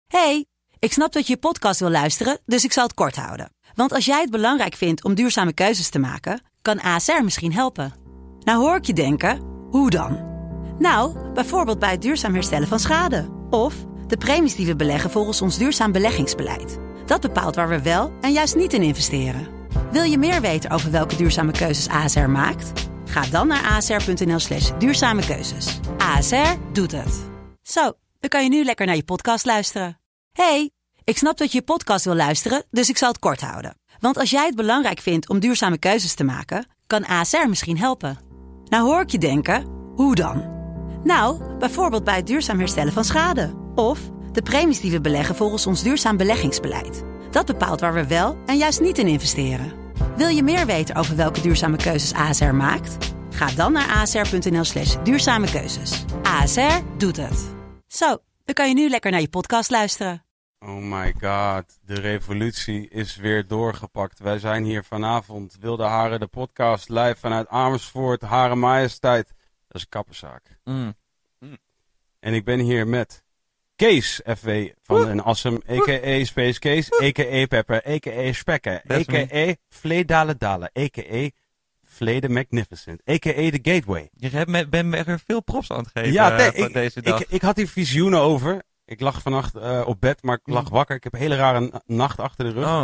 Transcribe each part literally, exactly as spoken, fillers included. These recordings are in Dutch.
Hey, ik snap dat je je podcast wil luisteren, dus ik zal het kort houden. Want als jij het belangrijk vindt om duurzame keuzes te maken, kan A S R misschien helpen. Nou hoor ik je denken, hoe dan? Nou, bijvoorbeeld bij het duurzaam herstellen van schade. Of de premies die we beleggen volgens ons duurzaam beleggingsbeleid. Dat bepaalt waar we wel en juist niet in investeren. Wil je meer weten over welke duurzame keuzes A S R maakt? Ga dan naar asr.nl slash duurzame keuzes. A S R doet het. Zo, dan kan je nu lekker naar je podcast luisteren. Hey, ik snap dat je je podcast wil luisteren, dus ik zal het kort houden. Want als jij het belangrijk vindt om duurzame keuzes te maken, kan A S R misschien helpen. Nou hoor ik je denken, hoe dan? Nou, bijvoorbeeld bij het duurzaam herstellen van schade. Of de premies die we beleggen volgens ons duurzaam beleggingsbeleid. Dat bepaalt waar we wel en juist niet in investeren. Wil je meer weten over welke duurzame keuzes A S R maakt? Ga dan naar asr.nl slash duurzame keuzes. A S R doet het. Zo, dan kan je nu lekker naar je podcast luisteren. Oh my god, de revolutie is weer doorgepakt. Wij zijn hier vanavond, Wilde Haren, de podcast, live vanuit Amersfoort, Hare Majesteit. Dat is een kapperszaak. Mm. Mm. En ik ben hier met Kees F W van Den Assem, a k a. Space Kees, a k a. Pepper, a k a. Spekken, a k a. Vleedale Dale, a k a. Vlede Magnificent, a k a. The Gateway. Je hebt me, ben me er veel props aan het geven ja, nee, uh, ik, deze dag. Ik, ik had hier visioenen over. Ik lag vannacht uh, op bed, maar ik lag wakker. Ik heb een hele rare n- nacht achter de rug. Oh.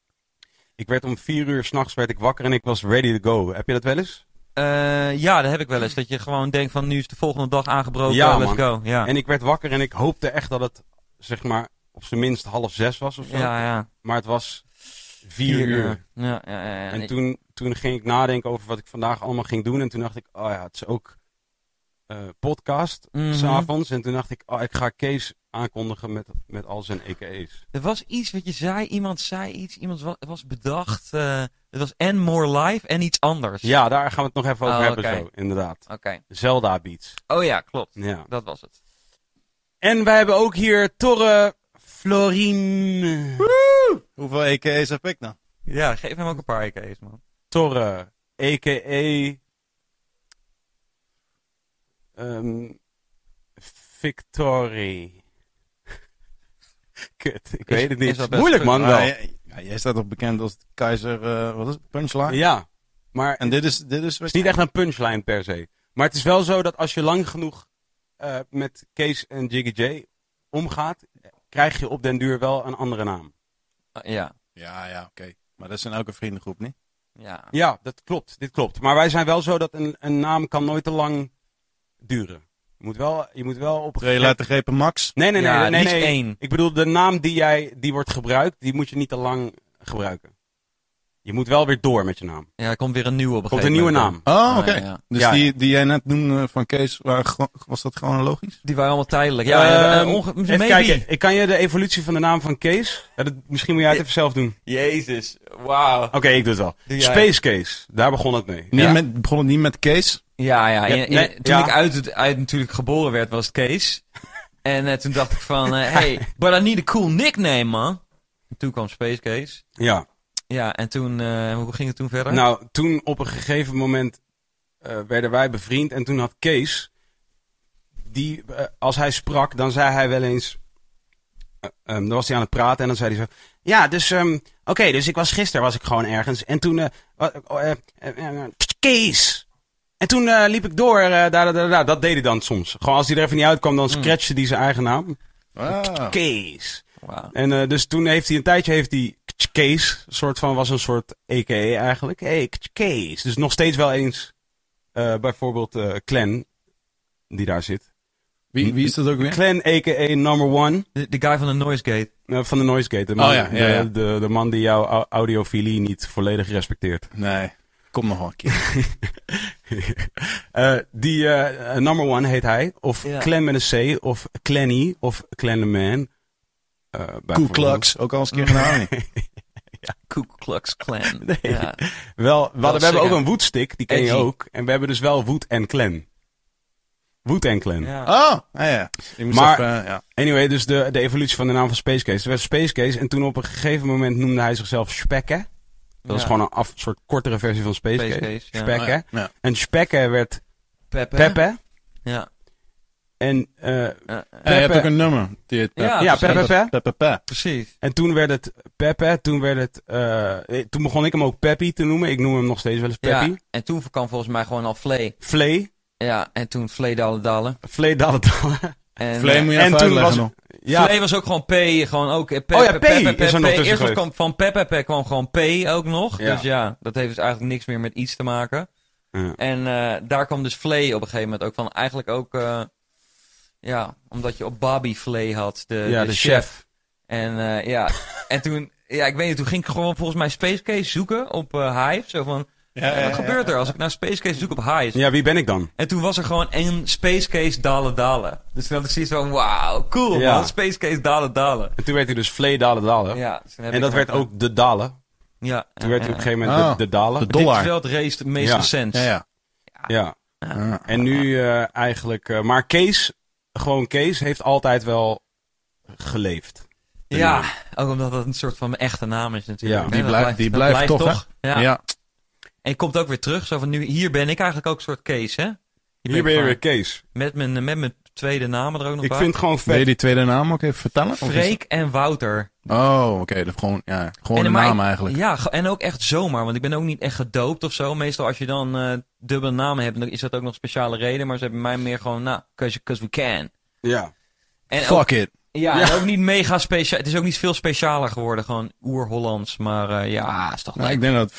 Ik werd om vier uur 's nachts werd ik wakker en ik was ready to go. Heb je dat wel eens? Uh, ja, dat heb ik wel eens. Dat je gewoon denkt van nu is de volgende dag aangebroken, Ja, let's man. go. Ja. En ik werd wakker en ik hoopte echt dat het, zeg maar, op zijn minst half zes was of zo. Ja, ja. Maar het was vier uur. Ja, ja, ja, ja. En Nee. toen, toen ging ik nadenken over wat ik vandaag allemaal ging doen. En toen dacht ik, oh ja, het is ook uh, podcast, Mhm. 's avonds. En toen dacht ik, oh, ik ga Kees aankondigen met, met al zijn E K E's. Er was iets wat je zei, iemand zei iets, iemand was, was bedacht. Uh, het was en more live en iets anders. Ja, daar gaan we het nog even over Oh, hebben oké. zo, inderdaad. Oké. Okay. Zelda Beats. Oh ja, klopt. Ja. Dat was het. En wij hebben ook hier Torre Florine. Woe! Hoeveel E K E's heb ik nou? Ja, geef hem ook een paar E K E's, man. Torre, a k a. Um, Victory. Kut, ik Is- weet het is niet. wel best Moeilijk goed. man, Ah, wel. ja, ja, jij staat toch bekend als keizer, uh, wat is het, punchline? Ja, maar En dit is, dit is het is niet echt een punchline per se. Maar het is wel zo dat als je lang genoeg uh, met Kees en Jiggy J omgaat, krijg je op den duur wel een andere naam. Uh, ja. Ja, ja, oké. Okay. Maar dat is in elke vriendengroep, niet? Ja. Ja, dat klopt. Dit klopt. Maar wij zijn wel zo dat een, een naam kan nooit te lang duren. Je moet wel, je moet wel op... Twee lettergrepen max. Nee, nee, nee. Ja, nee, nee, liefst nee. één. Ik bedoel, de naam die, jij, die wordt gebruikt, die moet je niet te lang gebruiken. Je moet wel weer door met je naam. Ja, er komt weer een nieuwe op een Komt een gegeven nieuwe moment. naam. Oh, oké. Ah, ja, ja. Dus Ja, die, ja. die jij net noemde van Kees, waren gro- was dat chronologisch? Die waren allemaal tijdelijk. Ja, ja, Ehm, uh, onge- even maybe. kijken. Ik kan je de evolutie van de naam van Kees... Ja, dat, misschien moet jij het even zelf doen. Jezus, wauw. Oké, okay, ik doe het wel. Doe jij. Space Case. Daar begon het mee. Niet Ja. met, begon het niet met Kees? Ja, ja. In, in, nee, toen ja. ik uit, het, uit natuurlijk geboren werd, was het Kees. En uh, toen dacht ik van, uh, hey, but I need a cool nickname, man. En toen kwam Space Case. Ja. Ja, en toen, uh, hoe ging het toen verder? Nou, toen op een gegeven moment uh, werden wij bevriend. En toen had Kees, die, uh, als hij sprak, dan zei hij wel eens... Uh, um, dan was hij aan het praten en dan zei hij zo... Ja, dus, um, oké, okay, dus ik was gisteren was ik gewoon ergens. En toen, uh, uh, uh, uh, uh, Kees! En toen uh, liep ik door, uh, daar, daar, daar, daar. Dat deed hij dan soms. Gewoon als hij er even niet uitkwam, dan scratchte hij zijn eigen naam. Ah. Kees. Wauw. En uh, dus toen heeft hij een tijdje heeft hij Kees, soort van was een soort A K A eigenlijk. Hey, Kees. Dus nog steeds wel eens uh, bijvoorbeeld uh, Clan, die daar zit. Wie, wie is dat ook weer? Clan A K A number one. De, de guy van de Noise Gate. Uh, van de Noise Gate. De man, Oh ja, ja, ja. De, de, de man die jouw au- audiofilie niet volledig respecteert. Nee, kom nog wel een keer. uh, die uh, number one heet hij. Of Ja. Clan met een C. Of Clanny. Of Clanman. Uh, Ku Klux, ook al eens een keer gedaan. Ku Klux Klan. Nee. Ja. Wel, we, hadden, we hebben sick, ook hè? een Woodstick, die ken je Edgy. ook. En we hebben dus wel Wood en Clan. Wood en Clan. Ja. Oh, ja, ja. Je moest Maar- even, ja. Anyway, dus de, de evolutie van de naam van Space Case. Er werd Space Case en toen op een gegeven moment noemde hij zichzelf Spekke. Dat is Ja. gewoon een af, soort kortere versie van Space, Space Case. Case, ja. Spekke. Oh, ja. Ja. En Spekke werd Peppe. Peppe. Ja. En uh, Uh, uh, Ja, je hebt ook een nummer. Die heet Ja, ja, precies. Pepe. Pepe Pepe. precies. En toen werd het Pepe, toen werd het, uh, toen begon ik hem ook Peppy te noemen. Ik noem hem nog steeds wel eens Peppy. Ja, en toen kwam volgens mij gewoon al Flay. Flay, Ja, en toen Flay Dalle Dalle. Flay Dalle Dalle. En, Vlee eh, moet je en even toen uitleggen was- nog. Ja, Flay was ook gewoon P, gewoon ook... eh, Pe- Oh ja, Pe- P Pe- Pe- is er nog Pe- tussen Eerst was geweest. kwam van Pepe kwam gewoon P ook nog. Ja. Dus ja, dat heeft dus eigenlijk niks meer met iets te maken. Ja. En eh, daar kwam dus Flay op een gegeven moment ook van. Eigenlijk ook, uh, ja, omdat je op Bobby Flay had, de, ja, de, de chef. chef. En uh, ja, en toen, ja, ik weet niet, toen ging ik gewoon volgens mij Space Case zoeken op uh, Hive. Zo van, Ja, wat gebeurt er als ik naar Space Case zoek op Hive? Ja, wie ben ik dan? En toen was er gewoon een Space Case Dale Dale. Dus toen had ik zoiets van, wauw, cool Ja. man, Space Case Dale Dale. En toen werd hij dus Flay Dalle Dalle. Ja, dus toen heb En ik dat hem werd ook de Dalle. Ja. Toen werd hij op een gegeven moment Ah, de, de Dalle. de Dit is dollar. wel het race het meest Ja. recent. Ja, ja. Ja. Ah. En nu uh, eigenlijk... Uh, maar Kees, gewoon Kees, heeft altijd wel geleefd. Ja, ook omdat dat een soort van mijn echte naam is natuurlijk. Ja. hè. Die Dat blijft- die dat blijft toch, hè? Ja. Ja. En je komt ook weer terug. Zo van nu, hier ben ik eigenlijk ook een soort Kees, hè? Hier ben je ik weer van- Kees. Met mijn, met mijn tweede namen er ook nog Ik bij. vind het gewoon Wil je vet. die tweede naam ook even vertellen? Of is Freek en Wouter. het- Oh, oké. dat gewoon, ja, gewoon En een maar naam ik- eigenlijk. Ja, ge- en ook echt zomaar. Want ik ben ook niet echt gedoopt of zo. Meestal als je dan eh dubbele namen hebt, dan is dat ook nog een speciale reden. Maar ze hebben mij meer gewoon, nou, cause, cause we can. Ja. En ook, Fuck it. ja, Ja. en ook niet mega speciaal. Het is ook niet veel specialer geworden. Gewoon oer-Hollands. Maar eh, ja, is toch Nou, leuk. ik denk dat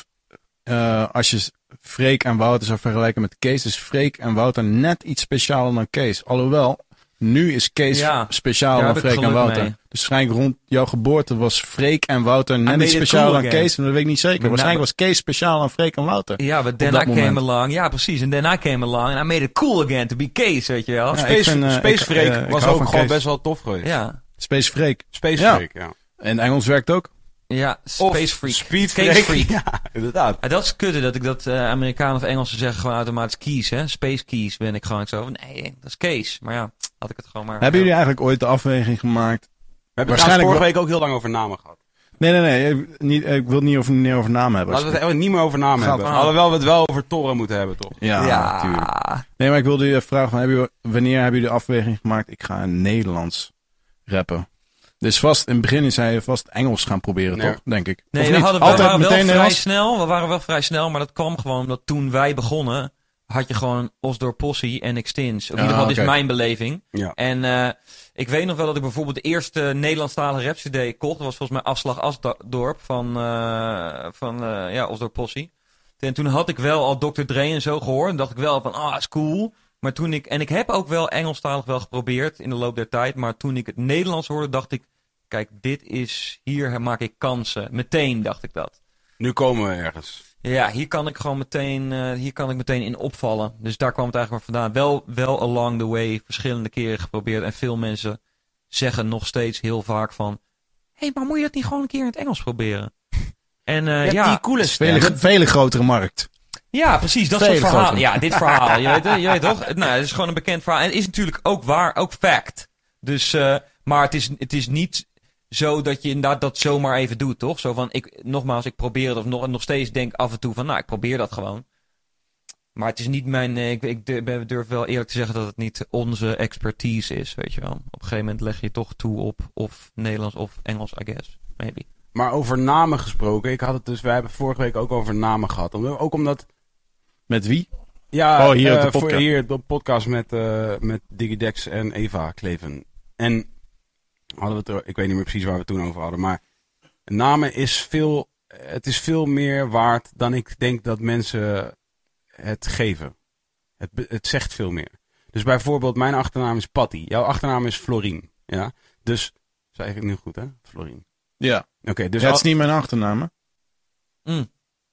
eh, als je Freek en Wouter zou vergelijken met Kees, is Freek en Wouter net iets specialer dan Kees. Alhoewel, nu is Kees Ja, specialer daar dan heb ik Freek en geluk Wouter. mee. Dus waarschijnlijk rond jouw geboorte was Freek en Wouter net made iets it specialer cool dan again. Kees. En dat weet ik niet zeker. Maar Waarschijnlijk nou- was Kees specialer dan Freek en Wouter. Ja, but then dat I came moment. along. Ja, precies. En then I came along and I made it cool again to be Kees, weet je wel. Ja, Ja. ik Space, vind, eh, Space ik- Freak eh, ik was hou ook van gewoon Kees. best wel tof geweest. Ja. Space Freek. Space Ja. Freak, ja. En Engels werkt ook. Ja, Of Space Freak. Speed Space Freak. Freak. Ja, inderdaad. Ja, dat is kutte dat ik dat uh, Amerikanen of Engelsen zeggen gewoon automatisch Keys, hè. Space Keys ben ik gewoon zo van, nee, dat is Kees. Maar ja, had ik het gewoon maar... Hebben jullie eigenlijk ooit de afweging gemaakt? We hebben het Waarschijnlijk vorige week ook heel lang over namen gehad. Nee, nee, nee. Ik, niet, ik wil het niet over, niet over namen hebben. Laten we het even niet meer over namen Gaat- hebben. ah. Alhoewel we het wel over Torren moeten hebben, toch? Ja, natuurlijk. Nee, maar ik wilde je vragen, van, hebben jullie, wanneer hebben jullie de afweging gemaakt? Ik ga in Nederlands rappen. Dus vast, in het begin zei je vast Engels gaan proberen, Nee. toch? Denk ik. Nee, Of we, niet? hadden, we Altijd waren wel meteen vrij Nederlands? snel. We waren wel vrij snel, maar dat kwam gewoon omdat toen wij begonnen, had je gewoon Osdorp Possie en Extins. Of in Ah, ieder geval, dit is oké. mijn beleving. Ja. En uh, ik weet nog wel dat ik bijvoorbeeld de eerste Nederlandstalige rap C D kocht. Dat was volgens mij Afslag Asdorp van, uh, van uh, ja, Osdorp Possie. En toen had ik wel al dokter Dre en zo gehoord. En dacht ik wel van, ah, is cool. Maar toen ik, en ik heb ook wel Engelstalig wel geprobeerd in de loop der tijd. Maar toen ik het Nederlands hoorde, dacht ik, kijk, dit is, hier maak ik kansen. Meteen dacht ik dat. Nu komen we ergens. Ja, hier kan ik gewoon meteen, uh, hier kan ik meteen in opvallen. Dus daar kwam het eigenlijk maar vandaan. Wel, wel along the way, verschillende keren geprobeerd. En veel mensen zeggen nog steeds heel vaak van, hé, hey, maar moet je dat niet gewoon een keer in het Engels proberen? En uh, Ja, ja, die coole Vele, stem. vele grotere markt. ja, precies, dat Vele soort verhaal. grotere. Ja, dit verhaal, je weet, je weet toch? Nou, het is gewoon een bekend verhaal. En het is natuurlijk ook waar, ook fact. Dus, uh, maar het is, het is niet zo dat je inderdaad dat zomaar even doet, toch? Zo van, ik, nogmaals, ik probeer het of nog, nog steeds denk af en toe van, nou, ik probeer dat gewoon. Maar het is niet mijn, ik, ik durf wel eerlijk te zeggen dat het niet onze expertise is, weet je wel. Op een gegeven moment leg je toch toe op of Nederlands of Engels, I guess. Maybe. Maar over namen gesproken. Ik had het dus, wij hebben vorige week ook over namen gehad. Om- Ook omdat, Met wie? ja, Oh, hier op de eh, voor podcast. hier op de podcast met, uh, met Digidex en Eva Kleven. En hadden we het er, ik weet niet meer precies waar we het toen over hadden, maar namen is veel, het is veel meer waard dan ik denk dat mensen het geven. Het, be- het zegt veel meer. Dus bijvoorbeeld, mijn achternaam is Patty. Jouw achternaam is Florien. Ja? Dus, zei ik het nu goed, hè? Florien. Ja. Oké, dus Ja, het al- is niet mijn achternaam, hè? Mm.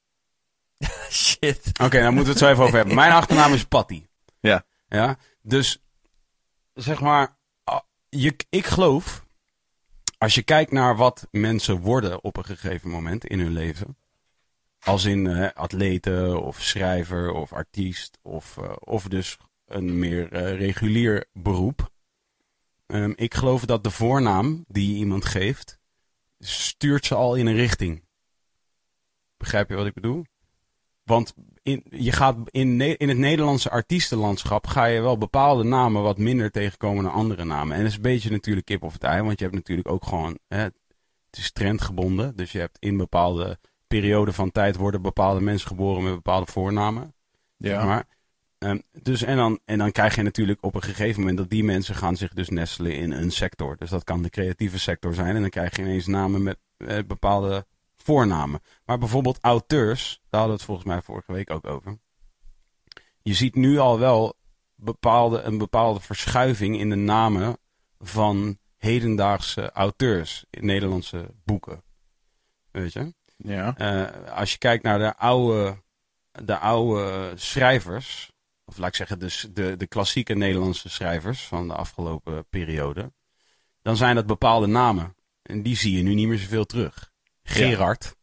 Shit. Oké, dan moeten we het zo even over hebben. Mijn achternaam is Patty. Ja. Ja, dus zeg maar, ah, je, ik geloof, als je kijkt naar wat mensen worden op een gegeven moment in hun leven, als in uh, atleten of schrijver of artiest of, uh, of dus een meer uh, regulier beroep. Um, ik geloof dat de voornaam die je iemand geeft, stuurt ze al in een richting. Begrijp je wat ik bedoel? Want in, je gaat in, ne- in het Nederlandse artiestenlandschap ga je wel bepaalde namen wat minder tegenkomen dan andere namen. En dat is een beetje natuurlijk kip of het ei, want je hebt natuurlijk ook gewoon, hè, het is trendgebonden. Dus je hebt in bepaalde perioden van tijd worden bepaalde mensen geboren met bepaalde voornamen. Ja. Zeg maar. Um, dus en dan, en dan krijg je natuurlijk op een gegeven moment dat die mensen gaan zich dus nestelen in een sector. Dus dat kan de creatieve sector zijn en dan krijg je ineens namen met eh, bepaalde voornamen. Maar bijvoorbeeld auteurs, daar hadden we het volgens mij vorige week ook over. Je ziet nu al wel bepaalde, een bepaalde verschuiving in de namen van hedendaagse auteurs in Nederlandse boeken. Weet je? Ja. Uh, als je kijkt naar de oude, de oude schrijvers, of laat ik zeggen dus de, de klassieke Nederlandse schrijvers van de afgelopen periode, dan zijn dat bepaalde namen. En die zie je nu niet meer zoveel terug. Gerard.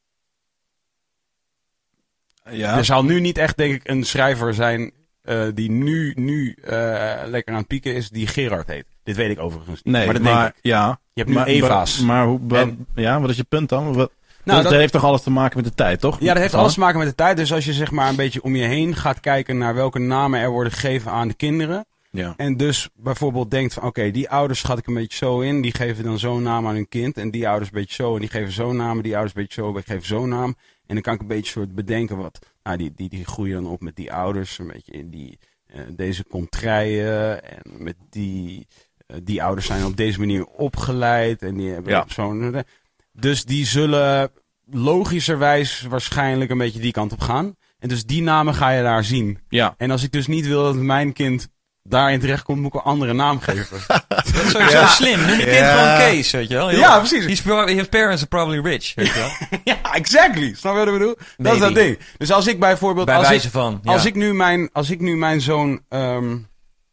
Ja. Er zal nu niet echt, denk ik, een schrijver zijn uh, die nu, nu uh, lekker aan het pieken is, die Gerard heet. Dit weet ik overigens niet. Nee, maar, dat maar denk ik. ja. Je hebt nu maar, Eva's. Maar, maar hoe, wat, En- ja, wat is je punt dan? Wat, Nou, dat, dat- dat heeft toch alles te maken met de tijd, toch? Ja, dat heeft Van- alles te maken met de tijd. Dus als je zeg maar een beetje om je heen gaat kijken naar welke namen er worden gegeven aan de kinderen. Ja. En dus bijvoorbeeld denkt van oké, okay, die ouders schat ik een beetje zo in. Die geven dan zo'n naam aan hun kind. En die ouders een beetje zo. En die geven zo'n naam. Die ouders een beetje zo. Die geven zo'n naam. En dan kan ik een beetje soort bedenken wat. Nou, die, die, die groeien dan op met die ouders. Een beetje in die, uh, deze contraien. En met die, uh, die ouders zijn op deze manier opgeleid. En die hebben Ja. zo'n. Dus die zullen logischerwijs waarschijnlijk een beetje die kant op gaan. En dus die namen ga je daar zien. Ja. En als ik dus niet wil dat mijn kind daarin terechtkomt, moet ik een andere naam geven. Dat is sowieso Ja. slim. Noem je kind Ja. gewoon Kees, weet je wel. Heel- Ja, precies. He's pro- his parents are probably rich, weet je wel. Ja, exactly. Snap je wat ik bedoel? Dat is Maybe. dat ding. Dus als ik bijvoorbeeld... Bij als wijze ik, van. Ja. Als, ik nu mijn, als ik nu mijn zoon um,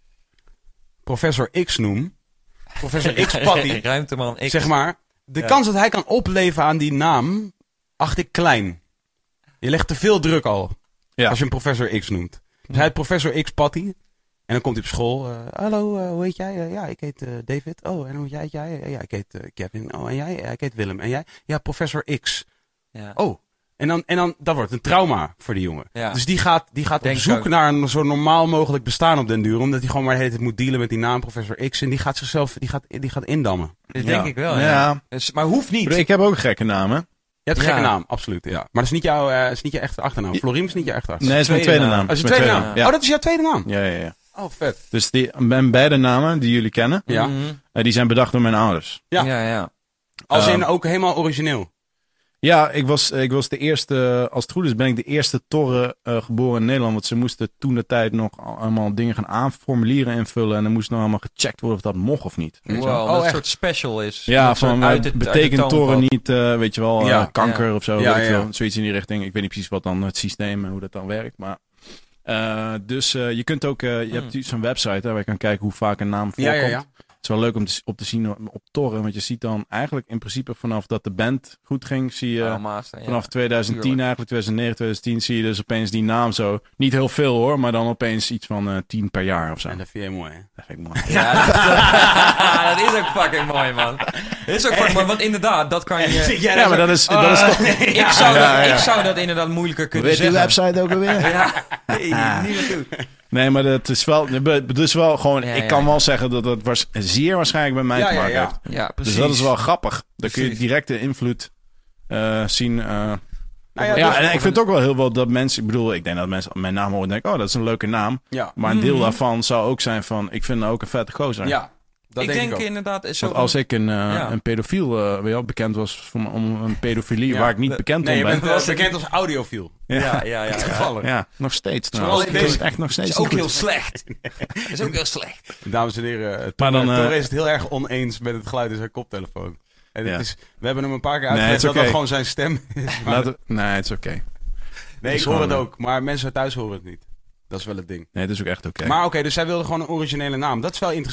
Professor X noem, Professor X Patty, Ruimteman X. zeg maar, de Ja. kans dat hij kan opleven aan die naam, acht ik klein. Je legt te veel druk al, Ja. als je hem Professor X noemt. Dus hij heet Professor X Patty. En dan komt hij op school. Uh, Hallo, uh, hoe heet jij? Uh, ja, ik heet uh, David. Oh, en hoe heet jij? jij? Uh, ja, ik heet uh, Kevin. Oh, en jij? Ja, ik heet Willem. En jij? Ja, Professor X. Ja. Oh. En dan, en dan, dat wordt een trauma voor die jongen. Ja. Dus die gaat, die gaat op Denk zoek ook. naar een zo normaal mogelijk bestaan op den duur. Omdat hij gewoon maar de hele tijd moet dealen met die naam Professor X. En die gaat zichzelf, die gaat, die gaat indammen. Dat Ja. denk ik wel, Ja. ja. Dus, maar hoeft niet. Ik heb ook gekke namen. Je hebt een Ja. gekke naam, absoluut. Ja. Maar dat is niet jouw, uh, is niet je echte achternaam. Floriem is niet je echte achternaam. Nee, dat is mijn tweede tweede naam. naam. Oh, dat is je mijn tweede tweede naam. Ja. Oh, dat is jouw tweede naam. Ja, ja, ja. Oh, vet. Dus die, mijn beide namen die jullie kennen, Ja. Mhm. eh, die zijn bedacht door mijn ouders. Ja. Ja, ja. Als in Um, ook helemaal origineel. Ja, ik was, ik was de eerste, als het goed is ben ik de eerste Torre uh, geboren in Nederland. Want ze moesten toen de tijd nog allemaal dingen gaan aanformulieren invullen. En dan moest nog allemaal gecheckt worden of dat mocht of niet. Weet je wel. Wow, Oh, dat een echt? soort special is. Ja, Een soort van uit uh, het- uit de betekent toon Torre valt. niet, uh, weet je wel, uh, Ja, kanker ja. of zo. Ja, weet ik ja. veel. Zoiets in die richting. Ik weet niet precies wat dan het systeem en hoe dat dan werkt. Maar, uh, dus uh, je kunt ook, uh, je Hmm. hebt zo'n website hè, waar je kan kijken hoe vaak een naam Ja, voorkomt. ja, ja. Het is wel leuk om te, op te zien op, op Torre. Want je ziet dan eigenlijk in principe vanaf dat de band goed ging, zie je... Oh, master, ja. Vanaf twintig tien tuurlijk. eigenlijk, twintig negen, twintig tien zie je dus opeens die naam zo. Niet heel veel hoor, maar dan opeens iets van uh, tien per jaar of zo. En dat vind je mooi, hè? Dat vind ik mooi. Ja, dat, dat is ook fucking mooi, man. Dat is ook fucking mooi, want inderdaad, dat kan je... Ja, maar dat is, dat is toch... Ik zou, Ja, dat, ja. ik zou dat inderdaad moeilijker kunnen Weet je die zeggen. website ook alweer? Ja, nee, niet naartoe. Nee, maar dat is wel, dat is wel gewoon, Ja, ik ja, kan ja. wel zeggen dat dat was zeer waarschijnlijk bij mij Ja, te ja, maken ja. heeft. Ja, precies. Dus dat is wel grappig. Dan kun je Precies. direct de invloed uh, zien. Uh, Nou ja, ja, dus- en ik vind het ook wel heel wel dat mensen, ik bedoel, ik denk dat mensen mijn naam horen en denken, oh, dat is een leuke naam. Ja. Maar een deel Mhm. daarvan zou ook zijn van, ik vind hem ook een vette gozer. Ja, dat ik denk, denk ik ook. inderdaad... Zo Want als ik een, uh, Ja. een pedofiel uh, weet je wel, bekend was van, om een pedofilie Ja, waar ik niet de- bekend Nee, je om ben. bent wel bekend als audiofiel. Ja, ja, ja. ja. Toevallig. Ja, nog steeds Vooral trouwens. in Dat is deze- echt nog steeds Dat is ook niet heel goed. slecht. Dat is ook heel slecht. Dames en heren, het Maar dan, Torre eh, is het heel erg oneens met het geluid in zijn koptelefoon. En het Ja. is, we hebben hem een paar keer Nee, uitgelegd het dat is oké. dat gewoon zijn stem is. Maar- Laten we- nee, het is oké. nee, is ik hoor het gewoon, ook, maar mensen thuis horen het niet. Dat is wel het ding. Nee, het is ook echt oké. Maar oké, dus zij wilde gewoon een originele naam. Dat is wel interessant.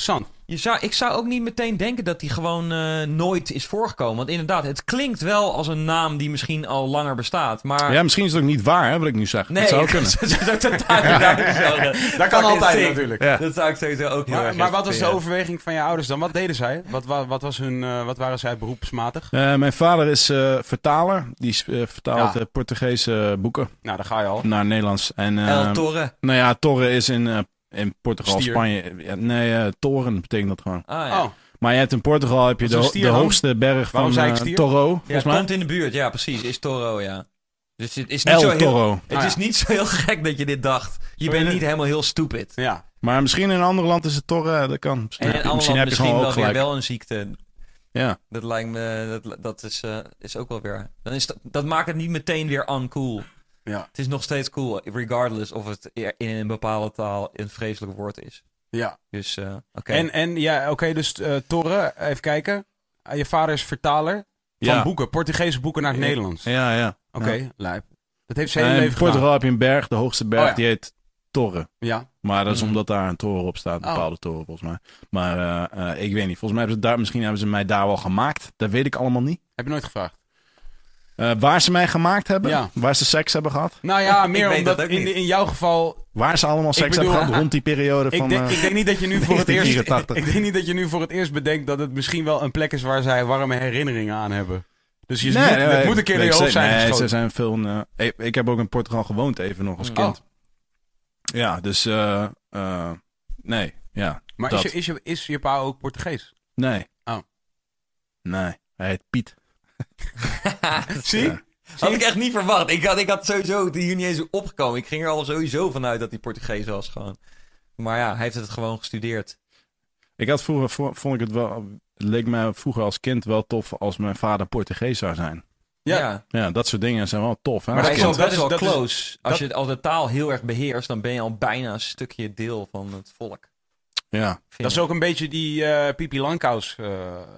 Je zou, ik zou ook niet meteen denken dat die gewoon uh, nooit is voorgekomen. Want inderdaad, het klinkt wel als een naam die misschien al langer bestaat. Maar... Ja, misschien is het ook niet waar, hè, wat ik nu zeg. Nee, dat zou kunnen. dat zou totaal niet Dat kan altijd natuurlijk. Ja. Dat zou ik sowieso ook heel Maar, erg maar wat was de respecteren. overweging van je ouders dan? Wat deden zij? Wat, wat, wat, was hun, uh, wat waren zij beroepsmatig? Uh, mijn vader is uh, vertaler. Die uh, vertaalt Ja. uh, Portugese boeken Nou, daar ga je al. naar Nederlands. En, uh, El Torre. nou ja, Torre is in, uh, in Portugal, Stier. Spanje. Ja, nee, uh, toren betekent dat gewoon. Ah, ja. Oh, Maar je hebt in Portugal heb je Wat is de, een stier de dan? hoogste berg Waarom van zei ik uh, stier? Torro, Ja, volgens het mij. komt in de buurt. Ja, precies. Is Toro, ja. Dus het is niet, El zo heel, Torro. het Ah, is ja. niet zo heel gek dat je dit dacht. Je Zo bent is het. niet helemaal heel stupid. ja. Maar misschien in een ander land is het Torre, dat kan. Misschien, En in een misschien ander land heb je misschien gewoon wel ook weer gelijk. wel een ziekte. Ja. Dat lijkt me, dat, dat is, uh, is ook wel weer... Dan is dat, dat maakt het niet meteen weer uncool. Ja. Het is nog steeds cool, regardless of het in een bepaalde taal een vreselijk woord is. ja. Dus, uh, oké. Okay. En, en ja, oké, okay, dus uh, Torre, even kijken. Uh, je vader is vertaler van Ja. boeken, Portugese boeken naar het Ja. Nederlands. Ja, ja. Oké, okay, Ja. lijp. Dat heeft ze heel En leven in Portugal gedaan. heb je een berg, de hoogste berg, Oh, ja. die heet Torre. Ja. Maar dat is Mm. omdat daar een toren op staat, een Oh. bepaalde toren volgens mij. Maar uh, uh, ik weet niet, volgens mij hebben ze daar, misschien hebben ze mij daar wel gemaakt. Dat weet ik allemaal niet. Heb je nooit gevraagd? Uh, waar ze mij gemaakt hebben, Ja. waar ze seks hebben gehad. Nou ja, Ik meer weet omdat dat ook in, niet. in jouw geval... Waar ze allemaal seks bedoel- hebben gehad rond die periode Ik van... denk, uh, ik denk niet dat je nu voor het eerst... negentien vierentachtig. Ik denk niet dat je nu voor het eerst bedenkt dat het misschien wel een plek is waar zij warme herinneringen aan hebben. Dus je Nee, moet, nee, het moet een keer in ik je hoofd zeg- zijn nee, geschoten. ze zijn veel... Uh, ik, ik heb ook in Portugal gewoond even nog als Mm. kind. Oh. Ja, dus... Uh, uh, nee, ja. Maar is dat. je, is, je, is je pa ook Portugees? Nee. Oh. Nee, hij heet Piet. Zie? Ja. Had ik echt niet verwacht. Ik had, ik had sowieso het hier niet eens opgekomen. Ik ging er al sowieso vanuit dat hij Portugees was gewoon. Maar ja, hij heeft het gewoon gestudeerd. Ik had vroeger, vo- vond ik het wel... Het leek mij vroeger als kind wel tof als mijn vader Portugees zou zijn. Ja. Ja. Ja, dat soort dingen zijn wel tof. Hè? Maar Maar Als hij dat is kind. al klopt, best dat wel is- dat is- close. Als dat- je al de taal heel erg beheerst, dan ben je al bijna een stukje deel van het volk. Ja. Vind Dat is ik. ook een beetje die uh, Pipi Langkous uh,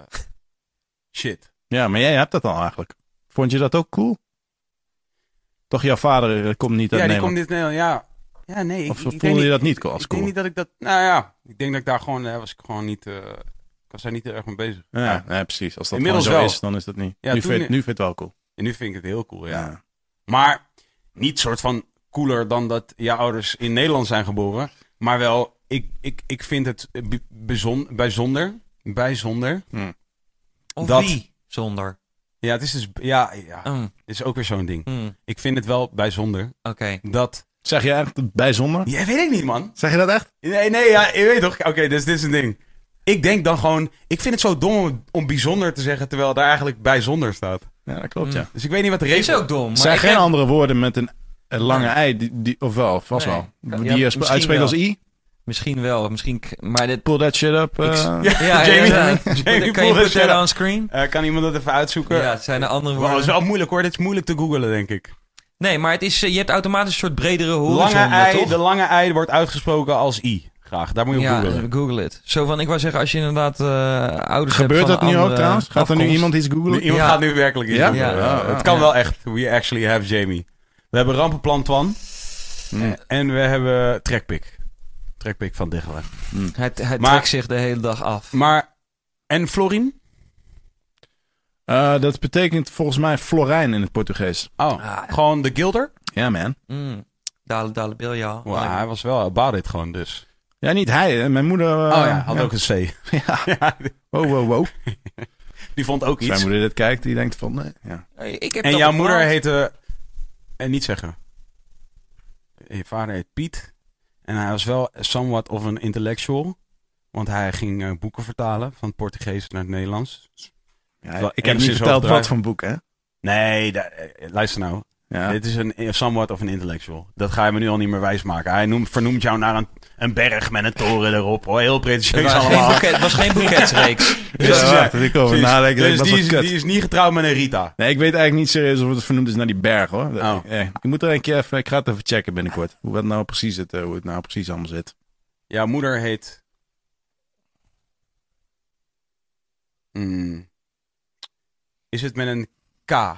shit. ja, maar jij hebt dat al eigenlijk. Vond je dat ook cool? Toch, jouw vader eh, komt niet uit Ja, die Nederland. komt dit Nederland. Ja. Ja, nee. Of ik, ik voelde denk je dat niet niet cool als Ik denk cool? niet dat ik dat... Nou ja, ik denk dat ik daar gewoon... Daar was ik gewoon niet... Uh, ik was daar niet heel erg mee bezig. Ja, Ja. nee, precies. Als dat Inmiddels gewoon zo wel. is, dan is dat niet. Ja, nu, toen- vind, nu vind je het wel cool. En nu vind ik het heel cool, ja. Ja. Maar niet soort van cooler dan dat je ouders in Nederland zijn geboren. Maar wel, ik, ik, ik vind het b- bijzon, bijzonder. Bijzonder. Of dat- wie? Zonder. Ja, het is dus... Ja, ja. Mm, Het is ook weer zo'n ding. mm, Ik vind het wel bijzonder Oké. dat... Zeg je echt bijzonder? Ja, weet ik niet, man. Zeg je dat echt? Nee, nee, ja, je weet toch... Oké, dus dit is een ding. Ik denk dan gewoon... Ik vind het zo dom om, om bijzonder te zeggen, terwijl daar eigenlijk bijzonder staat. Ja, dat klopt, Mm. ja. Dus ik weet niet wat de Is reden ook dom. Er Maar zijn ik geen heb- andere woorden met een, een lange ei, die, die, of wel, vast Nee. wel. Ja, Die je sp- misschien uitspreekt wel. als i. Misschien wel. Misschien... k- Maar dit... Pull that shit up. uh, Ja, Ja, Jamie, ja, ja. Jamie, Kan je pull that put shit that up. on screen? Eh, kan iemand dat even uitzoeken? Ja, het zijn er andere Wow, woorden. dat is wel moeilijk hoor. Dit is moeilijk te googlen, denk ik. Nee, maar het is, eh, je hebt automatisch een soort bredere horizon. Lange ei, toch? de lange ei wordt uitgesproken als i. Graag, daar moet je op Ja, googlen. google het. Zo van, ik wou zeggen, als je inderdaad eh ouders Gebeurt hebt dat van nu ook andere trouwens? Gaat er nu afkomst. iemand iets googlen? Iemand Ja. gaat nu werkelijk iets Ja? doen. Ja. Ja, Ja, het ja. kan Ja. wel echt. We actually have Jamie. We hebben Rampenplan Twan. Mm. En we hebben Trekpik. Trekpik van Diggelen. Hij, hij Maar- trekt zich de hele dag af. Maar, en Florien? Uh, dat betekent volgens mij Florijn in het Portugees. Oh, Ah. gewoon de Gilder? Ja, man. Mm. Dale, dale, bil, ja. Wow, hij was wel about it gewoon dus. Ja, niet hij. hè. Mijn moeder... uh, oh ja, had ook een C. Ja. Ja, Wow, wow, wow. die vond ook Als mijn iets. moeder dit kijkt, die denkt van... Nee, ja. Hey, ik heb En dat jouw bepaald. moeder heette... En niet zeggen. Je vader heet Piet. En hij was wel somewhat of een intellectual. Want hij ging uh, boeken vertalen van het Portugees naar het Nederlands. Ja, Wel, ik heb niet enigszins verteld wat overdrijven. voor boek, hè? Nee, da- eh, luister nou. Ja. Dit is een somewhat of een intellectual. Dat ga je me nu al niet meer wijsmaken. Hij noemt, vernoemt jou naar een, een berg met een toren erop. Hoor. Heel Het pretentieus was geen, allemaal. boeket, het was geen boeketsreeks. Dus, Ja, ja, wacht, ik over precies. nadenken. Dus dat die was is, wel kut. die is niet getrouwd met een Rita. Nee, ik weet eigenlijk niet serieus of het vernoemd is naar die berg, hoor. Oh. Eh, ik moet er een keer even... Ik ga het even checken binnenkort. Hoe het nou precies, het, uh, hoe het nou precies allemaal zit. Jouw moeder heet... Hmm. Is het met een K?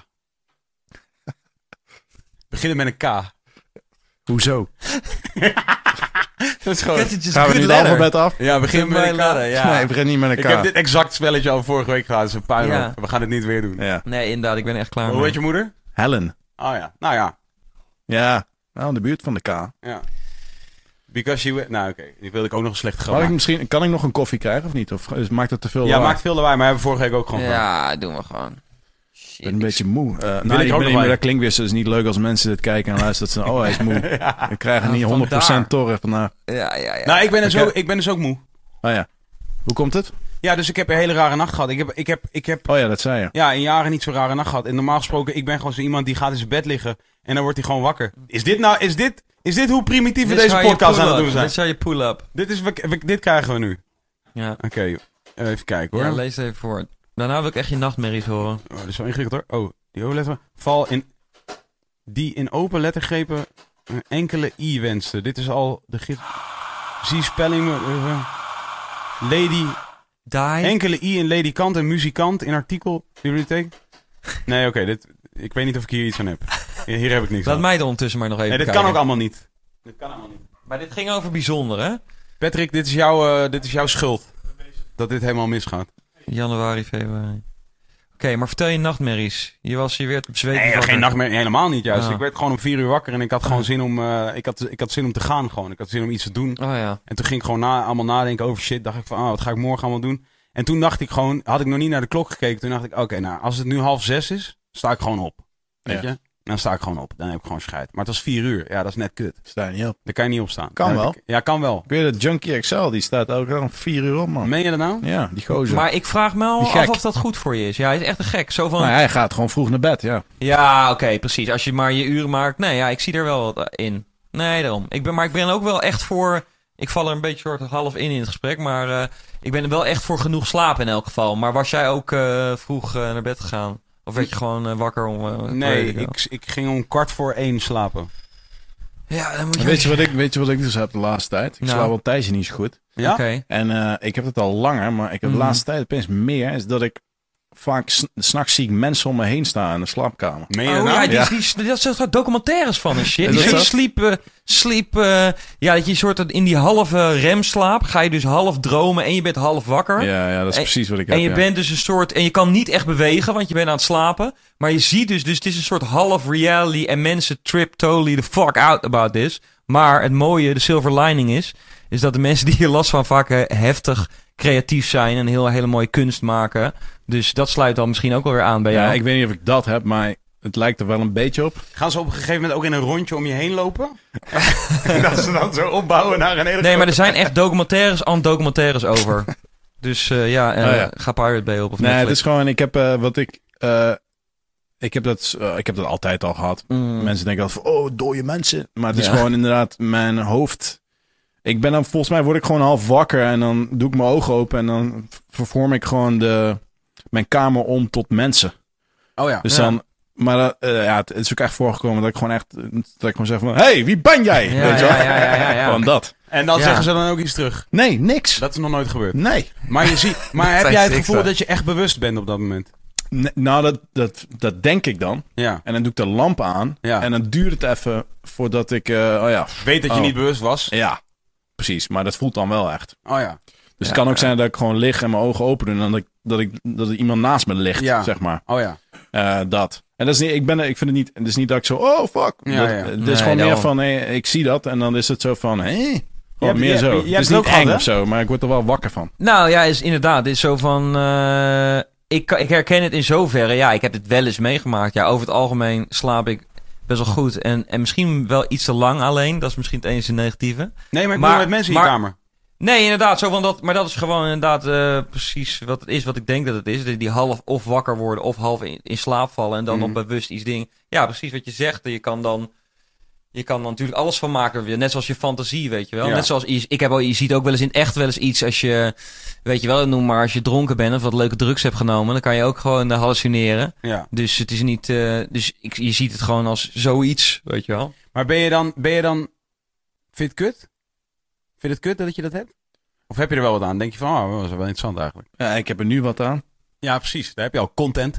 Beginnen met een K. Hoezo? Dat is gewoon... That's just Gaan we good nu het letter. alfabet af? Ja, begin met een K. letter, ja. Nee, begin niet met een K. Ik heb dit exact spelletje al vorige week gehad. Dat is een puinhoop. Ja. We gaan het niet weer doen. Ja. Nee, inderdaad, ik ben er echt klaar Hoe mee. heet je moeder? Helen. Oh ja. Nou ja. Ja, nou in de buurt van de K. Ja. Because you... Nou oké, die wilde ik ook nog een slechte grap Mag ik maken. misschien, kan ik nog een koffie krijgen of niet? Of is- maakt het te veel Ja, lawaai? maakt veel lawaai, maar hebben we vorige week ook gewoon gedaan. Ja, doen we gewoon. Shit. Ik ben een beetje moe. Uh, nou, ik ik ook ben nog niet wel. meer, dat klinkt weer zo. Het is niet leuk als mensen dit kijken en luisteren. Dat ze, oh, hij is moe. We krijgen Ja, niet honderd procent vandaar. torren vandaag. Ja, ja, ja. Nou, ik ben, dus Oké. ook, ik ben dus ook moe. Oh ja. Hoe komt het? Ja, dus ik heb een hele rare nacht gehad. Ik heb, ik heb, ik heb Oh ja, dat zei je. ja, in jaren niet zo'n rare nacht gehad. En normaal gesproken, ik ben gewoon zo iemand die gaat in zijn bed liggen en dan wordt hij gewoon wakker. Is dit nou, is dit, is dit hoe primitief we Dit is deze how you podcast aan het pull doen up. zijn? Dit is how you pull up. Dit, is, we, we- dit krijgen we nu. Ja. Oké, okay, even kijken hoor. Ja, lees het even voor. Daarna wil ik echt je nachtmerries horen. Oh, dat is wel ingewikkeld hoor. Oh, die hoofdletter. Val in... Die in open lettergrepen een enkele i wenste. Dit is al de gids... Zie spelling... Uh, lady... Die. Enkele i in ledikant en muzikant in artikel... Bibliotheek. Nee, oké. dit ik weet niet of ik hier iets aan heb. Hier, hier heb ik niks Laat aan. mij er ondertussen maar nog even Nee, dit kijken. kan ook allemaal niet. Dit kan allemaal niet. Maar dit ging over bijzonder, hè? Patrick, dit is, jouw, uh, dit is jouw schuld. Dat dit helemaal misgaat. Januari, februari. Oké, maar vertel je nachtmerries. Je was hier weer het bezweten. Nee, geen nachtmerrie. Helemaal niet juist. Ah. Ik werd gewoon om vier uur wakker en ik had gewoon zin om... Uh, ik, had, ik had zin om te gaan gewoon. Ik had zin om iets te doen. Oh ja. En toen ging ik gewoon na, allemaal nadenken over shit. Dacht ik van, oh, wat ga ik morgen allemaal doen? En toen dacht ik gewoon... Had ik nog niet naar de klok gekeken. Toen dacht ik, oké, okay, nou, als het nu half zes is... Sta ik gewoon op. Weet Ja. je? Dan sta ik gewoon op. Dan heb ik gewoon scheid. Maar het was vier uur. Ja, dat is net kut. Sta je niet op. Daar kan je niet op staan. Kan Daar wel. heb ik- ja, kan wel. Weet je, de Junkie X L, die staat elke dag om vier uur op, man. Meen je dat nou? Ja, die gozer. Maar ik vraag me al Die gek. af of dat goed voor je is. Ja, hij is echt een gek. Zo van... Nou, hij gaat gewoon vroeg naar bed, ja. Ja, oké, precies. Als je maar je uren maakt. Nee, ja, ik zie er wel wat in. Nee, daarom. Ik ben, maar ik ben ook wel echt voor... Ik val er een beetje soort half in in het gesprek. Maar uh, ik ben er wel echt voor genoeg slaap in elk geval. Maar was jij ook uh, vroeg uh, naar bed gegaan? Of werd je gewoon uh, wakker om... Uh, Nee, weet ik ik, ik ging om kwart voor één slapen. Ja, dan moet je... Weet je, wat ik, weet je wat ik dus heb de laatste tijd? Ik Nou. slaap al een tijdje niet zo goed. Ja? Oké. En uh, ik heb het al langer, maar ik heb de Mhm. laatste tijd opeens meer. Is dat ik vaak s- 's nachts zie ik mensen om me heen staan in de slaapkamer. Meen je Oh dat nou? ja, die, Ja. die, die, dat zijn toch documentaires van en shit. Is Die dat zijn zo? sleep, uh, sleep uh, ja, dat je soort in die halve remslaap ga je dus half dromen en je bent half wakker. Ja, ja, dat is En- precies wat ik heb. En je ja. bent dus een soort... En je kan niet echt bewegen, want je bent aan het slapen. Maar je ziet dus... Dus het is een soort half reality. En mensen trip totally the fuck out about this. Maar het mooie, de silver lining is... Is dat de mensen die hier last van vaak eh, heftig creatief zijn. En heel hele mooie kunst maken. Dus dat sluit dan misschien ook wel weer aan bij Ja, jou. ik weet niet of ik dat heb, maar het lijkt er wel een beetje op. Gaan ze op een gegeven moment ook in een rondje om je heen lopen? Dat ze dan zo opbouwen naar een hele Nee, maar er zijn echt documentaires aan documentaires over. Dus uh, ja, uh, Oh ja. ga Pirate Bay op of Nee, het Netflix. is gewoon, ik heb uh, wat ik... Uh, ik heb, dat, uh, ik heb dat altijd al gehad. Mm. Mensen denken altijd van, oh, dode mensen. Maar het is Ja. gewoon inderdaad mijn hoofd. Ik ben dan, volgens mij word ik gewoon half wakker en dan doe ik mijn ogen open en dan vervorm ik gewoon de, mijn kamer om tot mensen. Oh ja. Dus Ja. dan, maar uh, ja, het, het is ook echt voorgekomen dat ik gewoon echt, dat ik gewoon zeg van, hey, wie ben jij? Ja, Weet je ja, wel? ja, ja, ja, ja. Gewoon dat. En dan Ja. zeggen ze dan ook iets terug. Nee, niks. Dat is nog nooit gebeurd. Nee. Maar, je ziet, maar heb zijn jij het niks, gevoel hè? dat je echt bewust bent op dat moment? Nee, nou, dat, dat, dat denk ik dan. Ja. En dan doe ik de lamp aan. Ja. En dan duurt het even voordat ik, uh, oh ja, Weet dat je Oh. niet bewust was? ja, precies. Maar dat voelt dan wel echt. Oh ja. Dus Ja, het kan ook ja. zijn dat ik gewoon lig en mijn ogen open doe en dat, ik, dat, ik, dat er iemand naast me ligt, Ja. zeg maar. Oh ja. Uh, dat. En dat is niet, ik, ben, ik vind het niet, het is niet dat ik zo, oh fuck. Ja, dat, ja. Het Nee, is gewoon meer daarom. van, hey, ik zie dat en dan is het zo van, hé. Hey, hebt- meer je- zo. je- je Het hebt is het ook niet gehad, eng hè? of zo, maar ik word er wel wakker van. Nou ja, is inderdaad. Het is zo van... Uh, ik, kan- ik herken het in zoverre. Ja, ik heb het wel eens meegemaakt. Ja, over het algemeen slaap ik best wel goed. En, en misschien wel iets te lang alleen. Dat is misschien het enige negatieve. Nee, maar ik Maar- bedoel met mensen in maar- je kamer. Nee, inderdaad. Zo van dat, maar dat is gewoon inderdaad uh, precies wat het is. Wat ik denk dat het is. Die, die half of wakker worden of half in, in slaap vallen. En dan Mhm. op bewust iets ding. Ja, precies wat je zegt. Je kan dan... Je kan er natuurlijk alles van maken. Net zoals je fantasie, weet je wel. Ja. Net zoals je, ik heb al, je ziet ook wel eens in echt wel eens iets als je, weet je wel, noem maar als je dronken bent of wat leuke drugs hebt genomen, dan kan je ook gewoon uh, hallucineren. Ja. Dus het is niet, uh, dus ik, je ziet het gewoon als zoiets, weet je wel. Maar ben je dan, ben je dan, vind je het kut? Vind je het kut dat je dat hebt? Of heb je er wel wat aan? Denk je van, oh, dat was wel interessant eigenlijk. Ja, ik heb er nu wat aan. Ja, precies. Daar heb je al content.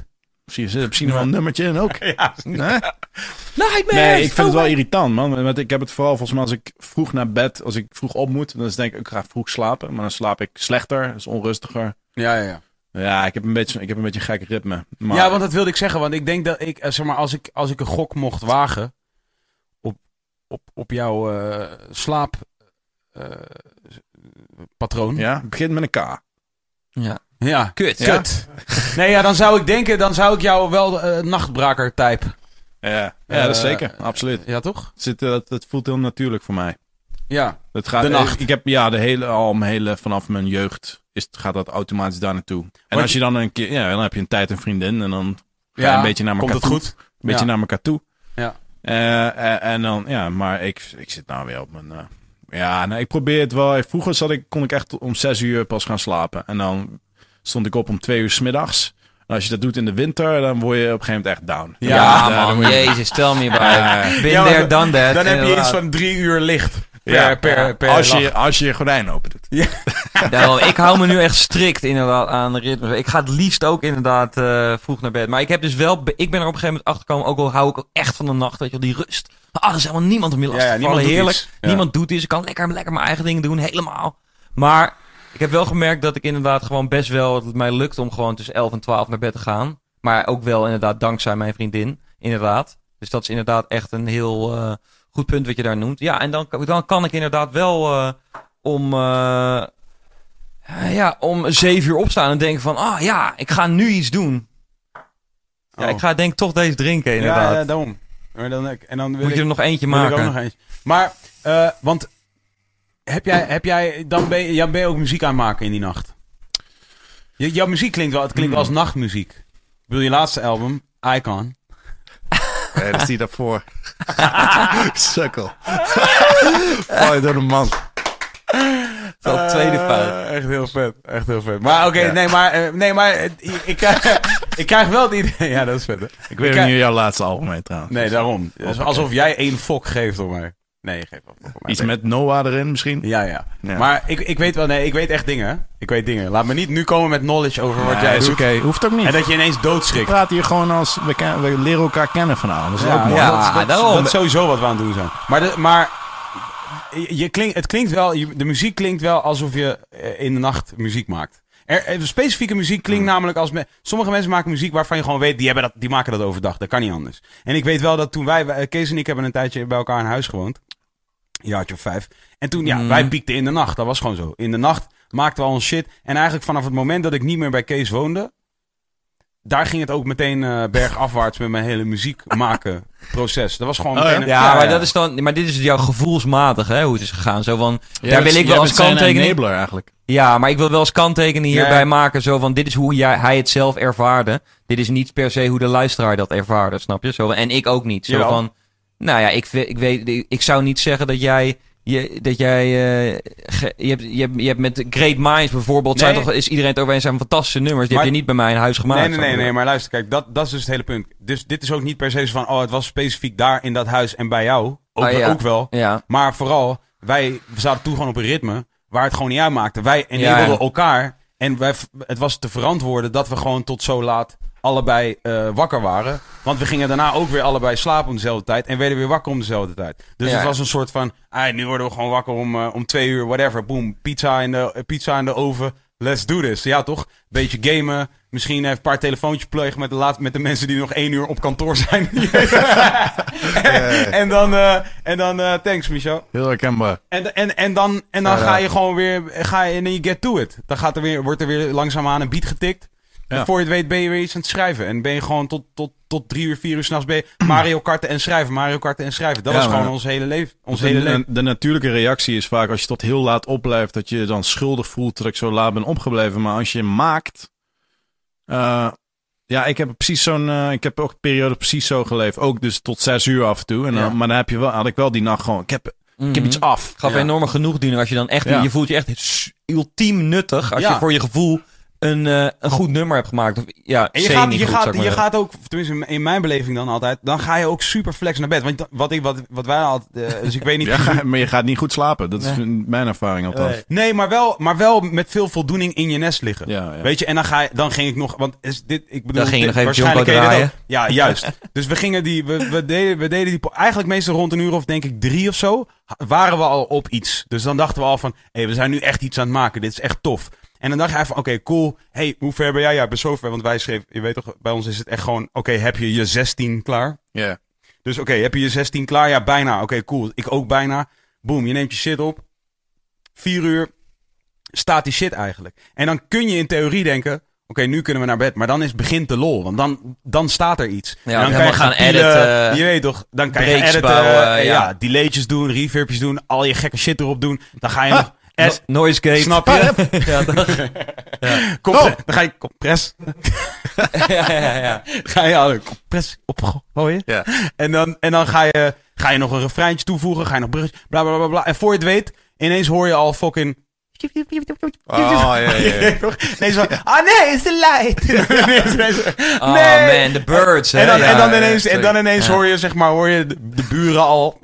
Misschien, misschien wel een nummertje in ook. Ja. Nee? Nightmares! Nee, ik vind het wel irritant, man. Want ik heb het vooral volgens mij als ik vroeg naar bed, als ik vroeg op moet, dan denk ik, ik ga vroeg slapen. Maar dan slaap ik slechter, dus onrustiger. Ja, ja, ja. Ja, ik heb een beetje, ik heb een beetje een gek ritme. Maar... Ja, want dat wilde ik zeggen. Want ik denk dat ik, zeg maar, als ik, als ik een gok mocht wagen op, op, op jouw uh, slaappatroon. Uh, Ja, het begint met een K. Ja. Ja, Kut. Ja. Kut. Nee, ja, dan zou ik denken, dan zou ik jou wel uh, nachtbraker type. Ja, ja uh, dat is zeker. Absoluut. Ja, toch? Het, zit, uh, dat, dat voelt heel natuurlijk voor mij. Ja, het gaat, de nacht. Ik, ik heb, ja, de hele, al mijn hele, vanaf mijn jeugd is, gaat dat automatisch daar naartoe. En Want als je dan een keer, ja, dan heb je een tijd een vriendin en dan ga je ja, een beetje naar elkaar komt het toe. goed? Een beetje ja. naar elkaar toe. Ja. Uh, uh, en dan, ja, maar ik, ik zit nou weer op mijn... Uh, ja, nou, ik probeer het wel. Vroeger zat ik, kon ik echt om zes uur pas gaan slapen. En dan stond ik op om twee uur 's middags. En als je dat doet in de winter, dan word je op een gegeven moment echt down. Ja, Ja, ja man, jezus, tel me bij. Uh, Been ja, there, done that. Dan heb je inderdaad. iets van drie uur licht. Per, ja, per, per als, dag. je, als je je gordijn open doet. Ja. Daarom, ik hou me nu echt strikt inderdaad aan de ritme. Ik ga het liefst ook inderdaad uh, vroeg naar bed. Maar ik heb dus wel, ik ben er op een gegeven moment achter gekomen, ook al hou ik ook echt van de nacht, weet je wel, die rust. Ah, er is helemaal niemand om je last Ja, ja, te niemand vallen. doet Heerlijk. iets. Ja. Niemand doet iets. Ik kan lekker, lekker mijn eigen dingen doen, helemaal. Maar ik heb wel gemerkt dat ik inderdaad gewoon best wel, het mij lukt om gewoon tussen elf en twaalf naar bed te gaan. Maar ook wel inderdaad dankzij mijn vriendin, inderdaad. Dus dat is inderdaad echt een heel uh, goed punt wat je daar noemt. Ja, en dan, dan kan ik inderdaad wel uh, om... Uh, Ja, om zeven uur opstaan en denken van, ah ja, ik ga nu iets doen. Ja, Oh. ik ga denk ik toch deze drinken inderdaad. Ja, ja, daarom. Maar dan, en dan wil Moet ik, je er nog eentje wil ik maken. ook nog eentje. Maar, uh, want heb jij, heb jij, dan ben je, ja, ben je ook muziek aan het maken in die nacht? Je, jouw muziek klinkt wel, het klinkt wel als nachtmuziek. Ik bedoel, je laatste album, Icon. Nee, dat is die daarvoor. Sukkel. Val je door de man. Dat is al tweede fout. Uh, echt heel vet, echt heel vet. Maar oké, okay, Ja. nee, maar, uh, nee, maar uh, ik, ik, krijg, ik krijg wel het idee... Ja, dat is vet, hè? Ik weet niet hoe jouw laatste album heet trouwens. Nee, daarom. Het is Okay. alsof jij één fok geeft op mij. Nee, je geeft wel fok op mij. Iets met Noah erin misschien? Ja, ja. Ja. Maar ik, ik weet wel, nee, ik weet echt dingen. Hè? Ik weet dingen. Laat me niet nu komen met knowledge over wat Nee, jij is doet. oké. Okay. Hoeft ook niet. En dat je ineens We doodschrikt. praten hier gewoon als... We, ken, we leren elkaar kennen vanavond. Dat is ook mooi. ja. dat, dat, daarom. dat is sowieso wat we aan het doen zijn. Maar, de, maar je, je klink, het klinkt wel, je, de muziek klinkt wel alsof je uh, in de nacht muziek maakt. Er, er, specifieke muziek klinkt Hmm. namelijk als... Me, sommige mensen maken muziek waarvan je gewoon weet... Die, hebben dat, die maken dat overdag. Dat kan niet anders. En ik weet wel dat toen wij... Kees en ik hebben een tijdje bij elkaar in huis gewoond. Een jaartje of vijf. En toen, ja, Mm. wij piekten in de nacht. Dat was gewoon zo. In de nacht maakten we al een shit. En eigenlijk vanaf het moment dat ik niet meer bij Kees woonde... Daar ging het ook meteen uh, bergafwaarts met mijn hele muziek maken proces. Dat was gewoon Oh, meteen... ja? Ja, ja, maar ja. dat is dan, maar dit is jouw gevoelsmatig, hè, hoe het is gegaan. Zo van, Jij daar bent- wil ik jij wel als bent zijn kanttekening. enabler eigenlijk. Ja, maar ik wil wel als kanttekening hierbij Ja. maken. Zo van, dit is hoe jij, hij het zelf ervaarde. Dit is niet per se hoe de luisteraar dat ervaarde, snap je? Zo, van- en ik ook niet. Zo Jawel. van, nou ja, ik, ve- ik weet, ik zou niet zeggen dat jij, je, dat jij, uh, ge, je, hebt, je, hebt, je hebt met Great Minds bijvoorbeeld, Nee. zijn toch, is iedereen het over eens, zijn fantastische nummers. Die Maar- heb je niet bij mij in huis gemaakt. Nee, nee, nee, snap je? nee, maar luister, kijk, dat, dat is dus het hele punt. Dus dit is ook niet per se zo van, oh, het was specifiek daar in dat huis en bij jou. Ook, Ah, ja. ook wel. Ja. Maar vooral, wij we zaten toen gewoon op een ritme waar het gewoon niet uitmaakte. Wij enabelden Ja, ja. elkaar en wij, het was te verantwoorden dat we gewoon tot zo laat allebei uh, wakker waren. Want we gingen daarna ook weer allebei slapen om dezelfde tijd en werden weer wakker om dezelfde tijd. Dus Ja. het was een soort van, ah, nu worden we gewoon wakker om, uh, om twee uur, whatever. Boom, pizza in de, uh, pizza in de oven. Let's do this. Ja, toch? Beetje gamen. Misschien even een paar telefoontjes plegen met de, laat, met de mensen die nog één uur op kantoor zijn. en dan, uh, en dan uh, thanks, Michel. Heel herkenbaar. En, en, en dan, en dan Ja, ga ja. je gewoon weer, ga je, en dan je get to it. Dan gaat er weer, wordt er weer langzaamaan een beat getikt. Ja. En voor je het weet ben je weer iets aan het schrijven. En ben je gewoon tot, tot, tot drie uur, vier uur s'nachts ben je Mario Karten en schrijven, Mario Karten en schrijven. Dat Ja, was maar- gewoon ons hele leven. Ons De, hele leven. de, de natuurlijke reactie is vaak als je tot heel laat opblijft, dat je je dan schuldig voelt dat ik zo laat ben opgebleven. Maar als je maakt... Uh, ja, ik heb precies zo'n... Uh, ik heb ook een periode precies zo geleefd. Ook dus tot zes uur af en toe. En dan, Ja. Maar dan heb je wel, had ik wel die nacht gewoon... Ik heb, ik heb iets af. Gaf Ja. enorme genoegdoening als je dan echt... Ja. Je voelt je echt s- ultiem nuttig als Ja. je voor je gevoel een, uh, een goed nummer hebt gemaakt. Of, ja, en je gaat, je, goed, gaat, je gaat ook, tenminste in mijn beleving dan altijd, dan ga je ook super flex naar bed. Want wat, ik, wat, wat wij altijd, uh, dus ik weet niet... ja, maar je gaat niet goed slapen. Dat is nee. mijn ervaring althans. Nee, nee maar, wel, maar wel met veel voldoening in je nest liggen. Ja, ja. Weet je, en dan, ga je, dan ging ik nog, want is dit, ik bedoel... Dan ging je dit, nog even Jonko draaien. Ja, juist. Dus we gingen die, we, we, deden, we deden die, eigenlijk meestal rond een uur of denk ik drie of zo, waren we al op iets. Dus dan dachten we al van, hé, hey, we zijn nu echt iets aan het maken. Dit is echt tof. En dan dacht hij van, oké, okay, cool. Hey, hoe ver ben jij? Ja, ik ben zo ver. Want wij schreven, je weet toch, bij ons is het echt gewoon, oké, okay, heb je je zestien klaar? Ja. Yeah. Dus oké, okay, heb je je zestien klaar? Ja, bijna. Oké, okay, cool. Ik ook bijna. Boom, je neemt je shit op. Vier uur staat die shit eigenlijk. En dan kun je in theorie denken, oké, okay, nu kunnen we naar bed. Maar dan is begint de lol. Want dan, dan staat er iets. Ja, en dan kan je gaan editen. Je weet toch, dan kan je editen. Bouwen, uh, ja, ja delaytjes doen, reverbjes doen, al je gekke shit erop doen. Dan ga je nog... S- no- noise gate. Snap je? ja, dat... ja. Compre- oh. Dan ga je compress. ja, ja, ja. Ga je alle compress opgooien. Ja. En dan, en dan ga, je, ga je nog een refreintje toevoegen. Ga je nog bruggetje. Bla, bla, bla, bla. En voor je het weet, ineens hoor je al fucking... Oh, ja, ja, ja. Nee, zo, ah nee, it's the light. Oh nee. Man, the birds. En dan, ja, en dan ineens, ja, en dan ineens ja. hoor je, zeg maar, hoor je de, de buren al...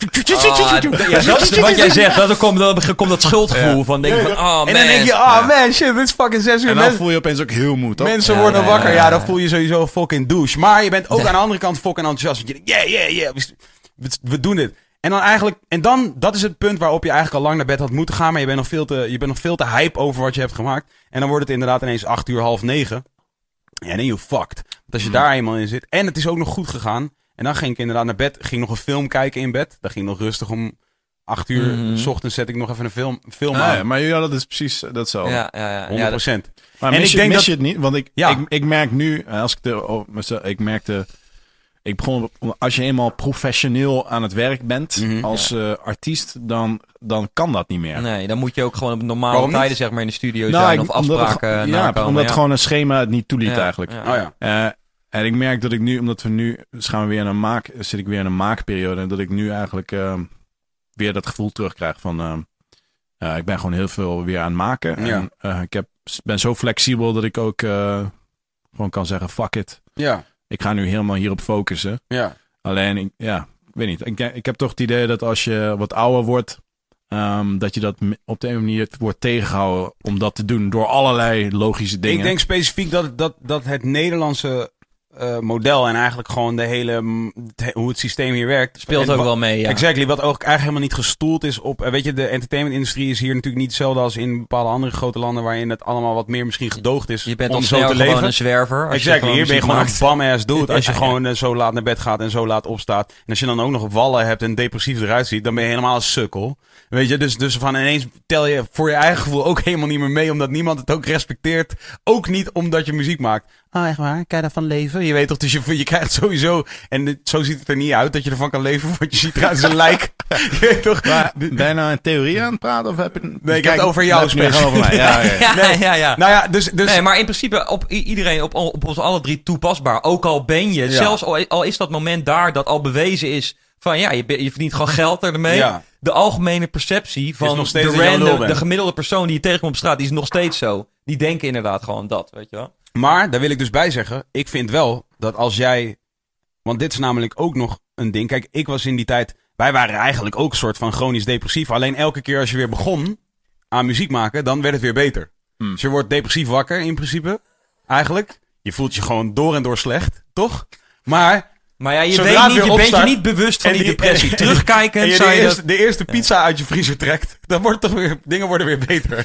Oh, ja, dat is wat jij zegt, dan komt, dan komt dat schuldgevoel ja. van, denk van, oh man. En dan denk je, oh ja. man, shit, dit is fucking zes uur. En dan voel je opeens ook heel moe, toch? Mensen ja, worden ja, wakker, ja, ja, ja, dan voel je sowieso fucking douche. Maar je bent ook ja. aan de andere kant fucking enthousiast. Want je denkt, yeah, yeah, yeah, we, we doen dit. En dan eigenlijk, en dan, dat is het punt waarop je eigenlijk al lang naar bed had moeten gaan. Maar je bent nog veel te, je bent nog veel te hype over wat je hebt gemaakt. En dan wordt het inderdaad ineens acht uur, half negen. Ja, en dan you fucked. Want als je daar eenmaal in zit. En het is ook nog goed gegaan. En dan ging ik inderdaad naar bed. Ging nog een film kijken in bed. Dan ging nog rustig om acht uur. Mm-hmm. 's ochtends zet ik nog even een film, film ah, aan. Ja, maar ja, dat is precies dat zo. Ja, ja, ja. honderd procent. Ja, dat... Maar en mis, ik denk mis dat... je het niet? Want ik, ja. ik, ik merk nu, als ik de, oh, ik merkte... Ik begon, als je eenmaal professioneel aan het werk bent mm-hmm, als ja. uh, artiest, dan, dan kan dat niet meer. Nee, dan moet je ook gewoon op normale Waarom tijden niet? zeg maar in de studio nou, zijn ik, of afspraken omdat, Ja, nakomen, omdat ja. gewoon een schema het niet toeliet ja, eigenlijk. Ja. Oh, ja. Uh, en ik merk dat ik nu, omdat we nu, dus gaan we weer in een maak, zit ik weer in een maakperiode en dat ik nu eigenlijk uh, weer dat gevoel terugkrijg van, uh, uh, ik ben gewoon heel veel weer aan het maken. Ja. En uh, ik heb, ben zo flexibel dat ik ook uh, gewoon kan zeggen, fuck it. Ja. Ik ga nu helemaal hierop focussen. Ja. Alleen, ik, ja, ik weet niet. Ik, ik heb toch het idee dat als je wat ouder wordt, um, dat je dat op de een manier wordt tegengehouden om dat te doen door allerlei logische dingen. Ik denk specifiek dat, dat, dat het Nederlandse uh, model en eigenlijk gewoon de hele, het, hoe het systeem hier werkt. Speelt ook wat, wel mee, ja. Exactly, wat ook eigenlijk helemaal niet gestoeld is op, weet je, de entertainmentindustrie is hier natuurlijk niet hetzelfde als in bepaalde andere grote landen waarin het allemaal wat meer misschien gedoogd is. Je bent om al zo te gewoon leven. een zwerver. Als exactly, je hier ben je gewoon maakt. een bam-ass dude als je ja, gewoon ja. uh, zo laat naar bed gaat en zo laat opstaat. En als je dan ook nog wallen hebt en depressief eruit ziet, dan ben je helemaal een sukkel. Weet je, dus, dus van ineens tel je voor je eigen gevoel ook helemaal niet meer mee, omdat niemand het ook respecteert. Ook niet omdat je muziek maakt. Oh, echt waar? Kan je daarvan leven? Je weet toch, dus je, je krijgt sowieso, en dit, zo ziet het er niet uit dat je ervan kan leven, want je ziet eruit als een lijk. Je weet toch? Maar, ben je nou in theorie aan het praten? Of heb je, nee, ik heb het over jou specifiek. Over mij. Ja, ja, ja. Nee, ja, ja. Nou ja, dus, dus... Nee, maar in principe op iedereen, op, op ons alle drie toepasbaar. Ook al ben je, ja. zelfs al, al is dat moment daar dat al bewezen is van ja, je, je verdient gewoon geld ermee. Ja. De algemene perceptie van de random, de gemiddelde persoon die je tegenkomt op straat, die is nog steeds zo. Die denken inderdaad gewoon dat, weet je wel. Maar, daar wil ik dus bij zeggen, ik vind wel dat als jij, want dit is namelijk ook nog een ding. Kijk, ik was in die tijd, wij waren eigenlijk ook een soort van chronisch depressief. Alleen elke keer als je weer begon aan muziek maken, dan werd het weer beter. Hmm. Dus je wordt depressief wakker in principe, eigenlijk. Je voelt je gewoon door en door slecht, toch? Maar... Maar ja, je, weet niet, je opstart, bent je niet bewust van die, die depressie. En, Terugkijken en je de, je eerste, dat... de eerste pizza uit je vriezer trekt, dan wordt toch weer, dingen worden weer beter.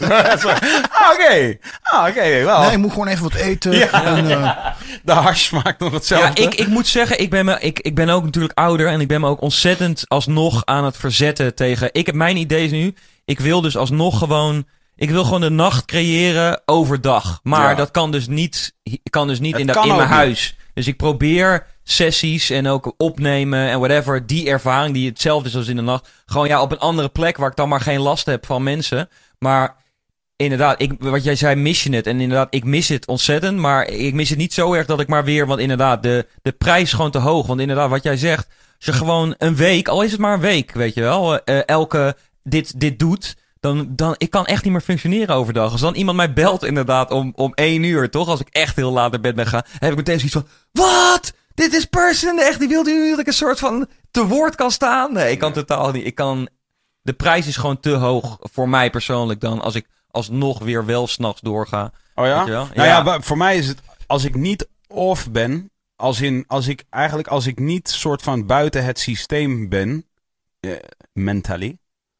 ah, oké. Okay. Ah, oké. Okay, well. Nee, je moet gewoon even wat eten. Ja, en, uh... ja. De hash smaakt nog hetzelfde. Ja, ik, ik moet zeggen, ik ben, me, ik, ik ben ook natuurlijk ouder en ik ben me ook ontzettend alsnog aan het verzetten tegen... Ik heb mijn ideeën nu. Ik wil dus alsnog gewoon... Ik wil gewoon de nacht creëren overdag. Maar ja. dat kan dus niet, kan dus niet in, dat, in mijn huis. Niet. Dus ik probeer sessies en ook opnemen en whatever. Die ervaring die hetzelfde is als in de nacht. Gewoon ja, op een andere plek waar ik dan maar geen last heb van mensen. Maar inderdaad, ik, wat jij zei, mis je het. En inderdaad, ik mis het ontzettend. Maar ik mis het niet zo erg dat ik maar weer... Want inderdaad, de, de prijs is gewoon te hoog. Want inderdaad, wat jij zegt. Als je gewoon een week, al is het maar een week, weet je wel. Uh, elke dit, dit doet... Dan, dan, ik kan echt niet meer functioneren overdag. Als dan iemand mij belt inderdaad om, om één uur, toch? Als ik echt heel laat naar bed ben gaan, heb ik meteen zoiets van, wat? Dit is Person, echt, die wil nu dat ik een soort van te woord kan staan? Nee, ik kan ja. totaal niet. Ik kan, de prijs is gewoon te hoog voor mij persoonlijk dan, als ik alsnog weer wel 's nachts doorga. Oh ja? Weet je wel? Nou ja. ja, voor mij is het, als ik niet off ben, als in, als ik eigenlijk, als ik niet soort van buiten het systeem ben, eh, mentally,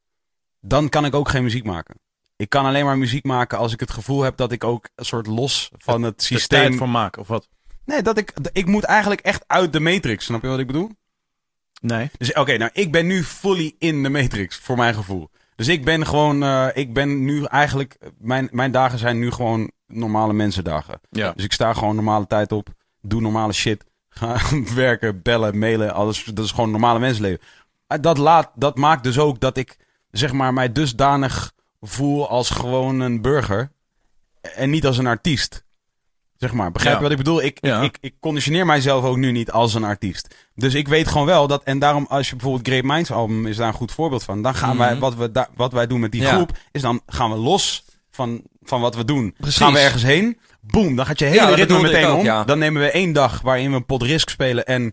dan kan ik ook geen muziek maken. Ik kan alleen maar muziek maken als ik het gevoel heb dat ik ook een soort los van het systeem... tijd van maken, of wat? Nee, dat ik, ik moet eigenlijk echt uit de Matrix. Snap je wat ik bedoel? Nee. Dus oké, okay, nou, ik ben nu fully in de Matrix, voor mijn gevoel. Dus ik ben gewoon, uh, ik ben nu eigenlijk, mijn, mijn dagen zijn nu gewoon normale mensendagen. Ja. Dus ik sta gewoon normale tijd op, doe normale shit, ga werken, bellen, mailen, alles. Dat is gewoon normale mensenleven. Dat, laat, dat maakt dus ook dat ik, zeg maar, mij dusdanig voel als gewoon een burger en niet als een artiest. Zeg maar, begrijp je ja. wat ik bedoel? Ik, ja. ik, ik conditioneer mijzelf ook nu niet als een artiest. Dus ik weet gewoon wel dat, en daarom als je bijvoorbeeld Great Minds album is daar een goed voorbeeld van. Dan gaan mm-hmm. wij, wat, we da, wat wij doen met die ja. groep, is dan gaan we los van, van wat we doen. Precies. Gaan we ergens heen, boom, dan gaat je hele ja, ritme meteen ook, om. Ja. Dan nemen we één dag waarin we een pot Risk spelen en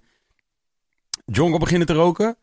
Jungle beginnen te roken.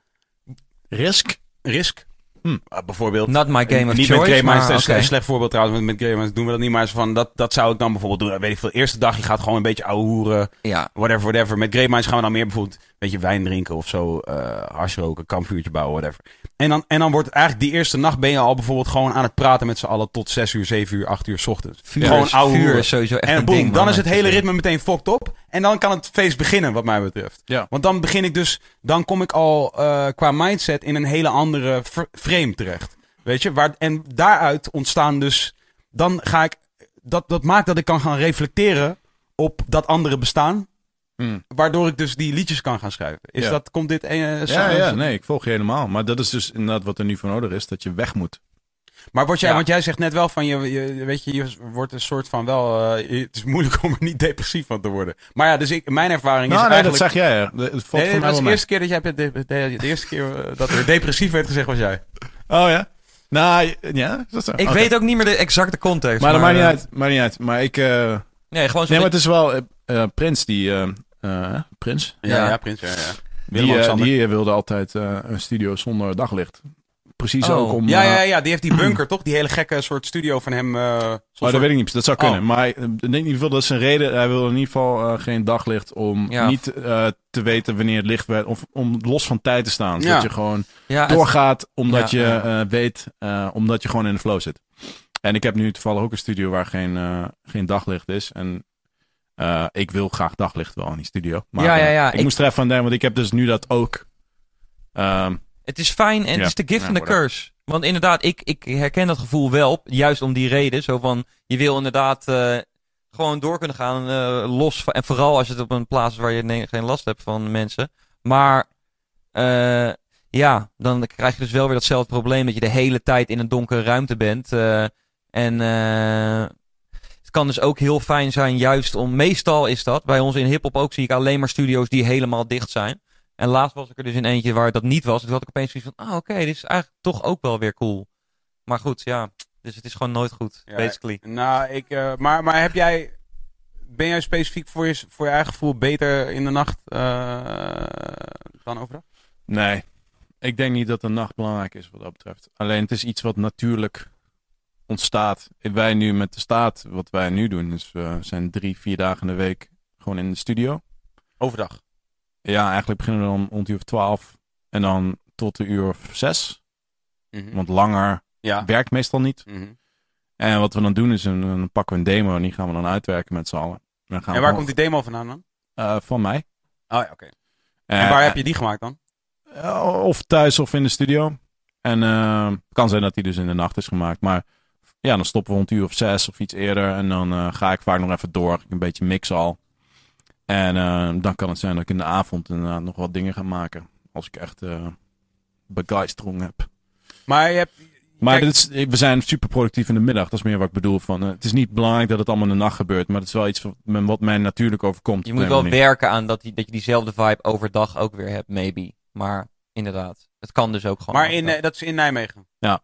Risk? Risk. Hm. Uh, bijvoorbeeld. Not my game of niet choice. Niet met Great Minds, dat is okay. een slecht voorbeeld trouwens. Met, met Great Minds doen we dat niet, maar van dat, dat zou ik dan bijvoorbeeld doen. Weet ik veel, de eerste dag, je gaat gewoon een beetje ouwe hoeren. Ja. Whatever, whatever. Met Great Minds gaan we dan meer bijvoorbeeld een beetje wijn drinken of zo. Uh, hash roken, kampvuurtje bouwen, whatever. En dan, en dan wordt eigenlijk die eerste nacht ben je al bijvoorbeeld gewoon aan het praten met z'n allen tot zes uur, zeven uur, acht uur 's ochtends. Vuur gewoon is, ouwe vuur hoeren. is sowieso echt en een boom, ding. dan man, is het hele ritme meteen fokt op. En dan kan het feest beginnen, wat mij betreft. Ja. Want dan begin ik dus, dan kom ik al uh, qua mindset in een hele andere fr- frame terecht. Weet je, waar, en daaruit ontstaan dus, dan ga ik, dat, dat maakt dat ik kan gaan reflecteren op dat andere bestaan. Mm. Waardoor ik dus die liedjes kan gaan schrijven. Is ja. dat, komt dit uh, ja, ja, nee, ik volg je helemaal. Maar dat is dus inderdaad wat er nu voor nodig is, dat je weg moet. Maar word jij, ja. want jij zegt net wel van, je, je, weet je, je wordt een soort van wel, uh, het is moeilijk om er niet depressief van te worden. Maar ja, dus ik, mijn ervaring nou, is nee, eigenlijk... dat zeg jij, hè. Het valt nee, voor mij dat was wel de eerste keer dat jij, de, de, de, de eerste keer uh, dat er depressief werd gezegd was jij. Oh ja? Nou, ja, is dat zo? Ik okay. weet ook niet meer de exacte context. Maar, maar dat maakt niet uh, uit, maakt niet uit. Maar ik... Uh... Nee, gewoon zo... Nee, maar het is wel uh, uh, Prins die... Uh, uh, Prins? Ja, ja, ja Prins, ja, ja. Die, uh, die wilde altijd uh, een studio zonder daglicht. Precies oh. ook om... Ja, uh, ja, ja, die heeft die bunker, toch? Die hele gekke soort studio van hem. Uh, maar dat weet ik niet, dat zou kunnen. Oh. Maar ik denk in ieder geval, dat is een reden. Hij wil in ieder geval uh, geen daglicht om ja. niet uh, te weten wanneer het licht werd. Of om los van tijd te staan. Ja. Zodat je gewoon ja, doorgaat, omdat ja, je ja. Uh, weet, uh, omdat je gewoon in de flow zit. En ik heb nu toevallig ook een studio waar geen, uh, geen daglicht is. En uh, ik wil graag daglicht wel in die studio. Maar ja, ja, ja. Uh, ik, ik moest er even aan denken, want ik heb dus nu dat ook. Um, het is fijn en ja. het is de gift en ja, de curse. Want inderdaad, ik, ik herken dat gevoel wel, juist om die reden. Zo van, je wil inderdaad uh, gewoon door kunnen gaan, uh, los van, en vooral als je het op een plaats is waar je ne- geen last hebt van mensen. Maar, uh, ja, dan krijg je dus wel weer datzelfde probleem, dat je de hele tijd in een donkere ruimte bent. Uh, en uh, het kan dus ook heel fijn zijn, juist om, meestal is dat, bij ons in hiphop ook, zie ik alleen maar studio's die helemaal dicht zijn. En laatst was ik er dus in eentje waar dat niet was. Dus had ik opeens zoiets van, ah oké, okay, dit is eigenlijk toch ook wel weer cool. Maar goed, ja. Dus het is gewoon nooit goed, ja, basically. Nou, ik, uh, maar, maar heb jij, ben jij specifiek voor je, voor je eigen gevoel beter in de nacht uh, dan overdag? Nee, ik denk niet dat de nacht belangrijk is wat dat betreft. Alleen het is iets wat natuurlijk ontstaat. Wij nu met de staat, wat wij nu doen, dus we zijn drie, vier dagen in de week gewoon in de studio. Overdag? Ja, eigenlijk beginnen we dan om een uur of twaalf en dan tot een uur of zes. Mm-hmm. Want langer ja. werkt meestal niet. Mm-hmm. En wat we dan doen is, een, dan pakken we een demo en die gaan we dan uitwerken met z'n allen. En, gaan en waar komt die demo vandaan dan? Uh, van mij. Oh ja, oké. Okay. En uh, waar heb je die gemaakt dan? Uh, of thuis of in de studio. En uh, het kan zijn dat die dus in de nacht is gemaakt. Maar ja, dan stoppen we om een uur of zes of iets eerder. En dan uh, ga ik vaak nog even door. Ik een beetje mix al. En uh, dan kan het zijn dat ik in de avond uh, nog wat dingen ga maken. Als ik echt uh, begeistering heb. Maar je hebt... Maar dit is, we zijn super productief in de middag. Dat is meer wat ik bedoel. Van, uh, het is niet belangrijk dat het allemaal in de nacht gebeurt. Maar het is wel iets wat, wat mij natuurlijk overkomt. Je moet wel manier. werken aan dat, die, dat je diezelfde vibe overdag ook weer hebt, maybe. Maar inderdaad, het kan dus ook gewoon. Maar in, uh, dat is in Nijmegen? Ja.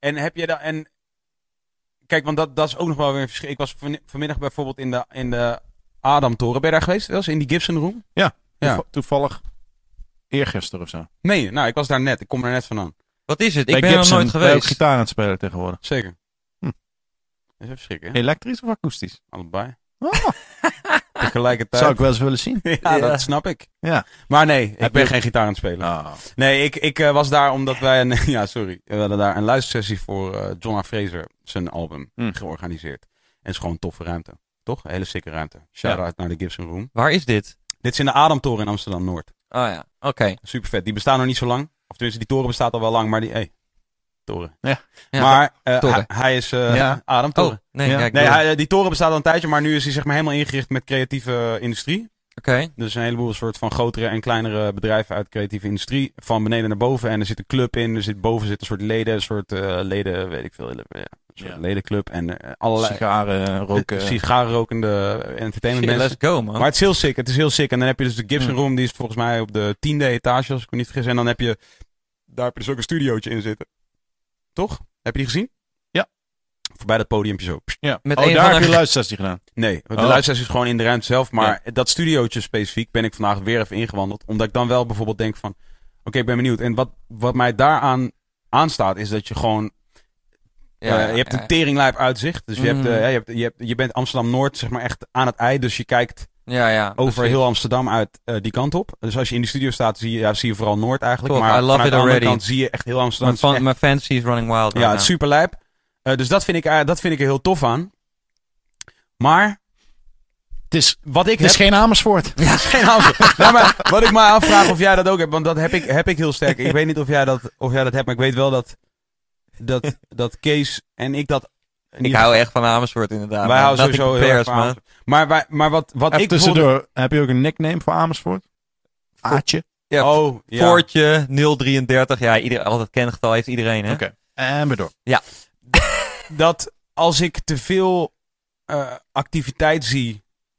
En heb je dan... En, kijk, want dat, dat is ook nog wel weer een verschil. Ik was van, vanmiddag bijvoorbeeld in de, in de Adamtoren. Ben je daar geweest? Wel eens in die Gibson Room? Ja, Ja. toeval- toevallig eergisteren of zo. Nee, nou, ik was daar net. Ik kom er net vandaan. Wat is het? Ik Bij ben er nog Gibson nooit ben je ook geweest. gitaar aan het spelen tegenwoordig. Zeker. Hm. Dat is even schrikken, hè? Elektrisch of akoestisch? Allebei. Oh, Tegelijkertijd. zou ik wel eens willen zien. Ja, Ja. dat snap ik. Ja. Maar nee, ik Heb ben je- geen gitaar aan het spelen. Oh. Nee, ik, ik uh, was daar omdat wij een... ja, sorry. We hadden daar een luistersessie voor uh, John A. Fraser, zijn album, Hm. georganiseerd. En het is gewoon een toffe ruimte. Toch? Een hele sikke ruimte. Shout-out naar de Gibson Room. Waar is dit? Dit is in de Adamtoren in Amsterdam-Noord. Oh ja, oké. Super vet. Die bestaan nog niet zo lang. Of tenminste, die toren bestaat al wel lang, maar die... Hey, toren. Ja, maar uh, toren. hij, hij is uh, Ja. Adamtoren. Oh, nee, Ja. ja, ik Nee, bedoel- hij, die toren bestaat al een tijdje, maar nu is hij zeg maar helemaal ingericht met creatieve industrie. Oké. Dus een heleboel soort van grotere en kleinere bedrijven uit de creatieve industrie. Van beneden naar boven. En er zit een club in. Er zit boven zit een soort leden, een soort uh, leden, weet ik veel. Ja, een soort Ja. ledenclub. En uh, allerlei Sigaren, roken. sigarenrokende entertainment Shit, mensen. let's go, man. Maar het is heel sick. Het is heel sick. En dan heb je dus de Gibson Mm. Room. Die is volgens mij op de tiende etage, als ik me niet vergis. En dan heb je, daar heb je dus ook een studiootje in zitten. Toch? Heb je die gezien? Ja. Voorbij dat podiumpje zo. Pst. Ja. Met oh, een daar van heb de- je luistersessie gedaan. Nee, de Oh. luistersessie is gewoon in de ruimte zelf. Maar dat studiootje specifiek ben ik vandaag weer even ingewandeld. Omdat ik dan wel bijvoorbeeld denk van... Oké, ik ben benieuwd. En wat, wat mij daaraan aanstaat is dat je gewoon... Ja, eh, je hebt ja. een teringlijp uitzicht. Dus je, Mhm. hebt, eh, je, hebt, je, hebt, je bent Amsterdam-Noord zeg maar echt aan het ei. Dus je kijkt Ja, ja. over precies. heel Amsterdam uit eh, die kant op. Dus als je in de studio staat, zie je, ja, zie je vooral Noord eigenlijk. Tof, maar I love vanuit it de andere already. kant zie je echt heel Amsterdam. Mijn, Het is fan, echt- mijn fantasy is running wild. ja, right het is now. super lijp. Eh, dus dat vind, ik, eh, dat vind ik er heel tof aan. Maar Het is, wat ik het is heb... geen Amersfoort. Ja, het is geen antwoord. Nou, maar wat ik me afvraag of jij dat ook hebt, want dat heb ik, heb ik heel sterk. Ik weet niet of jij, dat, of jij dat hebt, maar ik weet wel dat, dat, dat Kees en ik dat... in Ik ieder hou geval- echt van Amersfoort inderdaad. Wij man. houden Nothing sowieso heel erg compares, van Amersfoort. Maar, wij, maar wat, wat Even ik bijvoorbeeld... tussendoor, heb je ook een nickname voor Amersfoort? Aatje? Ja, Oh, ja. Voortje, nul drieëndertig. Ja, ieder, al dat kengetal heeft iedereen, hè? Oké. En weer door. Dat als ik te veel eh, activiteit zie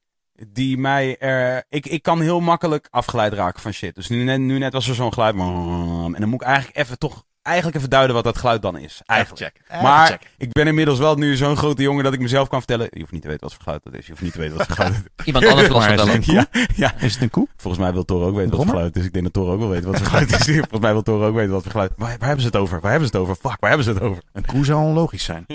die mij er... Ik, ik kan heel makkelijk afgeleid raken van shit. Dus nu net, nu net was er zo'n geluid. En dan moet ik eigenlijk even toch... Eigenlijk even duiden wat dat geluid dan is. Eigenlijk. Even Maar checken. ik ben inmiddels wel nu zo'n grote jongen dat ik mezelf kan vertellen... Je hoeft niet te weten wat voor geluid dat is. Je hoeft niet te weten wat voor geluid het is. Iemand anders lost Maar het wel is op. het Ja, ja. Is het een koe? Volgens mij wil Thor ook weten wat voor Brommer? geluid het is. Ik denk dat Thor ook wil weten wat voor geluid het is. Volgens mij wil Thor ook weten wat voor geluid. Waar, waar hebben ze het over? Waar hebben ze het over? Fuck, waar hebben ze het over? Een koe zou onlogisch zijn.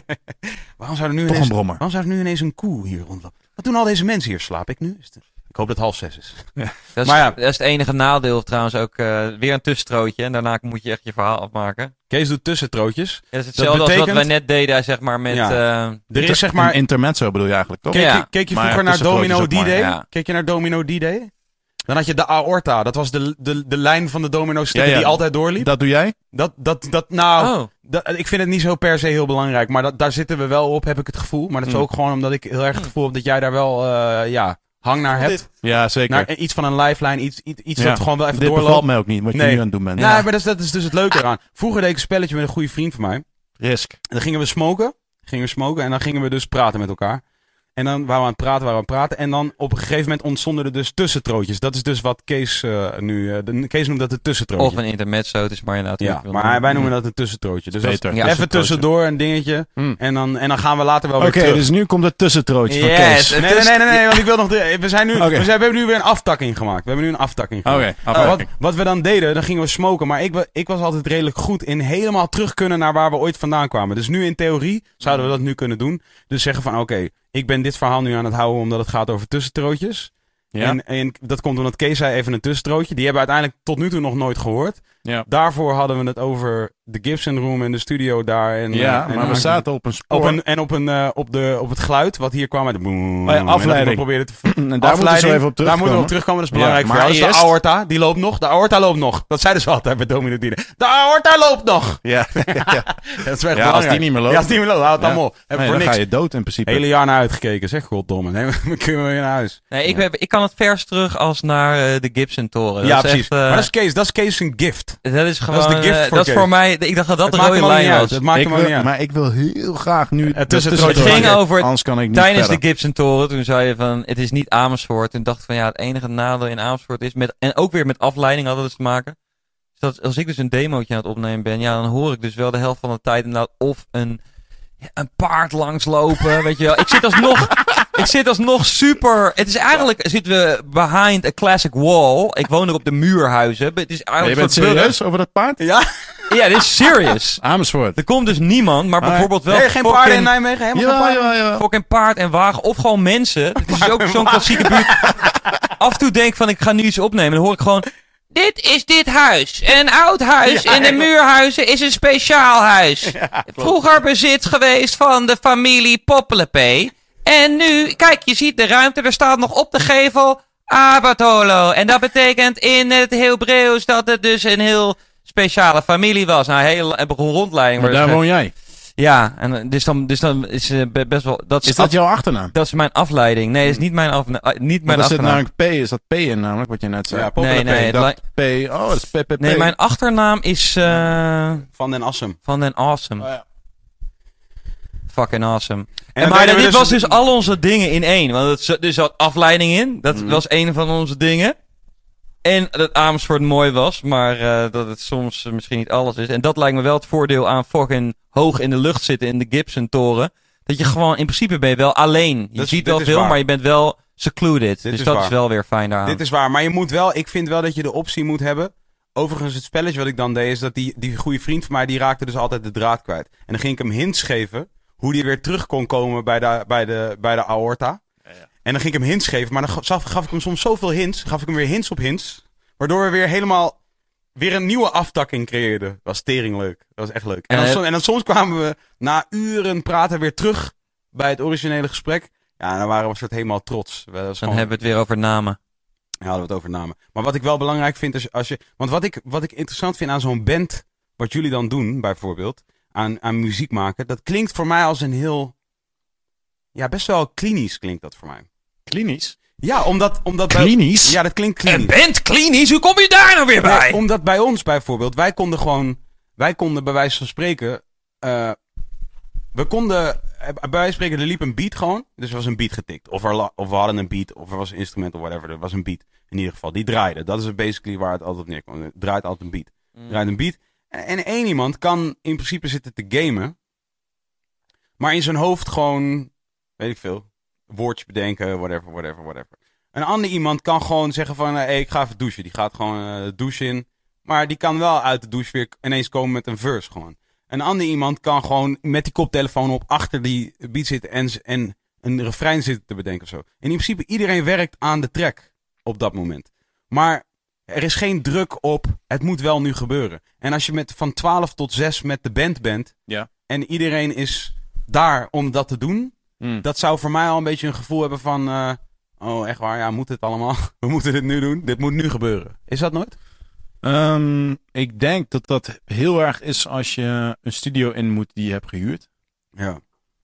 Waarom zou er nu Toch ineens, een brommer. waarom zou er nu ineens een koe hier rondlopen? Wat doen al deze mensen hier? Slaap ik nu? Is het- Ik hoop dat het half zes is. Dat is, Maar ja. dat is het enige nadeel trouwens ook. eh, weer een tussenstrootje. En daarna moet je echt je verhaal afmaken. Kees doet tussentrootjes. Ja, dat is hetzelfde als betekent- wat wij net deden, zeg maar, met... Ja. eh, Er is zeg maar... Een intermezzo bedoel je eigenlijk, toch? Keek, Ja. je, keek je Maar vroeger naar tussenvlootjes Domino ook maar, D-Day? ja. Keek je naar Domino D-Day? Dan had je de aorta. Dat was de, de, de lijn van de domino-sticker Ja, ja. die altijd doorliep. Dat doe jij? Dat, dat, dat, nou... oh, Dat, ik vind het niet zo per se heel belangrijk, maar dat, daar zitten we wel op, heb ik het gevoel. Maar dat is Hmm. ook gewoon omdat ik heel erg het gevoel heb dat jij daar wel, eh, ja, hang naar hebt. Ja, zeker. Naar iets van een lifeline, iets, iets, iets Ja. dat gewoon wel even Dit doorloopt. bevalt mij ook niet, wat je Nee. nu aan het doen bent. Nee, maar dat is, dat is dus het leuke eraan. Vroeger deed ik een spelletje met een goede vriend van mij. En Risk. dan gingen we smoken. Gingen we smoken en dan gingen we dus praten met elkaar. En dan waren we aan het praten, waren we aan het praten. En dan op een gegeven moment ontstonden er dus tussentrootjes. Dat is dus wat Kees uh, nu... Uh, de, Kees noemt dat een tussentrootje. of een intermezzo, het is maar inderdaad... Ja, maar wij noemen dat een tussentrootje. Dus dat is Beter. Ja, even tussendoor een dingetje. Hmm. En, dan, en dan gaan we later wel Oké, weer terug. dus nu komt het tussentrootje van Yes. Kees. Nee, nee, nee, nee, nee, want ik wil nog... De, we, zijn nu, Oké. we, zijn, we hebben nu weer een aftakking gemaakt. We hebben nu een aftakking gemaakt. Oké, Maar aftakking. wat, wat we dan deden, dan gingen we smoken. Maar ik, wa- ik was altijd redelijk goed in helemaal terug kunnen naar waar we ooit vandaan kwamen. Dus nu in theorie zouden we dat nu kunnen doen. Dus zeggen van oké, ik ben dit verhaal nu aan het houden omdat het gaat over tussentrootjes. Ja? En, en dat komt omdat Kees zei even een tussenstrootje. Die hebben we uiteindelijk tot nu toe nog nooit gehoord. Ja, Daarvoor hadden we het over de Gibson Room en de studio daar. En, ja en, maar we zaten op een spoor. op een, en op, een, uh, op, de, op het geluid, wat hier kwam uit de boem. Oh ja, afleiding. En probeerde te en daar moeten we zo even op Daar moeten we op terugkomen. terugkomen, dat is belangrijk Ja, voor jou. maar Dat is de eerst- aorta, die loopt nog. De aorta loopt nog. Dat zeiden ze altijd bij Domino Dine. De aorta loopt nog! Ja, ja. Dat is echt Ja, als belangrijk. die niet meer loopt. Ja, als die niet meer loopt, houd het Ja. allemaal op. Hebben Nee, we dan voor ga niks je dood in principe. hele jaar naar uitgekeken. Zeg, goddomme. Nee, dan kunnen we weer naar huis. Nee, ik, heb, ik kan het vers terug als naar eh, de Gibson-toren. Ja, Dat is precies. echt, eh, maar dat is Kees, dat is Kees een gift. dat is gewoon... dat is de gift eh, voor dat is Kees. voor mij... Ik dacht dat dat Het de maakt rode hem ook niet lijn uit. was. Het maakt ik hem ook wil, niet uit. maar ik wil heel graag nu... Het dat tussentrootje. Het ging over Anders kan ik niet Tijdens verder. de Gibson-toren, toen zei je van, het is niet Amersfoort. Toen dacht ik van, ja, het enige nadeel in Amersfoort is, met, en ook weer met afleiding hadden we dus te maken. dat als ik dus een demootje aan het opnemen ben, ja, dan hoor ik dus wel de helft van de tijd inderdaad of een, ja, een paard langslopen, weet je wel. Ik zit alsnog, ik zit alsnog super, het is eigenlijk, zitten we behind a classic wall. Ik woon er op de muurhuizen. Het is eigenlijk je bent een soort serieus over dat paard? Ja? Ja, dit is serious. Amersfoort. Er komt dus niemand, maar Ah, bijvoorbeeld wel Nee, geen fucking- paarden in Nijmegen? Helemaal geen Ja, paarden? ja, ja. fucking paard en wagen. Of gewoon mensen. Het is ook zo'n klassieke buurt. Af en toe denk ik van, ik ga nu iets opnemen. Dan hoor ik gewoon, dit is dit huis. Een oud huis Ja, in de ja. muurhuizen is een speciaal huis. Vroeger bezit geweest van de familie Poppelepee. En nu, kijk, je ziet de ruimte. Er staat nog op de gevel Abatolo. En dat betekent in het Hebreeuws dat het dus een heel speciale familie was. Nou, heel heb ik een rondleiding. Maar daar woon jij. Ja, en eh, dus dan, dus dan is eh, be- best wel. Dat is, Is dat af- jouw achternaam? dat is mijn afleiding. Nee, dat is niet mijn, af, eh, niet mijn Maar er zit achternaam. namelijk P, is dat P in namelijk, wat je net zei? Ja, Nee, Poppelepee. nee, het Dat P, oh, dat is P, P, P. Nee, mijn achternaam is eh, Van den Assem. van den Awesome. Oh, ja. Fucking awesome. En, dan maar deden we dit dus- was dus al onze dingen in één. Want het, zat- er zat afleiding in. Dat Mhm. was een van onze dingen. En dat Amersfoort mooi was. Maar eh, dat het soms eh, misschien niet alles is. En dat lijkt me wel het voordeel aan fucking hoog in de lucht zitten in de Gibson-toren. Dat je gewoon, in principe ben je wel alleen. Je Dat is- ziet dit wel is veel, waar. maar je bent wel secluded. Dit dus is dat waar. is wel weer fijn daaraan. Dit is waar, maar je moet wel, ik vind wel dat je de optie moet hebben. Overigens, het spelletje wat ik dan deed, is dat die, die goede vriend van mij, die raakte dus altijd de draad kwijt. En dan ging ik hem hints geven, hoe die weer terug kon komen bij de, bij de, bij de aorta. Ja, ja. En dan ging ik hem hints geven, maar dan gaf, gaf ik hem soms zoveel hints, gaf ik hem weer hints op hints. Waardoor we weer helemaal, weer een nieuwe aftakking creëerden. Dat was tering leuk. Dat was echt leuk. En dan, En, eh, som- en dan soms kwamen we na uren praten weer terug bij het originele gesprek. Ja, en dan waren we een soort helemaal trots. Dat was Dan gewoon- hebben we het weer over namen. ja, hadden we het over namen. Maar wat ik wel belangrijk vind is als je. Want wat ik, wat ik interessant vind aan zo'n band. Wat jullie dan doen, bijvoorbeeld. Aan, aan muziek maken. Dat klinkt voor mij als een heel. Ja, best wel klinisch klinkt dat voor mij. Klinisch? Ja, omdat. omdat bij- Klinisch? ja, dat klinkt En klinisch. bent klinisch, hoe kom je daar nou weer bij? Nee, omdat bij ons bijvoorbeeld. Wij konden gewoon. Wij konden bij wijze van spreken. eh, we konden. eh, Bij wijze van spreken, er liep een beat gewoon. Dus er was een beat getikt. Of, er la- of we hadden een beat. Of er was een instrument of whatever. Er was een beat. In ieder geval. Die draaide. Dat is basically waar het altijd op neerkomt. Het draait altijd een beat. Mm. Draait een beat. En, en één iemand kan in principe zitten te gamen. Maar in zijn hoofd gewoon. Weet ik veel. Een woordje bedenken. Whatever, whatever, whatever. Een ander iemand kan gewoon zeggen van. Hé, hey, ik ga even douchen. Die gaat gewoon eh, de douche in. Maar die kan wel uit de douche weer ineens komen met een verse gewoon. Een ander iemand kan gewoon met die koptelefoon op achter die beat zitten en, en een refrein zitten te bedenken of zo. En in principe iedereen werkt aan de track op dat moment. Maar er is geen druk op, het moet wel nu gebeuren. En als je met van twaalf tot zes met de band bent Ja. en iedereen is daar om dat te doen, Mm. dat zou voor mij al een beetje een gevoel hebben van, eh, oh echt waar, ja moet het allemaal? We moeten dit nu doen, dit moet nu gebeuren. Is dat nooit? Ehm, ik denk dat dat heel erg is als je een studio in moet die je hebt gehuurd. Ja.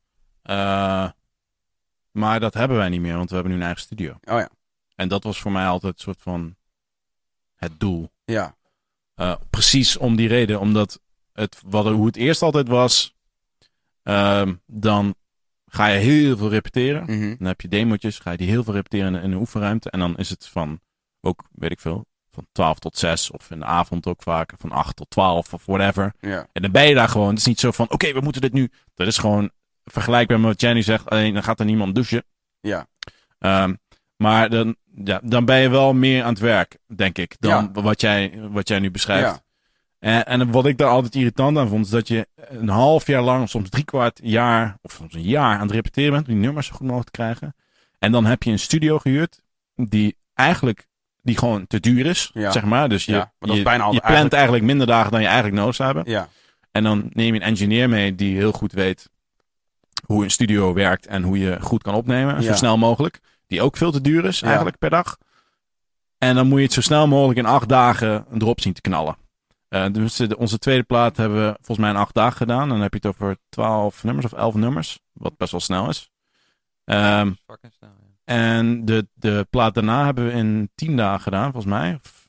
Eh, maar dat hebben wij niet meer, want we hebben nu een eigen studio. Oh ja. En dat was voor mij altijd een soort van het doel. Ja. Eh, precies om die reden, omdat het, wat, hoe het eerst altijd was, ehm, dan ga je heel veel repeteren. Mhm. Dan heb je demotjes, ga je die heel veel repeteren in, in een oefenruimte. En dan is het van, ook weet ik veel, van twaalf tot zes. Of in de avond ook vaak van acht tot twaalf of whatever. Ja. En dan ben je daar gewoon. Het is niet zo van, oké, we moeten dit nu. Dat is gewoon vergelijkbaar met wat Jenny zegt. Alleen dan gaat er niemand douchen. Ja. Ehm, maar dan, ja, dan ben je wel meer aan het werk, denk ik. Dan wat, jij, wat jij nu beschrijft. Ja. En, en wat ik daar altijd irritant aan vond, is dat je een half jaar lang, soms drie kwart jaar, of soms een jaar aan het repeteren bent, om die nummers zo goed mogelijk te krijgen. En dan heb je een studio gehuurd, die eigenlijk, die gewoon te duur is, Ja. zeg maar. Dus je, Ja, maar dat is je, bijna je altijd plant eigenlijk- eigenlijk minder dagen dan je eigenlijk nodig zou hebben. Ja. En dan neem je een engineer mee die heel goed weet hoe een studio werkt en hoe je goed kan opnemen, zo Ja. snel mogelijk. Die ook veel te duur is Ja. eigenlijk per dag. En dan moet je het zo snel mogelijk in acht dagen erop zien te knallen. Uh, dus de, onze tweede plaat hebben we volgens mij in acht dagen gedaan. Dan heb je het over twaalf nummers of elf nummers. Wat best wel snel is. Um, Fucking snel, ja. en de, de plaat daarna hebben we in tien dagen gedaan, volgens mij. Of,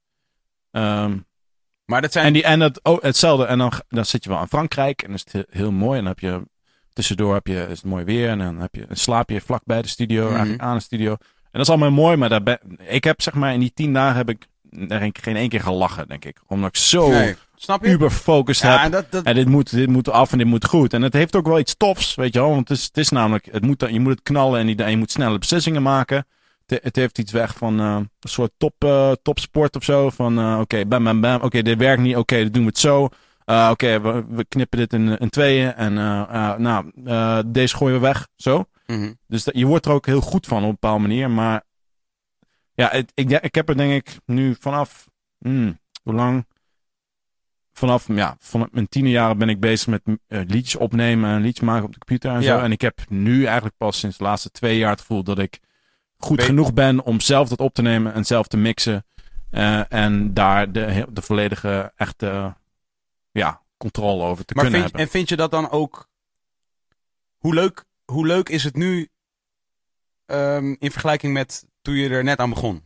um, Maar dat zijn... en, die, en het, oh, hetzelfde. En dan, dan zit je wel in Frankrijk. En dan is het heel, heel mooi. En dan heb je tussendoor heb je, is het mooi weer. En dan heb je, slaap je vlak bij de studio. Mhm. Eigenlijk aan de studio. En dat is allemaal mooi. Maar daar ben, ik heb zeg maar in die tien dagen heb ik er geen één keer gelachen, denk ik. Omdat ik zo Nee, snap je? uber focused Ja, heb. en dat, dat, En dit moet, dit moet af en dit moet goed. En het heeft ook wel iets tofs, weet je wel. Want het is, het is namelijk, het moet, je moet het knallen en, die, en je moet snelle beslissingen maken. Het, het heeft iets weg van uh, een soort top, uh, topsport of zo. Van uh, oké, okay, bam, bam, bam. Oké, okay, dit werkt niet. Oké, okay, dan doen we het zo. Uh, oké, okay, we, we knippen dit in, in tweeën. En uh, uh, nou, uh, deze gooien we weg. Zo. mm-hmm. Dus dat, je wordt er ook heel goed van op een bepaalde manier. Maar ja, het, ik, ik heb er denk ik nu vanaf, hmm, hoe lang? Vanaf, ja, vanaf mijn tienerjaren ben ik bezig met uh, liedjes opnemen en liedjes maken op de computer en Ja. zo. En ik heb nu eigenlijk pas sinds de laatste twee jaar het gevoel dat ik goed Weet- genoeg ben om zelf dat op te nemen en zelf te mixen. Uh, en daar de, de volledige echte uh, ja, controle over te Maar kunnen vind, hebben. en vind je dat dan ook... Hoe leuk, hoe leuk is het nu um, in vergelijking met toen je er net aan begon?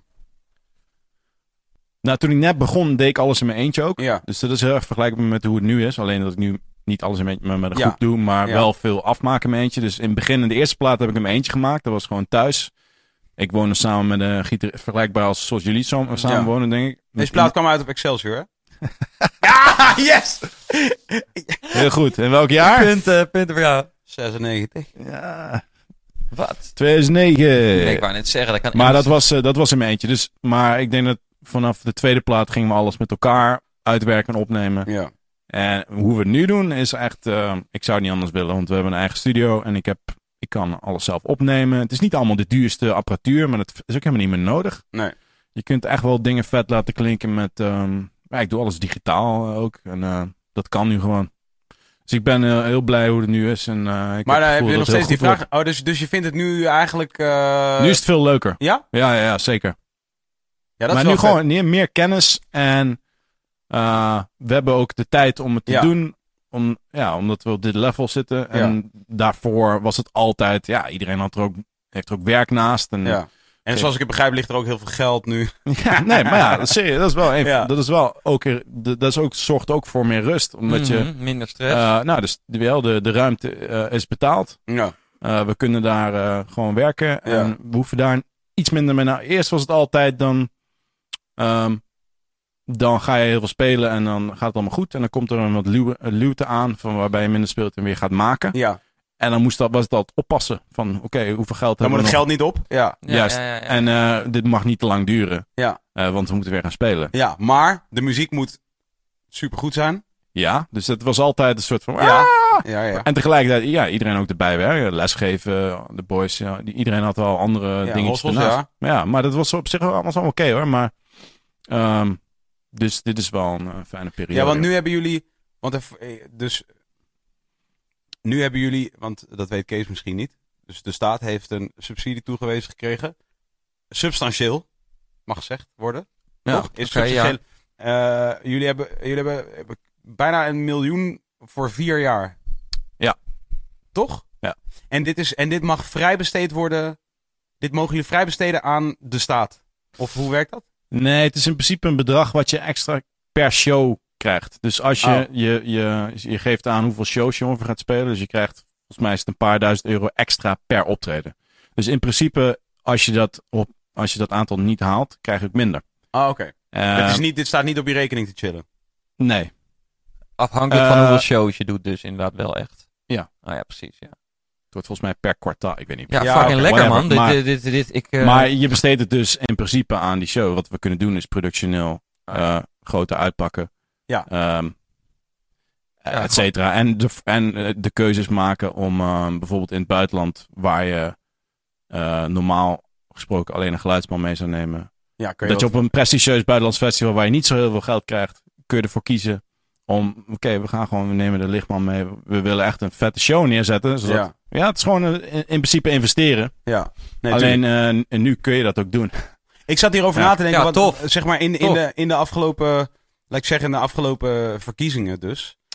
Nou, toen ik net begon, deed ik alles in mijn eentje ook. Ja. Dus dat is heel erg vergelijkbaar met hoe het nu is. Alleen dat ik nu niet alles in mijn, met, met een Ja. groep doe, maar Ja. wel veel afmaken in mijn eentje. Dus in het begin, in de eerste plaat, heb ik in mijn eentje gemaakt. Dat was gewoon thuis. Ik woonde samen met een gieter, vergelijkbaar als zoals jullie zo, samen Ja. wonen, denk ik. Deze plaat kwam uit op Excelsior, hè? Ja, yes! Heel goed. In welk jaar? Punten, punten voor jou. zesennegentig. Ja, Wat? tweeduizend negen. Nee, ik wou net zeggen, dat kan Maar dat immers- was, uh, dat was in mijn eentje. Dus, maar ik denk dat vanaf de tweede plaat gingen we alles met elkaar uitwerken en opnemen. Ja. En hoe we het nu doen is echt, uh, ik zou het niet anders willen, want we hebben een eigen studio en ik heb, ik kan alles zelf opnemen. Het is niet allemaal de duurste apparatuur, maar dat is ook helemaal niet meer nodig. Nee. Je kunt echt wel dingen vet laten klinken met, um, ja, ik doe alles digitaal uh, ook en uh, dat kan nu gewoon. Dus ik ben uh, heel blij hoe het nu is. En, uh, ik Maar dan heb het je gevoel nog dat het heel steeds die goed vraag... wordt. Oh, dus, dus je vindt het nu eigenlijk... Uh... Nu is het veel leuker. Ja? Ja, ja, ja zeker. Ja, dat maar is nu wel vet. gewoon meer, meer kennis en uh, we hebben ook de tijd om het te Ja. doen. Om, ja, omdat we op dit level zitten. En daarvoor was het altijd, ja, iedereen had er ook, heeft er ook werk naast. En, Ja. En zoals ik het begrijp ligt er ook heel veel geld nu. ja, nee, maar ja, dat is, serieus, dat is wel een, Ja. dat is wel ook, dat is ook, zorgt ook voor meer rust. Omdat je, Mhm, minder stress. uh, nou, dus wel de, de ruimte uh, is betaald. Ja. Uh, we kunnen daar uh, gewoon werken. Ja. En we hoeven daar iets minder mee naar. Eerst was het altijd dan. Um, dan ga je heel veel spelen en dan gaat het allemaal goed. En dan komt er een wat luwe, een luwte aan van waarbij je minder speelt en weer gaat maken. Ja. En dan moest dat, was het altijd oppassen van oké, okay, hoeveel geld Dan hebben moet we het nog? geld niet op. Ja. Ja, Juist. ja, ja, ja. En uh, dit mag niet te lang duren. Ja. Uh, want we moeten weer gaan spelen. Ja, maar de muziek moet supergoed zijn. Ja, dus het was altijd een soort van. Ja. "Ah!" Ja, ja. En tegelijkertijd, ja, iedereen ook erbij werken. Lesgeven, de boys, ja, die, iedereen had wel andere Ja, dingetjes hossels, ernaast. ja. Maar ja, maar dat was op zich allemaal zo oké hoor. Maar, um, dus dit is wel een uh, fijne periode. Ja, want nu hebben jullie... Want even, eh, dus... Nu hebben jullie... Want dat weet Kees misschien niet. Dus de staat heeft een subsidie toegewezen gekregen. Substantieel. Mag gezegd worden. Ja, Toch? Is oké, substantieel. Eh, jullie hebben, jullie hebben, hebben bijna een miljoen voor vier jaar. Ja. Toch? Ja. En dit, is, en dit mag vrij besteed worden... Dit mogen jullie vrij besteden aan de staat. Of hoe werkt dat? Nee, het is in principe een bedrag wat je extra per show krijgt. Dus als je, Oh. je, je, je geeft aan hoeveel shows je ongeveer gaat spelen. Dus je krijgt, volgens mij is het een paar duizend euro extra per optreden. Dus in principe, als je dat, op, als je dat aantal niet haalt, krijg je ook minder. Ah, oké. Uh, Het is niet, dit staat niet op je rekening te chillen. Nee. Afhankelijk van Uh, hoeveel shows je doet, dus inderdaad wel echt. Ja. Ah ja, precies, ja. Het wordt volgens mij per kwartaal, ik weet niet. Ja, Ja, fucking oké, lekker whatever, man. maar- dit, dit, dit, dit, ik, uh, Maar je besteedt het dus in principe aan die show. Wat we kunnen doen is productioneel Ah, uh, groter uitpakken. Ja. Um, Ja, et cetera. En, de, en uh, de keuzes maken om uh, bijvoorbeeld in het buitenland, waar je uh, normaal gesproken alleen een geluidsman mee zou nemen. Ja, kun je Dat je wel- op een prestigieus buitenlands festival waar je niet zo heel veel geld krijgt, kun je ervoor kiezen om, oké, okay, we gaan gewoon, we nemen de lichtman mee. We willen echt een vette show neerzetten. Zodat, ja. Ja. ja, het is gewoon uh, in, in principe investeren. Ja. Nee, Alleen tuurlijk. uh, nu kun je dat ook doen. Ik zat hierover Ja. na te denken. Ja, wat, tof. Zeg maar in, in, Tof. de, in de afgelopen... Laat ik zeggen, in de afgelopen verkiezingen dus.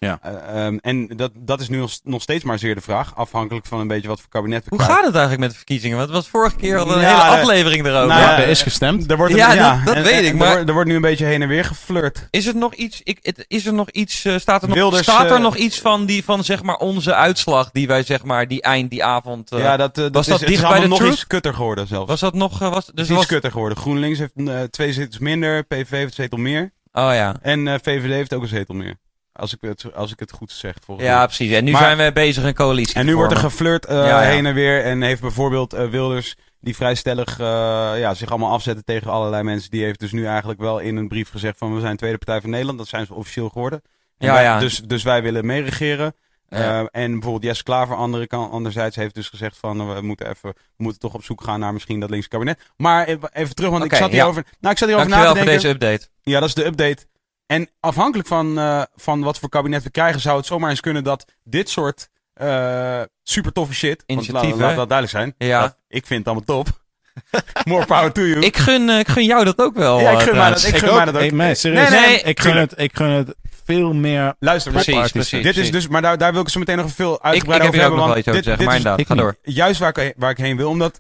Ja. Uh, um, en dat, dat is nu nog, nog steeds maar zeer de vraag. Afhankelijk van een beetje wat voor kabinet we Hoe krijgen. gaat het eigenlijk met de verkiezingen? Want het was vorige keer al een Ja, hele de- aflevering erover. Nou, Ja, ja, er is gestemd. Er wordt een- Ja, dat- dat en- weet en- ik, Er maar- wordt, er wordt nu een beetje heen en weer geflirt. Is er nog iets, ik, het, is er nog iets, uh, staat er nog, Wilders, staat er uh, nog iets van die, van zeg maar onze uitslag die wij zeg maar die eind, die avond, uh, ja, dat, uh, dat was is, dat het is dicht bij allemaal de nog truth? iets kutter geworden zelfs. was dat nog, uh, was, Dus dus iets was, kutter geworden. GroenLinks heeft uh, twee zetels minder, P V V heeft een zetel meer. oh ja. En uh, V V D heeft ook een zetel meer. Als ik het, als ik het goed zeg, volgens Ja, mij. precies. En nu Maar- zijn we bezig een coalitie En nu te wordt er vormen. geflirt uh, Ja, ja. heen en weer. En heeft bijvoorbeeld uh, Wilders, die vrij stellig uh, ja, zich allemaal afzetten tegen allerlei mensen. Die heeft dus nu eigenlijk wel in een brief gezegd van we zijn Tweede Partij van Nederland. Dat zijn ze officieel geworden. En Ja, wij- ja. Dus, dus wij willen meeregeren. Ja. Uh, en bijvoorbeeld Jesse Klaver, andere kant, anderzijds, heeft dus gezegd van uh, we moeten even, we moeten toch op zoek gaan naar misschien dat linkse kabinet. Maar even, even terug, want Oké, ik zat ja. hierover, nou, ik zat hierover na Dankjewel te voor denken. deze update. Ja, dat is de update. En afhankelijk van, uh, van wat voor kabinet we krijgen, zou het zomaar eens kunnen dat dit soort uh, super toffe shit, want laat, Initiatieven, laat hè? dat duidelijk zijn. Ja. Dat- ik vind het allemaal top. More power to you. Ik gun, uh, ik gun jou dat ook wel. Ja, ik uh, gun mij trouwens. dat- ik gun ook. mij dat ook. Hey, nee, serieus. Nee, nee, ik, gun tuurlijk. het, ik gun het veel meer. Luister, maar Precies, artiesten. precies. dit is precies. dus, maar daar, daar wil ik zo meteen nog veel Ik, ik uitgebreider heb hier over ook nog hebben. wel iets Want over te dit, zeggen, dit maar is inderdaad, ga door. juist waar ik, waar ik heen wil, omdat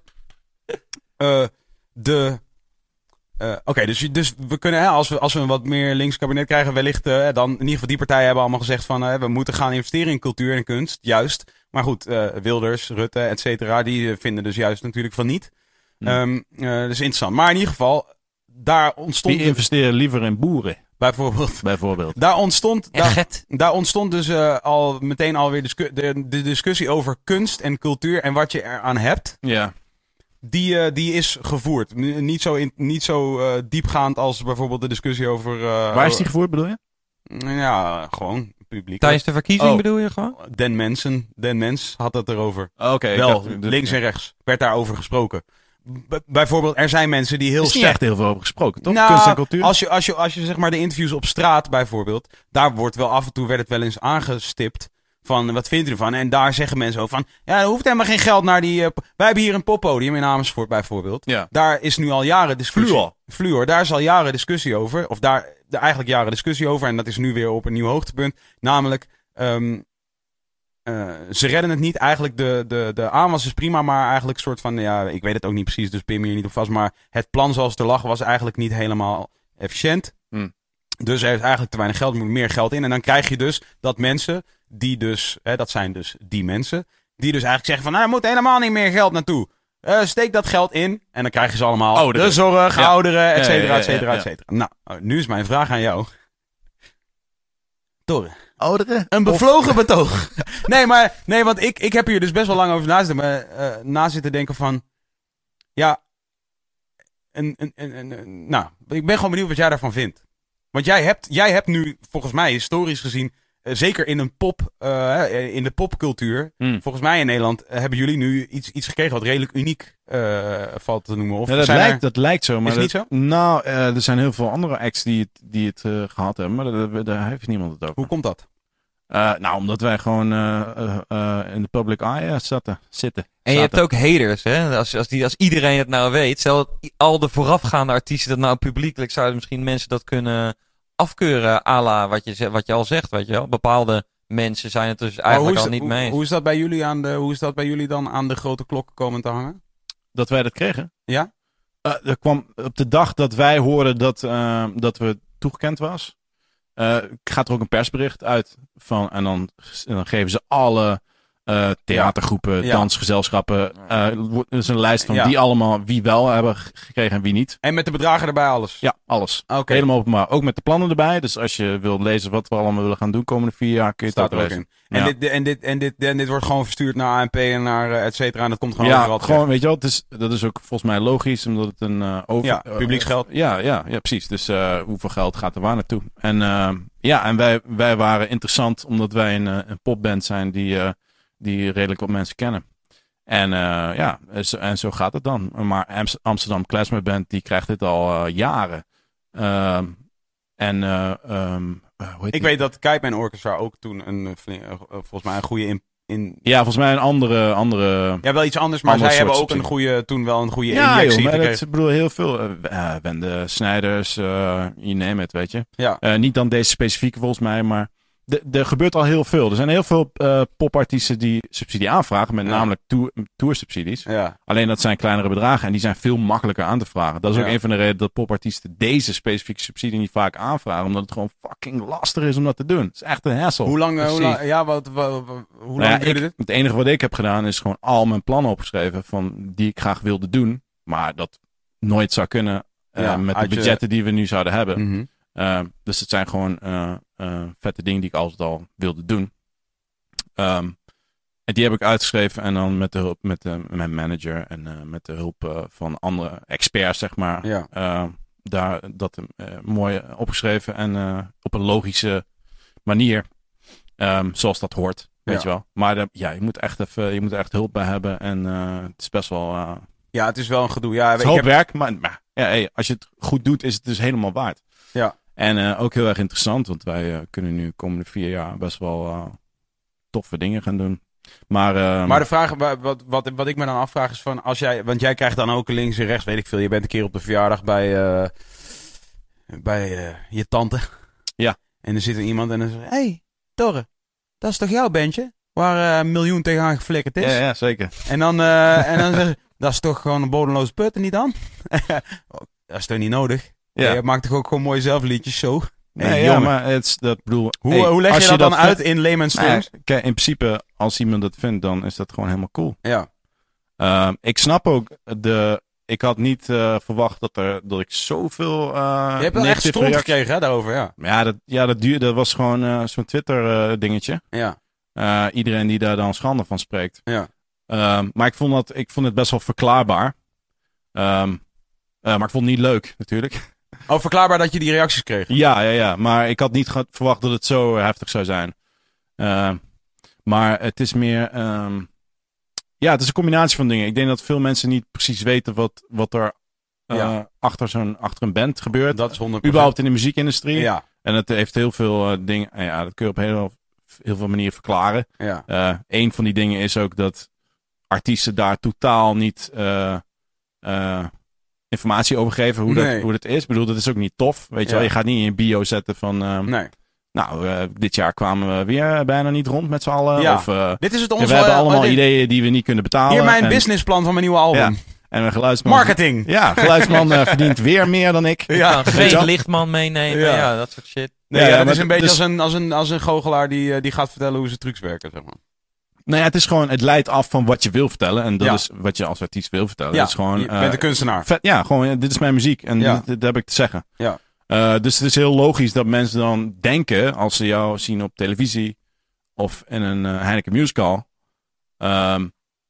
uh, de... Uh, Oké, okay, dus, dus we kunnen, hè, als, we, als we een wat meer links kabinet krijgen, wellicht uh, dan in ieder geval die partijen hebben allemaal gezegd van uh, we moeten gaan investeren in cultuur en kunst, juist. Maar goed, uh, Wilders, Rutte, et cetera, die uh, vinden dus juist natuurlijk van niet. Hmm. Um, uh, dus interessant. Maar in ieder geval, daar ontstond Die investeren liever in boeren, bijvoorbeeld, bijvoorbeeld. daar ontstond, En daar, get. daar ontstond dus uh, al meteen alweer discu- de, de discussie over kunst en cultuur en wat je eraan hebt. Ja. Die, uh, die is gevoerd. N- niet zo, in, niet zo uh, diepgaand als bijvoorbeeld de discussie over... Uh, Waar is die gevoerd, bedoel je? Ja, gewoon publiek. Tijdens de verkiezing Oh. bedoel je gewoon? Den Mensen, Den Mens had het erover. Oké. Wel, links en rechts werd daarover gesproken. B- bijvoorbeeld, er zijn mensen die heel Er is niet sterk... echt heel veel over gesproken, toch? Nou, Kunst en cultuur. Als je, als, je, als je zeg maar de interviews op straat bijvoorbeeld, daar wordt wel af en toe werd het wel eens aangestipt van wat vindt u ervan? En daar zeggen mensen ook van, ja, er hoeft helemaal geen geld naar die... Uh, wij hebben hier een poppodium in Amersfoort bijvoorbeeld. Ja. Daar is nu al jaren discussie... Fluor. Fluor, daar is al jaren discussie over. Of daar de, eigenlijk jaren discussie over. En dat is nu weer op een nieuw hoogtepunt. Namelijk, um, uh, ze redden het niet. Eigenlijk de, de, de aanwas is prima, maar eigenlijk een soort van... Ja, ik weet het ook niet precies, dus pin me hier niet op vast. Maar het plan zoals het er lag was eigenlijk niet helemaal efficiënt. Hmm. Dus er is eigenlijk te weinig geld, er moet meer geld in. En dan krijg je dus dat mensen, die dus... Hè, dat zijn dus die mensen, die dus eigenlijk zeggen van... Nou, er moet helemaal niet meer geld naartoe. Uh, steek dat geld in en dan krijg je ze allemaal Ouderen. de zorg, Ja. ouderen, et cetera, Ja, ja, ja, et cetera, ja, et cetera. Nou, uh, nu is mijn vraag aan jou. Torre. Ouderen? Een bevlogen betoog. nee, maar, nee, want ik, ik heb hier dus best wel lang over na zitten, uh, na zitten denken van... Ja, een, een, een, een, een- nou, ik ben gewoon benieuwd wat jij daarvan vindt. Want jij hebt, jij hebt nu, volgens mij, historisch gezien... Uh, zeker in een pop, uh, in de popcultuur, Hmm. volgens mij in Nederland, uh, hebben jullie nu iets, iets gekregen wat redelijk uniek uh, valt te noemen. Of Ja, dat, zijn lijkt, er... dat lijkt zo. Maar Is het dat- niet Nou, uh, er zijn heel veel andere acts die het, die het uh, gehad hebben, maar daar, daar heeft niemand het over. Hoe komt dat? Uh, nou, omdat wij gewoon uh, uh, uh, in de public eye uh, zaten, zitten. En je Zaten. hebt ook haters, hè? Als, als, die, als iedereen het nou weet, stel dat i- al de voorafgaande artiesten dat nou publiekelijk zouden misschien mensen dat kunnen afkeuren, à la wat je, ze- wat je al zegt, weet je wel. Bepaalde mensen zijn het dus eigenlijk Maar al hoe is, niet hoe, mee. hoe is dat bij jullie aan de, hoe is dat bij jullie dan aan de grote klok komen te hangen? Dat wij dat kregen. Ja? Uh, er kwam op de dag dat wij hoorden dat, uh, dat we toegekend was, uh, gaat er ook een persbericht uit van, en dan, en dan geven ze alle uh, theatergroepen, Ja. dansgezelschappen, uh, er is een lijst van Ja. wie allemaal, wie wel hebben g- gekregen en wie niet. En met de bedragen erbij alles? Ja, alles. Oké. Helemaal openbaar. Ook met de plannen erbij. Dus als je wilt lezen wat we allemaal willen gaan doen komende vier jaar, kun je Staat het er ook ook lezen. in. En, Ja. dit, en, dit, en, dit, en dit wordt gewoon verstuurd naar A N P en naar uh, et cetera. En dat komt gewoon Ja, overal gewoon, weet je wel, het is, dat is ook volgens mij logisch, omdat het een uh, over... Ja, publieksgeld. Uh, ja, ja, ja, precies. Dus uh, hoeveel geld gaat er waar naartoe? En uh, ja, en wij, wij waren interessant, omdat wij een, uh, een popband zijn die, uh, die redelijk wat mensen kennen. En uh, ja, zo, en zo gaat het dan. Maar Amst- Amsterdam Klezmer Band, die krijgt dit al uh, jaren. Uh, en uh, um, uh, hoe heet Ik die? weet dat Kuipman Orchestra ook toen een, uh, flink- uh, volgens mij een goede in, in... Ja, volgens mij een andere... andere Ja, wel iets anders, maar Ander zij soort hebben ook een subsidie. goede, toen wel een goede Ja, injectie joh, maar gekregen. dat, ik bedoel, heel veel. Uh, uh, Wende Snijders, uh, you name it, weet je. Ja. Uh, niet dan deze specifieke volgens mij, maar er gebeurt al heel veel. Er zijn heel veel uh, popartiesten die subsidie aanvragen, met ja. namelijk tour, toursubsidies. Ja. Alleen dat zijn kleinere bedragen en die zijn veel makkelijker aan te vragen. Dat is ook ja. een van de redenen dat popartiesten deze specifieke subsidie niet vaak aanvragen, omdat het gewoon fucking lastig is om dat te doen. Het is echt een hassle. Hoe lang, uh, hoe lang, ja, wat, wat, wat, hoe nou lang ja, duurde ik, dit? Het enige wat ik heb gedaan is gewoon al mijn plannen opgeschreven van die ik graag wilde doen, maar dat nooit zou kunnen uh, ja, met de budgetten je... die we nu zouden hebben. Mm-hmm. Uh, dus het zijn gewoon uh, uh, vette dingen die ik altijd al wilde doen. Um, en die heb ik uitgeschreven en dan met de hulp met uh, mijn manager en uh, met de hulp uh, van andere experts, zeg maar, ja. uh, daar dat uh, mooi opgeschreven en uh, op een logische manier, um, zoals dat hoort, weet ja. je wel. Maar uh, ja, je moet echt even, je moet er echt hulp bij hebben en uh, het is best wel. Uh, ja, het is wel een gedoe. Ja, het is ik hoop heb... werk, maar, maar ja, hey, als je het goed doet, is het dus helemaal waard. Ja. En uh, ook heel erg interessant, want wij uh, kunnen nu de komende vier jaar best wel uh, toffe dingen gaan doen. Maar, uh, maar de vraag, wat, wat, wat ik me dan afvraag is van, als jij, want jij krijgt dan ook links en rechts, weet ik veel. Je bent een keer op de verjaardag bij, uh, bij uh, je tante. Ja. En er zit er iemand en dan zegt, hé, hey, Torre, dat is toch jouw bandje? Waar uh, een miljoen tegenaan geflikkerd is? Ja, ja, zeker. En dan, uh, en dan zeg je, dat is toch gewoon een bodemloze put, niet dan? Dat is toch niet nodig? Ja. Je maakt toch ook gewoon mooie zelfliedjes zo? Nee, hey, ja, maar het is, dat bedoel... Hoe, hey, hoe leg je dat, je dan dat uit vindt, in layman's terms? Nou, kijk, in principe, als iemand dat vindt, dan is dat gewoon helemaal cool. Ja. Uh, ik snap ook de... Ik had niet uh, verwacht dat, er, dat ik zoveel... Uh, je hebt wel echt stront gekregen, hè, daarover, ja. Ja, dat, ja, dat, duur, dat was gewoon uh, zo'n Twitter uh, dingetje. Ja. Uh, iedereen die daar dan schande van spreekt. Ja. Uh, maar ik vond, dat, ik vond het best wel verklaarbaar. Um, uh, maar ik vond het niet leuk, natuurlijk. Oh, verklaarbaar dat je die reacties kreeg? Ja, ja, ja. Maar ik had niet verwacht dat het zo heftig zou zijn. Uh, maar het is meer... Um, ja, het is een combinatie van dingen. Ik denk dat veel mensen niet precies weten wat, wat er uh, ja. achter, zo'n, achter een band gebeurt. Dat is honderd procent. Überhaupt in de muziekindustrie. Ja. En het heeft heel veel uh, dingen... Ja, dat kun je op heel, heel veel manieren verklaren. Ja. Uh, een van die dingen is ook dat artiesten daar totaal niet... Uh, uh, informatie over geven hoe, nee. dat, hoe dat is. Ik bedoel, dat is ook niet tof. Weet je ja. wel, je gaat niet in je bio zetten van... Uh, nee. Nou, uh, dit jaar kwamen we weer bijna niet rond met z'n allen. Ja. Of, uh, dit is het ons, we hebben allemaal uh, dit... ideeën die we niet kunnen betalen. Hier mijn en... businessplan van mijn nieuwe album. Ja. En een geluidsman... Marketing! Ja, geluidsman uh, verdient weer meer dan ik. Ja, geen lichtman meenemen. Ja. ja, dat soort shit. Nee, ja, ja, dat is een dus... beetje als een, als een, als een goochelaar die, die gaat vertellen hoe zijn trucs werken, zeg maar. Nou ja, het is gewoon, het leidt af van wat je wil vertellen. En dat ja. is wat je als artiest wil vertellen. Ja, dat is gewoon, je bent uh, een kunstenaar. Vet, ja, gewoon, dit is mijn muziek. En ja. dit, dit heb ik te zeggen. Ja. Uh, dus het is heel logisch dat mensen dan denken, als ze jou zien op televisie of in een uh, Heineken musical. Um,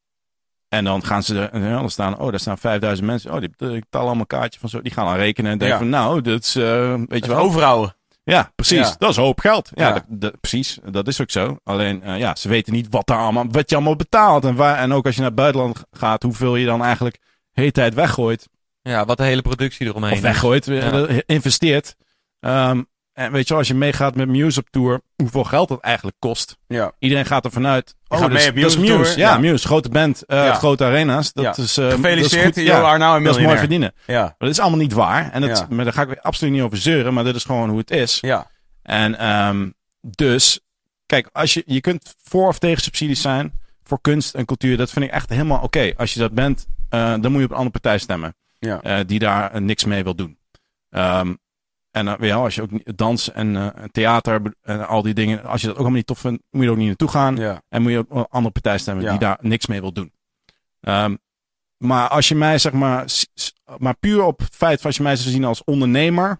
en dan gaan ze er, ja, dan staan, oh, daar staan vijfduizend mensen. Oh, die betalen allemaal een kaartje van zo. Die gaan dan rekenen en denken ja. van, nou, dat is, uh, weet dat je wel. overhouden. Ja, precies. Ja. Dat is een hoop geld. Ja, ja. dat, dat, precies. Dat is ook zo. Alleen, uh, ja, ze weten niet wat, daar allemaal, wat je allemaal betaalt. En, waar, en ook als je naar het buitenland gaat, hoeveel je dan eigenlijk de hele tijd weggooit. Ja, wat de hele productie eromheen Of weggooit, ja. investeert. Um, en weet je wel, als je meegaat met Muse op tour, hoeveel geld dat eigenlijk kost. Ja. Iedereen gaat ervan uit. Oh, dat is, dat is Muse. Muse. Ja, ja, Muse. Grote band, uh, ja. grote arena's. Dat ja. is, uh, Gefeliciteerd, dat is you are now a miljonair. Dat is mooi verdienen. Ja. Maar dat is allemaal niet waar. En dat, ja. maar daar ga ik weer absoluut niet over zeuren, maar dat is gewoon hoe het is. Ja. En um, dus, kijk, als je, je kunt voor of tegen subsidies zijn, voor kunst en cultuur, dat vind ik echt helemaal oké. Okay. Als je dat bent, uh, dan moet je op een andere partij stemmen. Ja. Uh, die daar uh, niks mee wil doen. Um, en uh, ja, als je ook dans en uh, theater en uh, al die dingen, als je dat ook allemaal niet tof vindt, moet je er ook niet naartoe gaan. Ja. En moet je op een andere partij stemmen ja. die daar niks mee wil doen. Um, maar als je mij, zeg maar, maar puur op het feit van als je mij zou zien als ondernemer,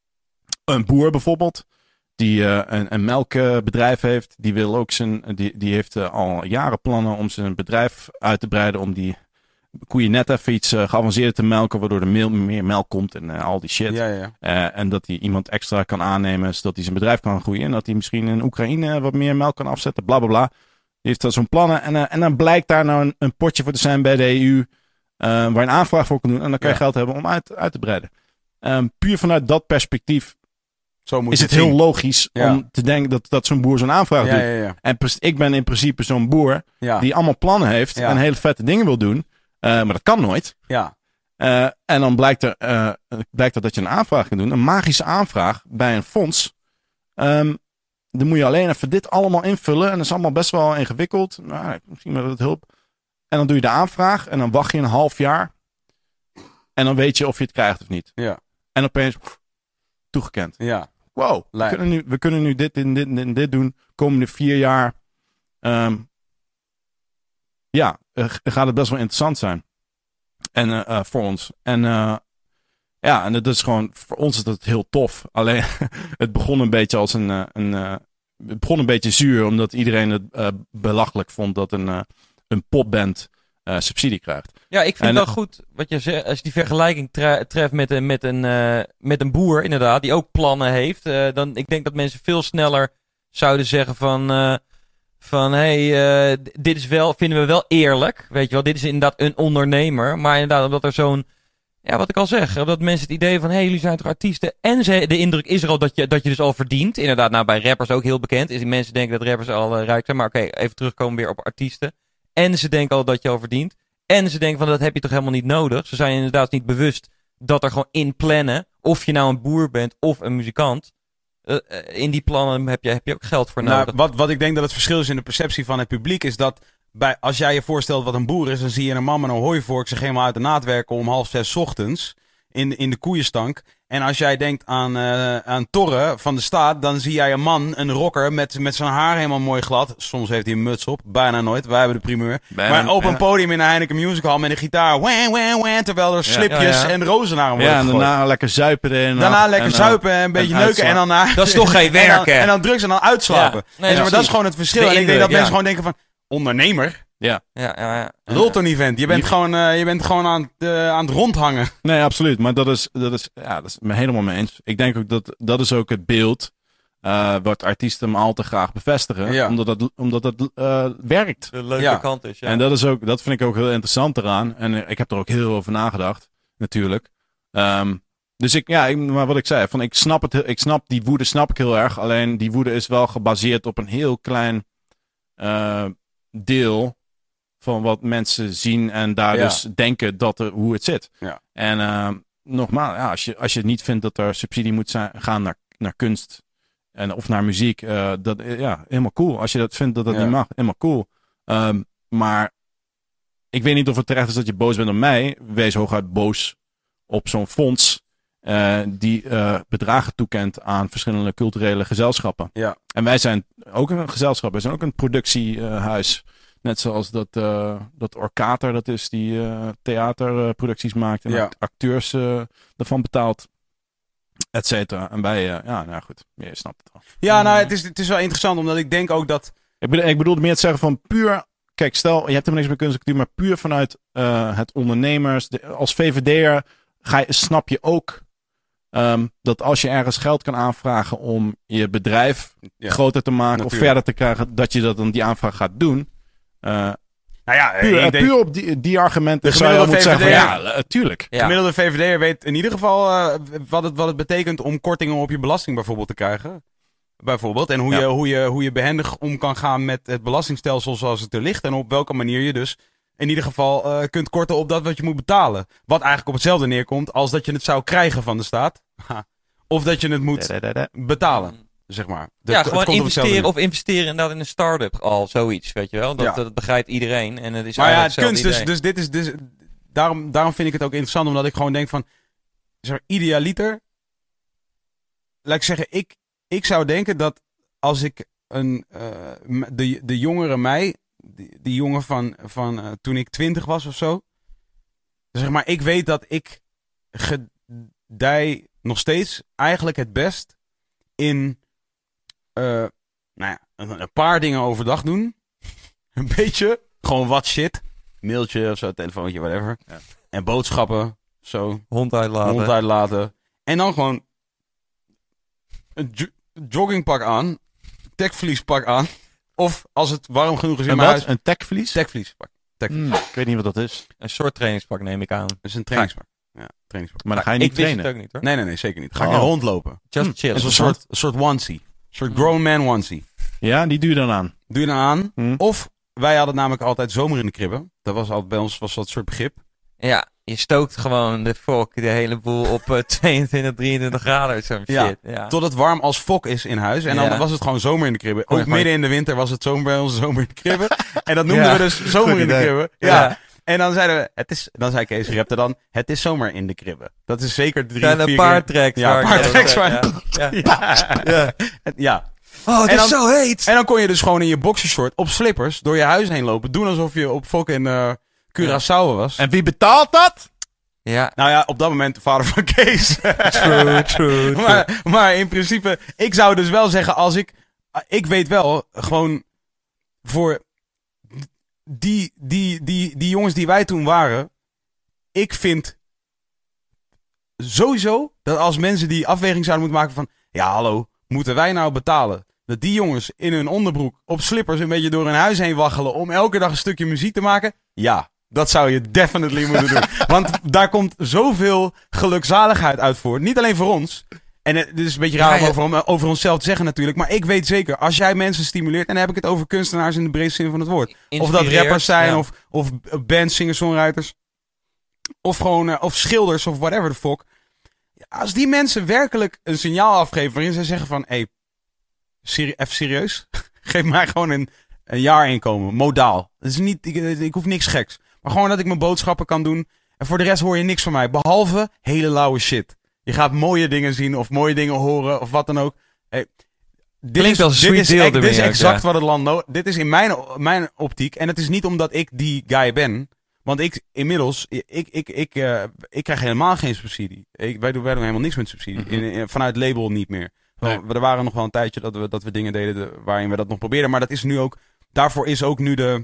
een boer bijvoorbeeld, die uh, een, een melkbedrijf heeft, die wil ook zijn, die, die heeft uh, al jaren plannen om zijn bedrijf uit te breiden, om die koeien net even iets uh, geavanceerder te melken, waardoor er meer, meer melk komt en uh, al die shit. Ja, ja. Uh, en dat hij iemand extra kan aannemen, zodat hij zijn bedrijf kan groeien. En dat hij misschien in Oekraïne wat meer melk kan afzetten, bla bla bla. Die heeft dat zo'n plannen. En, uh, en dan blijkt daar nou een, een potje voor te zijn bij de E U, uh, waar je een aanvraag voor kan doen. En dan kan je ja. geld hebben om uit, uit te breiden. Um, puur vanuit dat perspectief Zo moet is het, het heel zien. logisch ja. om te denken dat, dat zo'n boer zo'n aanvraag ja, doet. Ja, ja. En ik ben in principe zo'n boer ja. die allemaal plannen heeft ja. en hele vette dingen wil doen. Uh, maar dat kan nooit. Ja. Uh, en dan blijkt er, uh, blijkt er dat je een aanvraag kan doen. Een magische aanvraag bij een fonds. Um, dan moet je alleen even dit allemaal invullen. En dat is allemaal best wel ingewikkeld. Nou, misschien met wat hulp. En dan doe je de aanvraag. En dan wacht je een half jaar. En dan weet je of je het krijgt of niet. Ja. En opeens pff, toegekend. Ja. Wow, we kunnen, nu, we kunnen nu dit en dit en dit doen. Komende vier jaar. Um, ja, uh, gaat het best wel interessant zijn. En uh, uh, voor ons. En uh, ja, en dat is gewoon, voor ons is dat heel tof. Alleen, het begon een beetje als een, uh, een uh, het begon een beetje zuur, omdat iedereen het uh, belachelijk vond dat een, uh, een popband uh, subsidie krijgt. Ja, ik vind en, het wel goed wat je zegt, als je die vergelijking tre- treft met een, met, een, uh, met een boer, inderdaad, die ook plannen heeft. Uh, dan, ik denk dat mensen veel sneller zouden zeggen van, uh, van hé, hey, uh, dit is wel, vinden we wel eerlijk. Weet je wel, dit is inderdaad een ondernemer. Maar inderdaad, omdat er zo'n, ja, wat ik al zeg, dat mensen het idee van, hé, hey, jullie zijn toch artiesten. En ze, de indruk is er al dat je, dat je dus al verdient. Inderdaad, nou, bij rappers ook heel bekend. Is, mensen denken dat rappers al uh, rijk zijn. Maar oké, okay, even terugkomen weer op artiesten. En ze denken al dat je al verdient. En ze denken van, dat heb je toch helemaal niet nodig. Ze zijn inderdaad niet bewust dat er gewoon in plannen, of je nou een boer bent of een muzikant, uh, in die plannen heb je, heb je ook geld voor nodig. Nou, wat, wat ik denk dat het verschil is in de perceptie van het publiek, is dat bij, als jij je voorstelt wat een boer is, dan zie je een man met een hooivork zich helemaal uit de naad werken om half zes ochtends in, in de koeienstank. En als jij denkt aan, uh, aan Torre van de Staat, dan zie jij een man, een rocker, met, met zijn haar helemaal mooi glad. Soms heeft hij een muts op, bijna nooit. Wij hebben de primeur. Bijna, maar op een ja. podium in een Heineken Music Hall met een gitaar. Wah, wah, wah, terwijl er slipjes ja, ja. en rozen naar hem worden Ja, en gegooid. daarna lekker zuipen erin. Daarna lekker en, zuipen en een beetje en neuken. En dan naar, Dat is toch geen en dan, werken. en dan drugs en dan uitslapen. Ja. Nee, en zeg maar, dat is precies. gewoon het verschil. De En ik denk dat indruk, mensen ja. gewoon denken van, ondernemer? Ja. Ja, ja, ja. Lul toch niet, vent. Je bent gewoon, uh, je bent gewoon aan, het, uh, aan het rondhangen. Nee, absoluut. Maar dat is, dat is, ja, dat is me helemaal mee eens. Ik denk ook dat dat is ook het beeld uh, wat artiesten me al te graag bevestigen. Ja. Omdat het, omdat het uh, werkt. De leuke Ja. kant is, ja. En dat is ook, dat vind ik ook heel interessant eraan. En uh, ik heb er ook heel over nagedacht, natuurlijk. Um, dus ik, ja, ik, maar wat ik zei, van ik snap het, ik snap die woede, snap ik heel erg. Alleen die woede is wel gebaseerd op een heel klein uh, deel van wat mensen zien en daar Ja. dus denken dat er, hoe het zit. Ja. En uh, nogmaals, ja, als, je, als je niet vindt dat er subsidie moet zijn, gaan naar, naar kunst en, of naar muziek, uh, dat, ja, helemaal cool. Als je dat vindt dat dat Ja. niet mag, helemaal cool. Um, maar ik weet niet of het terecht is dat je boos bent op mij. Wees hooguit boos op zo'n fonds uh, die uh, bedragen toekent aan verschillende culturele gezelschappen. Ja. En wij zijn ook een gezelschap, wij zijn ook een productiehuis. Uh, Net zoals dat, uh, dat Orkater, dat is die uh, theaterproducties maakt en Ja. act- acteurs uh, ervan betaalt, et cetera. En wij, uh, ja, nou goed, je snapt het wel. Ja, nou, het is, het is wel interessant, omdat ik denk ook dat... Ik bedoel, ik bedoelde meer te zeggen van puur, kijk, stel, je hebt helemaal niks met kunst en cultuur, maar puur vanuit uh, het ondernemers, de, als V V D'er ga je, snap je ook um, dat als je ergens geld kan aanvragen om je bedrijf Ja. groter te maken Natuurlijk. of verder te krijgen, dat je dat dan die aanvraag gaat doen. Uh, Nou ja, puur, ik uh, denk, puur op die, die argumenten De zou je wel moeten gemiddelde zeggen van V V ja, uh, tuurlijk. de Ja. gemiddelde V V D'er weet in ieder geval uh, wat, het, wat het betekent om kortingen op je belasting bijvoorbeeld te krijgen. Bijvoorbeeld. En hoe, Ja. je, hoe, je, hoe je behendig om kan gaan met het belastingstelsel zoals het er ligt. En op welke manier je dus in ieder geval uh, kunt korten op dat wat je moet betalen. Wat eigenlijk op hetzelfde neerkomt als dat je het zou krijgen van de staat. Of dat je het moet Da, da, da, da. betalen, zeg maar. Dat- ja, het gewoon komt op hetzelfde investeren neer. of investeren inderdaad in een start-up al, zoiets, weet je wel. Dat, Ja. dat begrijpt iedereen en het is Maar ja, eigenlijk het kunst, dus, hetzelfde dus dit is, dus, daarom, daarom vind ik het ook interessant, omdat ik gewoon denk van, zeg maar, idealiter, laat ik zeggen, ik, ik zou denken dat als ik een, uh, m- de, de jongere mij, die, die jongen van, van uh, toen ik twintig was of zo, zeg maar, ik weet dat ik gedij nog steeds eigenlijk het best in, uh, nou ja, een, een paar dingen overdag doen. Een beetje. Gewoon wat shit. Mailtje of zo, telefoontje, whatever. Ja. En boodschappen. Zo. hond uitlaten. Hond uitlaten. En dan gewoon een jo- joggingpak aan. Techvliespak aan. Of als het warm genoeg is in En mijn wat? huis. Een techvlies? Techvliespak. Techvlies. Hmm, ik weet niet wat dat is. Een soort trainingspak neem ik aan. Dat is een trainingspak. Ja, trainingspak. Maar dan ga je niet Ik wist trainen. het ook niet hoor. Nee, nee, nee, zeker niet. Ga ik Oh. er rondlopen. Just Hm. chill. Dat is een soort, een soort onesie. Een soort grown man onesie. Ja, die duur je dan aan. Doe je dan aan. Hmm. Of wij hadden namelijk altijd zomer in de kribben. Dat was altijd bij ons was dat soort begrip. Ja, je stookt gewoon de fok, de hele boel op uh, tweeëntwintig, drieëntwintig graden of zo'n Ja, shit. Ja, tot het warm als fok is in huis. En dan Ja. was het gewoon zomer in de kribbe. Gooi Ook gewoon- midden in de winter was het zomer bij ons zomer in de kribbe. En dat noemden Ja. we dus zomer Goed in de idee. kribbe. Ja. Ja. En dan zeiden we, het is, dan zei Kees Repte dan, het is zomer in de kribbe. Dat is zeker drie, Er zijn een vier paar keer- tracks. Ja, waar een ik paar dat tracks zeg, waar- ja. Ja. Ja. ja. ja. Oh, het En is dan- zo heet! En dan kon je dus gewoon in je boxershort op slippers door je huis heen lopen. Doen alsof je op fok in uh, Curaçao was. En wie betaalt dat? Ja, Nou ja, op dat moment de vader van Kees. true, true. maar, maar in principe, ik zou dus wel zeggen, als ik... Ik weet wel, gewoon voor die, die, die, die jongens die wij toen waren... Ik vind sowieso dat als mensen die afweging zouden moeten maken van... Ja, hallo, moeten wij nou betalen? Dat die jongens in hun onderbroek op slippers een beetje door hun huis heen waggelen... om elke dag een stukje muziek te maken? Ja, dat zou je definitely moeten doen. Want daar komt zoveel gelukzaligheid uit voort. Niet alleen voor ons. En het is een beetje raar Ja, ja. om over, over onszelf te zeggen natuurlijk. Maar ik weet zeker, als jij mensen stimuleert... en dan heb ik het over kunstenaars in de breedste zin van het woord. Of dat Inspireert, rappers zijn, ja. of, of bands, singer, songwriters. Of gewoon, uh, of schilders, of whatever the fuck. Als die mensen werkelijk een signaal afgeven waarin ze zeggen van... Hé, hey, seri- even serieus? Geef mij gewoon een, een jaarinkomen, modaal. Dat is niet, ik, ik hoef niks geks. Maar gewoon dat ik mijn boodschappen kan doen. En voor de rest hoor je niks van mij. Behalve hele lauwe shit. Je gaat mooie dingen zien of mooie dingen horen of wat dan ook. Hey, dit Klinkt is, als een dit sweet is, deal ex- dit is ermee ook, exact ja. wat het land nodig... Dit is in mijn, mijn optiek. En het is niet omdat ik die guy ben... Want ik, inmiddels, ik, ik, ik, uh, ik krijg helemaal geen subsidie. Ik, wij, doen, wij doen helemaal niks met subsidie. Mhm. in, in, vanuit label niet meer. Nee. Wel, er waren nog wel een tijdje dat we, dat we dingen deden de, waarin we dat nog probeerden. Maar dat is nu ook, daarvoor is ook nu de,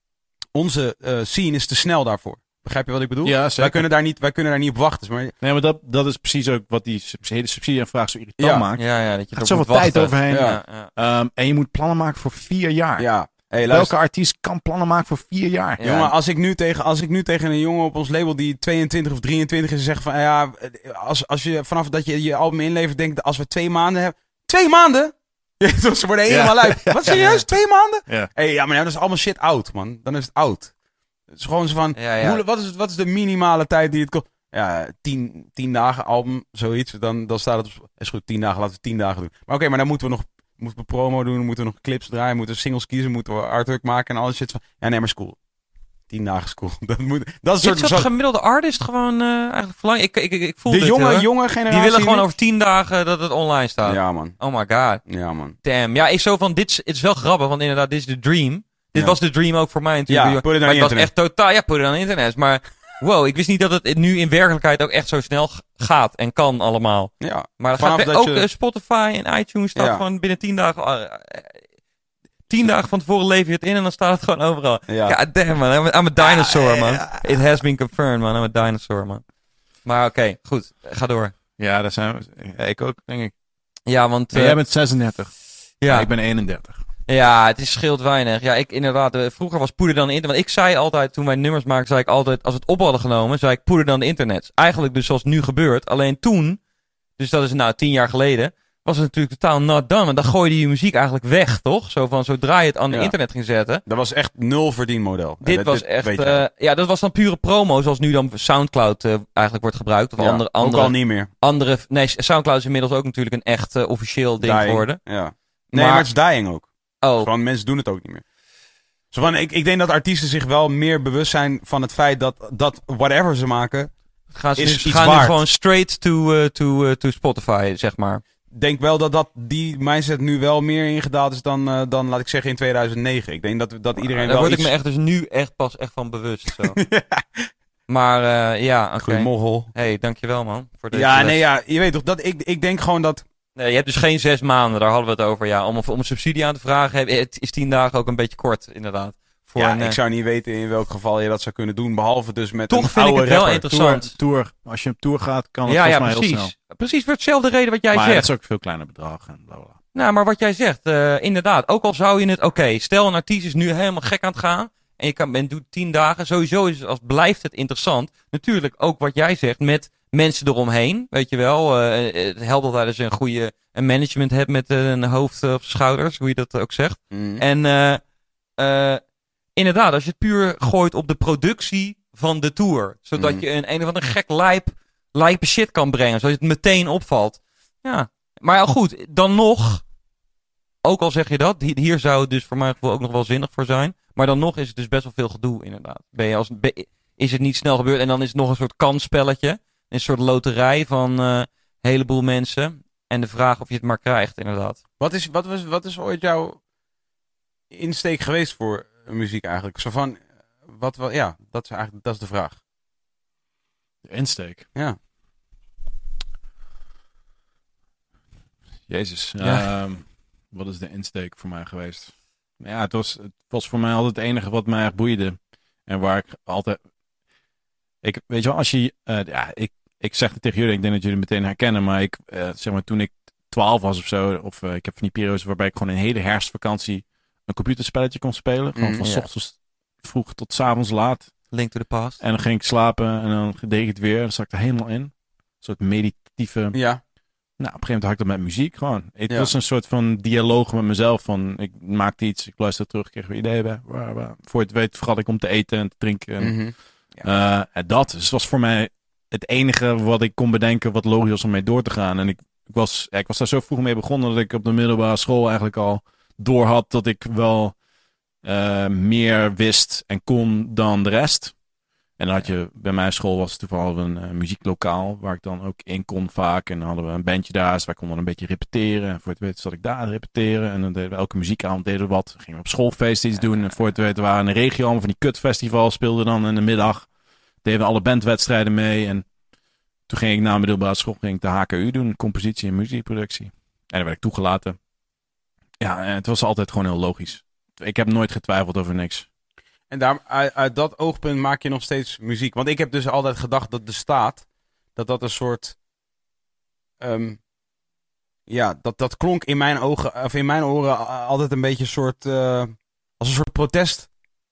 onze uh, scene is te snel daarvoor. Begrijp je wat ik bedoel? Ja, zeker. Wij kunnen daar niet, wij kunnen daar niet op wachten. Maar, Nee, maar dat, dat is precies ook wat die subs- hele subsidie-vraag zo irritant Ja. maakt. Ja, ja, dat je Er gaat erop zoveel moet tijd wachten. overheen. Ja. Ja, ja. Um, en je moet plannen maken voor vier jaar. ja. Hey, Welke luister, artiest kan plannen maken voor vier jaar? Ja. jongen, als ik, nu tegen, als ik nu tegen een jongen op ons label die tweeëntwintig of drieëntwintig is en zeg van... Ja, als, als je vanaf dat je je album inlevert denkt als we twee maanden hebben... Twee maanden? Ja, ze worden helemaal Ja. uit. Wat serieus? Twee maanden? Ja. Hey, ja, maar nou, dat is allemaal shit oud, man. Dan is het oud. Het is gewoon zo van, Ja, ja. Hoe, wat, is het, wat is de minimale tijd die het kost? Ja, tien, tien dagen album, zoiets. Dan, dan staat het op, is goed, tien dagen, laten we tien dagen doen. Maar oké, maar dan moeten we nog moeten we promo doen, moeten we nog clips draaien, moeten we singles kiezen, moeten we artwork maken en al die shit. Van, ja, nee, maar is cool. Tien dagen is cool. Dat, moet, dat is Dit een is soort... wat Zo, gemiddelde artist gewoon uh, eigenlijk verlang. Ik, ik, ik, ik voel de dit, jonge, hoor. jonge generatie... Die willen gewoon niet? over tien dagen dat het online staat. Ja, man. Oh my god. Ja, man. Damn. Ja, ik zo van, dit is, het is wel grappig, want inderdaad, dit is de dream. Dit Ja. was de dream ook voor mij natuurlijk. Ja, put it on maar het was internet. echt totaal, ja, put it on internet. Maar wow, ik wist niet dat het nu in werkelijkheid ook echt zo snel g- gaat en kan allemaal. Ja. Maar dat Vanaf gaat dat ook je- eh, Spotify en iTunes staat Ja. gewoon binnen tien dagen... eh, eh, tien dagen van tevoren lever je het in en dan staat het gewoon overal. Ja. God damn man, I'm a, I'm a dinosaur Ja, man. ja, It has been confirmed man, I'm a dinosaur man. Maar oké, okay, goed, ga door. Ja, daar zijn we. Ja, ik ook, denk ik. Ja, want... Maar Uh, jij bent zesendertig. ja, Ja, ik ben eenendertig. ja, het is scheelt weinig. Ja, ik inderdaad, uh, vroeger was poeder dan internet. Want ik zei altijd, toen wij nummers maakten, zei ik altijd, als we het op hadden genomen, zei ik poeder dan de internet. Eigenlijk dus zoals nu gebeurt. Alleen toen, dus dat is nou tien jaar geleden, was het natuurlijk totaal not done. Want dan gooide je je muziek eigenlijk weg, toch? Zo van, zodra je het aan Ja. het internet ging zetten. Dat was echt nul verdienmodel. Dit Ja, was echt, weet je. uh, ja, dat was dan pure promo, zoals nu dan Soundcloud uh, eigenlijk wordt gebruikt. Of Ja, andere, ook andere, al niet meer. andere, nee, Soundcloud is inmiddels ook natuurlijk een echt uh, officieel ding Dying. geworden. Ja. Nee, Maar- maar, het is dying ook. Oh, Gewoon mensen doen het ook niet meer. Zo van, ik, ik denk dat artiesten zich wel meer bewust zijn van het feit dat, dat whatever ze maken, gaan ze, is nu, iets gaan nu waard. gewoon straight to, uh, to, uh, to Spotify, zeg maar. denk wel dat, dat die mindset nu wel meer ingedaald is dan, uh, dan laat ik zeggen, in tweeduizend negen. Ik denk dat, dat iedereen Daar wel word iets... ik me echt dus nu echt pas echt van bewust. Zo. Maar uh, ja, oké. Goeie moggel. Hey, dankjewel man. Voor deze Ja, les. nee, ja, je weet toch, dat, ik, ik denk gewoon dat... Nee, je hebt dus geen zes maanden, daar hadden we het over. Ja, om, om een subsidie aan te vragen, heb- het is tien dagen ook een beetje kort, inderdaad. Voor ja, een, uh, ik zou niet weten in welk geval je dat zou kunnen doen, behalve dus met Toch een vind ik oude het wel rapper. interessant. Tour, tour, als je op tour gaat, kan het ja, ja, volgens mij heel precies. snel. Precies voor hetzelfde reden wat jij Maar zegt. het is ook een veel kleiner bedrag en bla bla. Nou, maar wat jij zegt, uh, inderdaad. Ook al zou je het, oké, okay, stel een artiest is nu helemaal gek aan het gaan. En je kan, en doet tien dagen. Sowieso is het, als blijft het interessant. Natuurlijk ook wat jij zegt met mensen eromheen. Weet je wel. Uh, het helpt altijd als je een goede een management hebt met uh, een hoofd uh, op schouders. Hoe je dat ook zegt. Mm. En uh, uh, inderdaad, als je het puur gooit op de productie van de tour. Zodat Mm. je een een of ander gek lijp, lijpe shit kan brengen. Zodat het meteen opvalt. Ja. Maar ja, goed, dan nog... Ook al zeg je dat, hier zou het dus voor mijn gevoel ook nog wel zinnig voor zijn. Maar dan nog is het dus best wel veel gedoe, inderdaad. Ben je als, ben, is het niet snel gebeurd en dan is het nog een soort kansspelletje. Een soort loterij van uh, een heleboel mensen. En de vraag of je het maar krijgt, inderdaad. Wat is, wat was, wat is ooit jouw insteek geweest voor muziek eigenlijk? Zo van, wat, wat, ja, dat is eigenlijk dat is de vraag. De insteek. Ja. Jezus. Ja. Um, wat is de insteek voor mij geweest? Ja, het was, het was voor mij altijd het enige wat mij echt boeide. En waar ik altijd... Ik, weet je wel, als je... Uh, ja, ik, ik zeg het tegen jullie, ik denk dat jullie het meteen herkennen. Maar ik, uh, zeg maar, toen ik twaalf was of zo... Of uh, ik heb van die periodes waarbij ik gewoon een hele herfstvakantie... een computerspelletje kon spelen. Gewoon Mm, van ja. 's ochtends vroeg tot 's avonds laat. Link to the past. En dan ging ik slapen en dan deed ik het weer. Dan zat ik er helemaal in. Een soort meditatieve... Ja. Nou, op een gegeven moment had ik dat met muziek gewoon. Het Ja. was een soort van dialoog met mezelf. Van, ik maakte iets, ik luisterde terug, kreeg weer ideeën bij. Waar, waar. Voor je het weet vergat ik om te eten en te drinken. En, Mhm. uh, en dat dus was voor mij het enige wat ik kon bedenken wat logisch was om mee door te gaan. En ik, ik, was, ja, ik was daar zo vroeg mee begonnen dat ik op de middelbare school eigenlijk al door had dat ik wel uh, meer wist en kon dan de rest. En dan had je, bij mijn school was het toevallig een uh, muzieklokaal waar ik dan ook in kon vaak. En dan hadden we een bandje daar, dus wij konden dan een beetje repeteren. En voor het weten zat ik daar te repeteren. En dan deden we elke muziekavond deden we wat. Dan gingen we op schoolfeest iets doen. En voor het weten waren in de regio allemaal van die kutfestivals. Speelden dan in de middag. Deden we alle bandwedstrijden mee. En toen ging ik na middelbare school ging ik de H K U doen. Compositie en muziekproductie. En dan werd ik toegelaten. Ja, en het was altijd gewoon heel logisch. Ik heb nooit getwijfeld over niks. En daar, uit, uit dat oogpunt maak je nog steeds muziek. Want ik heb dus altijd gedacht dat de staat, dat dat een soort, um, ja, dat, dat klonk in mijn ogen, of in mijn oren altijd een beetje een soort, uh, als een soort protest.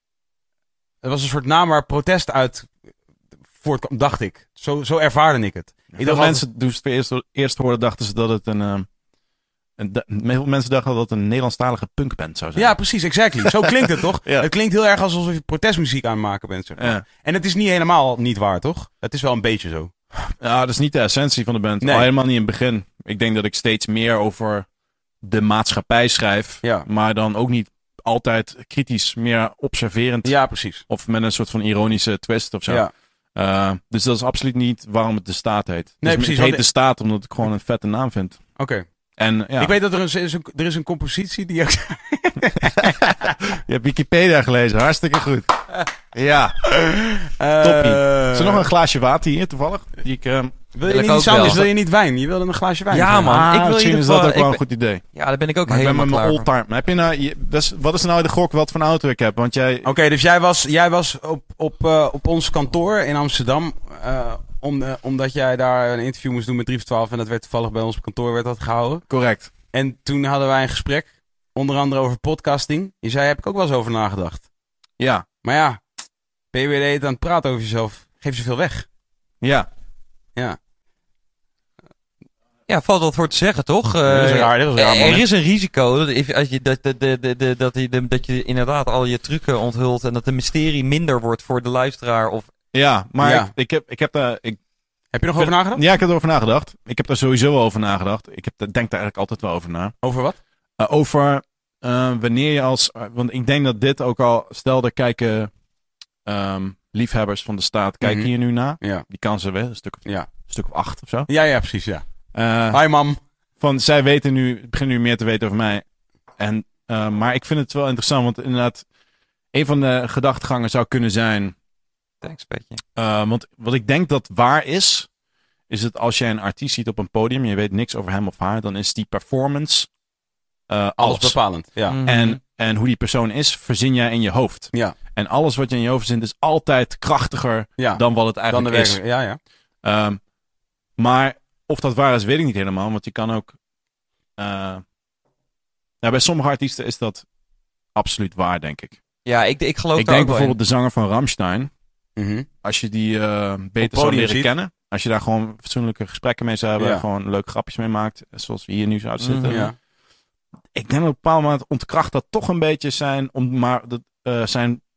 Het was een soort naam waar protest uit voortkwam, dacht ik. Zo, zo ervaarde ik het. Ja, Ik veel dacht mensen, toen ze het eerst, eerst hoorden, dachten ze dat het een... Uh, een da- veel mensen dachten dat het een Nederlandstalige punkband zou zijn. Ja, precies, exactly. Zo klinkt het, toch? Ja. Het klinkt heel erg alsof je protestmuziek aan het maken bent. Zeg maar. Ja. En het is niet helemaal niet waar, toch? Het is wel een beetje zo. Ja, dat is niet de essentie van de band. Nee. Al helemaal niet in het begin. Ik denk dat ik steeds meer over de maatschappij schrijf. Ja. Maar dan ook niet altijd kritisch, meer observerend. Ja, precies. Of met een soort van ironische twist of zo. Ja. Uh, dus dat is absoluut niet waarom het de staat heet. Nee, dus precies, Het want- heet de staat omdat ik gewoon een vette naam vind. Oké. Okay. En ja, Ik weet dat er een, is een, er is een compositie die... je hebt Wikipedia gelezen. Hartstikke goed. Ja. Uh, Toppie. Is er nog een glaasje water hier toevallig? Die ik, uh, Wil Wil je ik niet ook iets anders? wel. Wil je niet wijn? Je wilde een glaasje wijn. Ja, zeg maar. man. ah, ik wil in misschien ieder is dat geval- ook wel ik een goed idee. Ja, daar ben ik ook Maar ik ben helemaal met mijn klaar voor. oldtimer. Maar heb je nou, je, dat is, wat is nou de gok wat voor auto ik heb? Want jij... Oké, okay, dus jij was, jij was op, op, uh, op ons kantoor in Amsterdam. Uh, om, uh, omdat jij daar een interview moest doen met drie voor twaalf. En dat werd toevallig bij ons op kantoor werd dat gehouden. Correct. En toen hadden wij een gesprek. Onder andere over podcasting. Je zei, heb ik ook wel eens over nagedacht. Ja. Maar ja, ben je weer de hele tijd aan het praten over jezelf. Geef zoveel weg. Ja. Ja. Ja, valt wat voor te zeggen, toch? Dat is Uh, raar, dat is raar, man. er is een risico dat, if- als je, dat, dat, dat, dat, dat, dat, je, dat je inderdaad al je trucken onthult en dat de mysterie minder wordt voor de luisteraar. Of... Ja, maar Ja. Ik, ik heb, ik heb daar... Ik, Heb je nog over nagedacht? ja, ik heb erover nagedacht. Ik heb daar sowieso over nagedacht. Ik heb, denk daar eigenlijk altijd wel over na. Over wat? Uh, over uh, wanneer je als... Uh, want ik denk dat dit ook al... Stel, er kijken um, liefhebbers van de staat. Kijken Mhm. hier nu naar. Ja. Die kan ze wel. Een stuk of, Ja. een stuk of acht of zo. Ja, ja, precies, ja. Uh, Hi, mam. van, zij weten nu... Beginnen nu meer te weten over mij. En, uh, maar ik vind het wel interessant. Want inderdaad... Een van de gedachtegangen zou kunnen zijn... Thanks, Petje. Uh, want wat ik denk dat waar is... Is dat als jij een artiest ziet op een podium... Je weet niks over hem of haar... Dan is die performance... Uh, alles. Alles bepalend. Ja. Mhm. En, en hoe die persoon is, verzin jij in je hoofd. Ja. En alles wat je in je hoofd verzint is altijd krachtiger Ja. dan wat het Dan eigenlijk de is. werkelijkheid. Ja, ja. Um, maar of dat waar is, weet ik niet helemaal. Want je kan ook... Uh, nou, bij sommige artiesten is dat absoluut waar, denk ik. Ja, ik, ik geloof ik daar denk ook wel bijvoorbeeld de zanger van Rammstein. Mhm. Als je die uh, beter zou podium leren ziet. kennen. Als je daar gewoon fatsoenlijke gesprekken mee zou hebben. Ja. Gewoon leuke grapjes mee maakt. Zoals we hier nu zouden Mhm. zitten. Ja. Ik denk op een bepaald moment ontkracht dat toch een beetje zijn, om, maar, dat, uh, zijn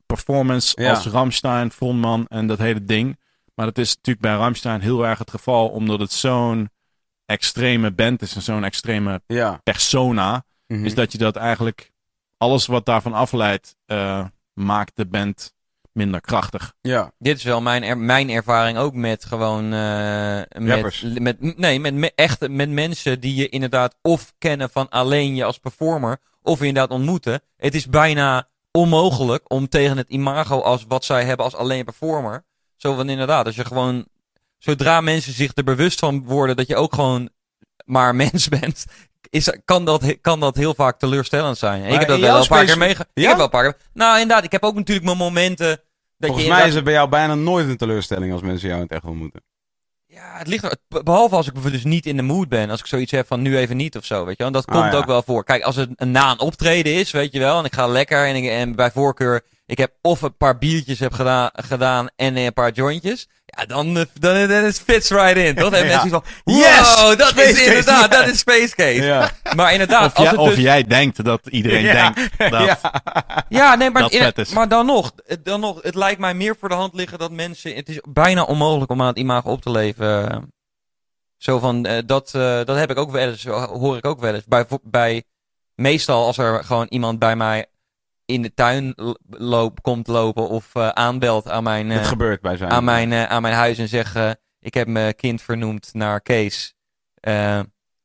performance Ja. als Rammstein, frontman en dat hele ding. Maar dat is natuurlijk bij Rammstein heel erg het geval, omdat het zo'n extreme band is en zo'n extreme Ja. persona, Mhm. is dat je dat eigenlijk, alles wat daarvan afleidt, uh, maakt de band minder krachtig. Ja. Dit is wel mijn, er, mijn ervaring ook met gewoon... Uh, Rappers. met, met, nee, met me, echt met mensen die je inderdaad of kennen van alleen je als performer, of inderdaad ontmoeten. Het is bijna onmogelijk om tegen het imago als wat zij hebben als alleen performer. Zo van inderdaad, als je gewoon... Zodra mensen zich er bewust van worden dat je ook gewoon maar mens bent, is, kan, dat, kan dat heel vaak teleurstellend zijn. En ik heb dat wel een paar keer meegemaakt. Ja? Ik heb wel een paar keer... Nou inderdaad, ik heb ook natuurlijk mijn momenten... Dat Volgens je mij inderdaad- is het bij jou bijna nooit een teleurstelling als mensen jou in het echt ontmoeten. Ja, het ligt er, behalve als ik bijvoorbeeld dus niet in de mood ben. Als ik zoiets heb van nu even niet of zo, weet je wel. En dat Ah, komt ja. ook wel voor. Kijk, als het een na een optreden is, weet je wel. En ik ga lekker en, ik, en bij voorkeur, ik heb of een paar biertjes heb gedaan, gedaan en een paar jointjes. Ja, dan, eh, dan, dan is fits right in, toch? Dan hebben Ja. mensen iets van, Yes! wow, dat Space is Case, inderdaad, ja. dat is Space Case. Ja. Maar inderdaad, Of, als jij, het of dus... jij denkt dat iedereen Ja. denkt dat... Ja. Ja, nee, maar, dat in- vet is. maar dan nog, het- dan nog, het lijkt mij meer voor de hand liggen dat mensen, het is bijna onmogelijk om aan het imago op te leven. Zo van, uh, dat, uh, dat heb ik ook wel eens, hoor ik ook wel eens. Bij, bij, meestal als er gewoon iemand bij mij in de tuin loop, komt lopen of uh, aanbelt aan mijn, uh, Het gebeurt bij zijn. aan mijn, uh, aan mijn huis en zegt, uh, ik heb mijn kind vernoemd naar Kees. Uh,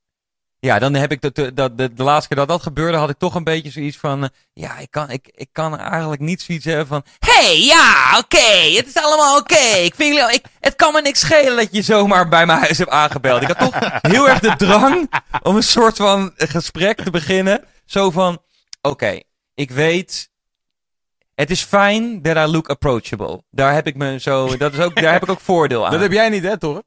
Ja, dan heb ik dat, dat, de, de laatste keer dat dat gebeurde, had ik toch een beetje zoiets van, uh, ja, ik kan, ik, ik kan eigenlijk niet zoiets hebben van, hey, ja, oké, okay, het is allemaal oké. Okay. Ik vind, ik, het kan me niks schelen dat je zomaar bij mijn huis hebt aangebeld. Ik had toch heel erg de drang om een soort van gesprek te beginnen. Zo van, oké, okay, ik weet, het is fijn that I look approachable. Daar heb ik me zo, dat is ook, daar heb ik ook voordeel aan. Dat heb jij niet, hè, Torre?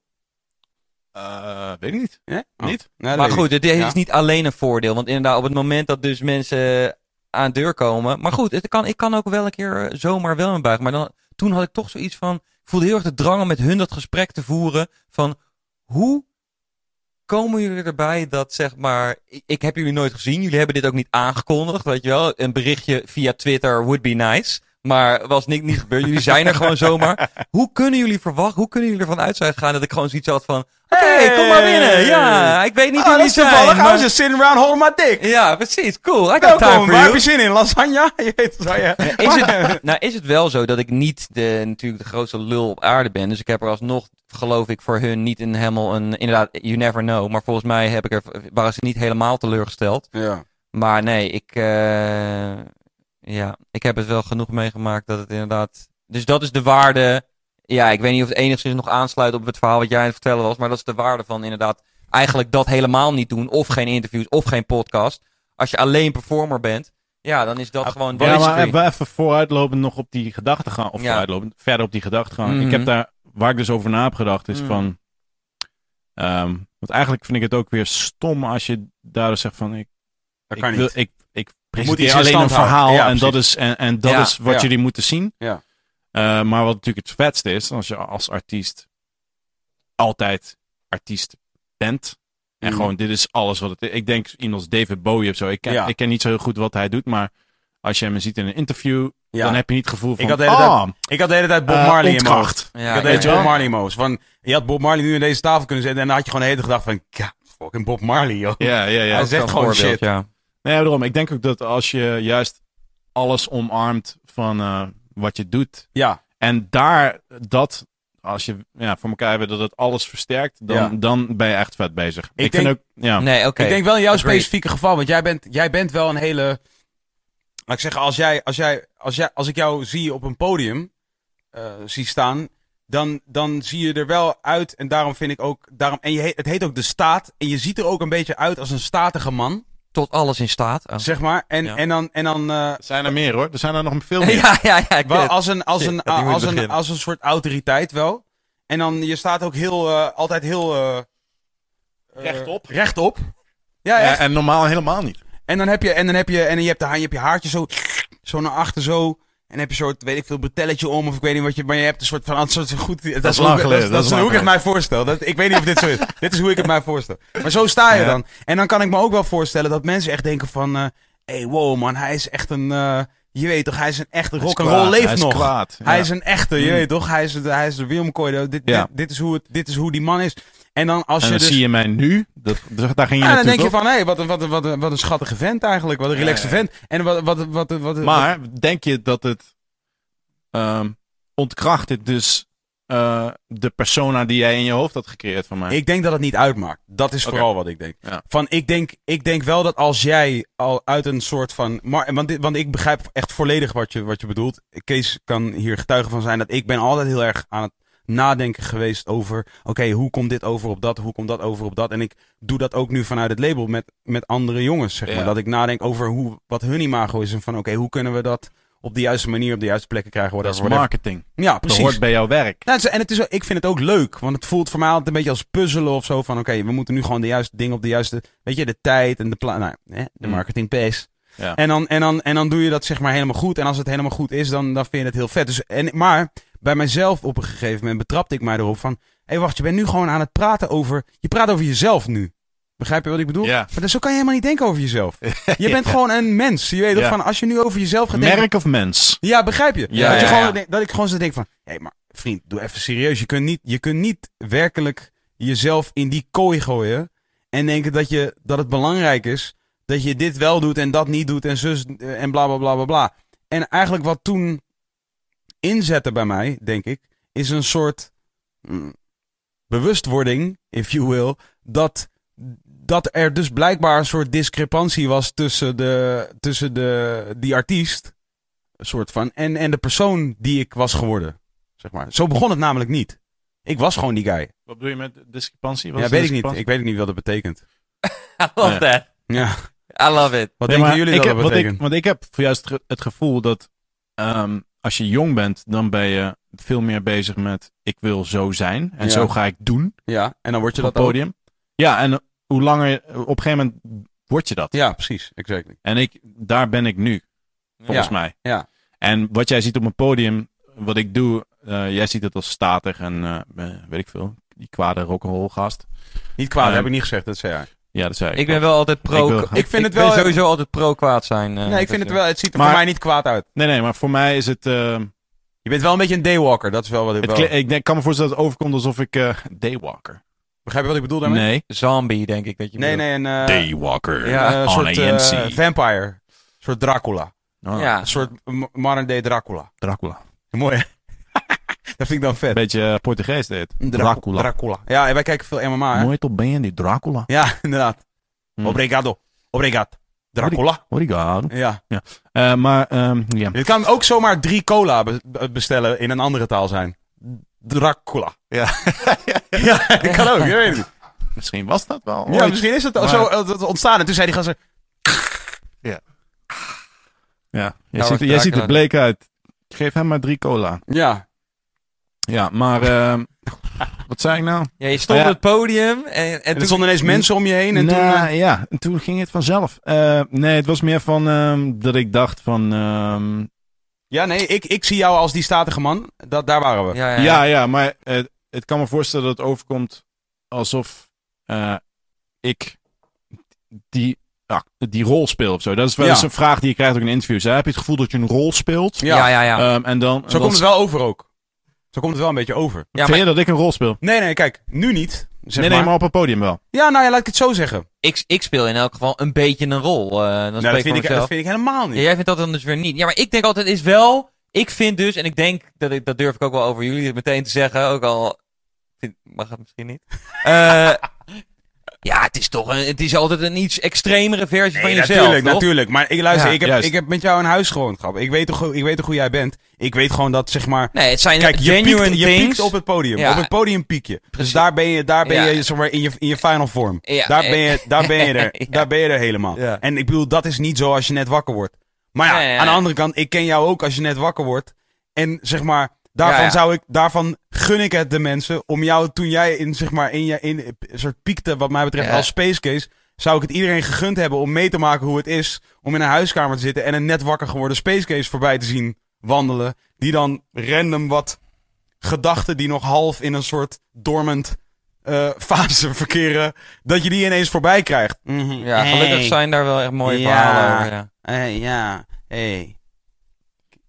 Uh, weet ik niet. Ja? Oh. Niet? Nee, Maar goed, het is ja. niet alleen een voordeel. Want inderdaad, op het moment dat dus mensen aan de deur komen. Maar goed, het kan, ik kan ook wel een keer zomaar wel een buigen. Maar dan, toen had ik toch zoiets van, ik voelde heel erg de drang om met hun dat gesprek te voeren. Van, hoe komen jullie erbij dat, zeg maar, ik, ik heb jullie nooit gezien. Jullie hebben dit ook niet aangekondigd, weet je wel. Een berichtje via Twitter would be nice. Maar was niet, niet gebeurd. Jullie zijn er gewoon zomaar. Hoe kunnen jullie verwachten, hoe kunnen jullie ervan uit zijn gegaan dat ik gewoon zoiets had van, oké, okay, hey, kom maar binnen. Ja, ik weet niet oh, wie jullie zijn. Toevallig. I maar... was just sitting around holding my dick. Ja, precies. Cool. I got Welkom, time for waar heb you. je zin in? Lasagne? Je weet het wel, ja. Is het, nou, is het wel zo dat ik niet de, natuurlijk de grootste lul op aarde ben. Dus ik heb er alsnog, geloof ik, voor hun niet een helemaal een, inderdaad, you never know. Maar volgens mij heb ik er, waren ze niet helemaal teleurgesteld. Ja. Maar nee, ik, uh, ja, ik heb het wel genoeg meegemaakt dat het inderdaad... Dus dat is de waarde... Ja, ik weet niet of het enigszins nog aansluit op het verhaal wat jij aan het vertellen was. Maar dat is de waarde van inderdaad eigenlijk dat helemaal niet doen. Of geen interviews, of geen podcast. Als je alleen performer bent, ja, dan is dat Ah, gewoon... Ja, maar basically- even vooruitlopend nog op die gedachte gaan. Of Ja. vooruitlopend, verder op die gedachte gaan. Mhm. Ik heb daar, waar ik dus over na heb gedacht, is Mhm. van... Um, want eigenlijk vind ik het ook weer stom als je daardoor zegt van... Ik, Dat ik kan wil, niet. ik, ik moet presenteer iets in alleen stand een houden. verhaal Ja, en dat, precies. is, en, en dat Ja, is wat ja. jullie moeten zien. Ja. Uh, maar wat natuurlijk het vetste is, als je als artiest altijd artiest bent. En Mhm. gewoon, dit is alles wat het is. Ik denk iemand als David Bowie of zo. Ik ken, Ja. ik ken niet zo heel goed wat hij doet, maar als je hem ziet in een interview, Ja. dan heb je niet het gevoel van, Ik had de hele ah, tijd, ik had de hele tijd Bob uh, Marley in mijn ontkracht. hoofd. Ja, ik had de ja, hele tijd ja. Bob Marley in mijn hoofd. Van, je had Bob Marley nu in deze tafel kunnen zetten en dan had je gewoon de hele dag gedacht van, ja, fucking Bob Marley, joh. Ja, ja, ja. Hij zegt Zo'n gewoon voorbeeld, shit. Ja. Nee, daarom. Ik denk ook dat als je juist alles omarmt van uh, wat je doet. Ja, En daar dat, als je ja, voor elkaar hebben dat het alles versterkt, dan, Ja. dan ben je echt vet bezig. Ik, denk- vind ook, ja. Nee, oké. ik denk wel in jouw Agreed. specifieke geval, want jij bent, jij bent wel een hele... Laat ik zeggen, als, jij, als, jij, als, jij, als ik jou zie op een podium uh, zie staan, dan, dan zie je er wel uit. En daarom vind ik ook... Daarom, en je heet, het heet ook de staat. En je ziet er ook een beetje uit als een statige man, Tot alles in staat. Oh. zeg maar. En, Ja. en dan... En dan uh, Er zijn er meer hoor. Er zijn er nog veel meer. ja, ja, ja. Ik wel weet het. als een, als, Shit, een, had niet moeten als, een, beginnen. als een soort autoriteit wel. En dan, je staat ook heel, uh, altijd heel... Uh, uh, Rechtop. Rechtop. Ja, Ja, echt. en normaal helemaal niet. En dan heb je, en dan heb je, en je hebt, de, haar- je hebt je haartje zo, zo naar achter zo. En dan heb je een soort, weet ik veel, bretelletje om of ik weet niet wat je, maar je hebt een soort van, een soort goed, dat, is hoe lang ik- geleden, Dat, dat dat is is hoe lang ik het mij voorstel. Dat, ik weet niet of dit zo is. Dit is hoe ik het mij voorstel. Maar zo sta je Ja. dan. En dan kan ik me ook wel voorstellen dat mensen echt denken van, hé, hey, wow man, hij is echt een, uh, je weet toch, hij is een echte Hij is rock'n'roll kwaad, leeft hij is nog. kwaad, ja. Hij is een echte, je Mm. weet toch, hij is, hij is de Willem Kooi, dit, Ja. dit, dit, is hoe het, dit is hoe die man is. En dan als En je dan dus... zie je mij nu. Dat, daar ging je Ja, dan denk natuurlijk je op. van, hé, hey, wat, een- wat, een- wat, een- wat een schattige vent eigenlijk. Wat een relaxed Ja, ja. vent. En wat, wat, wat, wat, wat, Maar denk je dat het ehm ontkracht het dus eh, de persona die jij in je hoofd had gecreëerd van mij? Ik denk dat het niet uitmaakt. Dat is Oké. vooral wat ik denk. Ja. Van, ik denk. Ik denk wel dat als jij al uit een soort van... Maar, want, dit- want ik begrijp echt volledig wat je, wat je bedoelt. Kees kan hier getuige van zijn dat ik ben altijd heel erg aan het nadenken geweest over... Oké, hoe komt dit over op dat? Hoe komt dat over op dat? En ik doe dat ook nu vanuit het label met, met andere jongens, zeg maar. Ja. Dat ik nadenk over hoe, wat hun imago is. En van, oké, hoe kunnen we dat op de juiste manier, op de juiste plekken krijgen? dat Whatever, is whatever. marketing. Ja, Dat precies. hoort bij jouw werk. Nou, het is- en het is, ik vind het ook leuk, want het voelt voor mij altijd een beetje als puzzelen of zo. Van oké, we moeten nu gewoon de juiste dingen op de juiste, weet je, de tijd en de plan, nou, hè, de Mm. marketing pace. Ja. En, dan, en, dan, en dan doe je dat zeg maar helemaal goed. En als het helemaal goed is, dan, dan vind je het heel vet. Dus, en, maar bij mijzelf op een gegeven moment betrapte ik mij erop van, hé hey, wacht, je bent nu gewoon aan het praten over, je praat over jezelf nu. Begrijp je wat ik bedoel? Ja. Maar zo kan je helemaal niet denken over jezelf. Je bent gewoon een mens. Je weet toch Ja. van, als je nu over jezelf gaat denken. Merk of mens? Ja, begrijp je? Ja, dat, je ja, gewoon, ja. denk- dat ik gewoon zo denk van... Hé, maar vriend, doe even serieus. Je kunt, niet, je kunt niet werkelijk jezelf in die kooi gooien... en denken dat, je, dat het belangrijk is... dat je dit wel doet en dat niet doet en zus en bla bla bla bla bla. En eigenlijk wat toen inzette bij mij, denk ik... is een soort mm, bewustwording, if you will... dat... dat er dus blijkbaar een soort discrepantie was tussen, de, tussen de, die artiest, een soort van, en, en de persoon die ik was geworden. Zeg maar. Zo begon het namelijk niet. Ik was gewoon die guy. Wat bedoel je met discrepantie? Wat Ja, is de weet ik niet. discrepantie? Ik weet ook niet wat dat betekent. I love Ja. that. Ja. I love it. Wat Nee, denken maar jullie ik dat heb, dat wat betekent? ik, Want ik heb voor juist het gevoel dat ehm, als je jong bent, dan ben je veel meer bezig met ik wil zo zijn. En Ja. zo ga ik doen Ja, en dan word je op dat het ook. podium. Ja, en hoe langer, op een gegeven moment word je dat. Ja, precies. Exactly. En ik, daar ben ik nu, volgens Ja. mij. Ja. En wat jij ziet op een podium, wat ik doe, eh, jij ziet het als statig en eh, eh, weet ik veel, die kwade rock'n'roll gast. Niet kwaad, dat Ehm, heb ik niet gezegd. Dat zei hij. Ja, dat zei ik. Ik ben wel altijd pro... Ik wil- Ik vind het ben wel... sowieso altijd pro kwaad zijn. eh, nee, ik dat vind het je- wel... Het ziet er Maar- voor mij niet kwaad uit. Nee, nee, maar voor mij is het... eh, Je bent wel een beetje een daywalker. Dat is wel wat ik het wel... kle- ik denk, kan me voorstellen dat het overkomt alsof ik... eh Daywalker. Begrijp je wat ik bedoel daarmee? Nee. Zombie, denk ik dat je Nee, bedoelt. nee, een... eh, Daywalker. Ja, een on soort A M C. eh, vampire. Een soort Dracula. Oh, Ja. Een soort m- modern day Dracula. Dracula. Mooi hè? Dat vind ik dan vet. Beetje eh, Portugees dit. Dracu- Dracula. Dracula. Ja, en wij kijken veel M M A hè? Mooi toch ben je die Dracula? Ja, inderdaad. Hm. Obrigado. Obrigado. Dracula. Obrigado. Ja. Eh, maar, ehm, ja. Je kan ook zomaar drie cola be- be- bestellen in een andere taal zijn. Dracula. Ja. Ja, dat kan ook. Je weet het niet. Misschien was dat wel. Ja, ooit. misschien is het Maar- zo eh, dat ontstaan. En toen zei die gast zo... Ja, jij, Nou, ziet, was jij ziet er Dracula. bleek uit. Geef hem maar drie cola. Ja. Ja, maar... ehm, wat zei ik nou? Ja, je stond Ja. op het podium en, en, En er toen... stonden ineens mensen om je heen. En toen... Nou, eh, ja, en toen ging het vanzelf. Eh, nee, het was meer van ehm, dat ik dacht van... ehm, Ja, nee, ik, ik zie jou als die statige man. Dat, daar waren we. Ja, ja, ja, ja. ja, maar eh, het kan me voorstellen dat het overkomt alsof eh, ik die, ja, die rol speel of zo. Dat is wel Ja. eens een vraag die je krijgt ook in interviews. Hè? Heb je het gevoel dat je een rol speelt? Ja. ja, ja, ja. Ehm, en dan, Zo dan komt het wel over ook. Zo komt het wel een beetje over. Ja, vind maar je dat ik een rol speel? Nee, nee, kijk. Nu niet. Zeg nee, nee, maar op een podium wel. Ja, nou ja, laat ik het zo zeggen. ik, ik speel in elk geval een beetje een rol. eh dan Nou, spreek dat, ik vind voor ik, mezelf. dat vind ik helemaal niet. Ja, jij vindt dat dan dus weer niet. Ja, maar ik denk altijd is wel... Ik vind dus, en ik denk, dat, ik, dat durf ik ook wel over jullie meteen te zeggen, ook al... Vind, mag het misschien niet? Eh ja, het is toch een, het is altijd een iets extremere versie van Nee, jezelf, natuurlijk, toch? natuurlijk. Maar ik luister, Ja, ik, heb, juist. ik heb met jou in huis gewoond, grap. Ik weet, toch, hoe- ik weet toch hoe jij bent. Ik weet gewoon dat, zeg maar... Nee, het zijn Kijk, je genuine piekt, je things. piekt op het podium. Ja. Op het podium piek je. Dus Precies. daar ben je, daar ben Ja. je zeg maar, in, je, in je final vorm. Ja, Daar ben je, daar ben je er. Ja. Daar ben je er helemaal. Ja. En ik bedoel, dat is niet zo als je net wakker wordt. Maar ja, Ja, ja, ja. aan de andere kant, ik ken jou ook als je net wakker wordt. En zeg maar, daarvan Ja, ja. zou ik, daarvan gun ik het de mensen om jou, toen jij in, zeg maar, in je, in een soort piekte, wat mij betreft, Ja. als Space Case, zou ik het iedereen gegund hebben om mee te maken hoe het is om in een huiskamer te zitten en een net wakker geworden Space Case voorbij te zien wandelen. Die dan random wat gedachten die nog half in een soort dormant eh, fase verkeren, dat je die ineens voorbij krijgt. Ja, gelukkig zijn daar wel echt mooie verhalen over. Ja. Hey, ja, hey.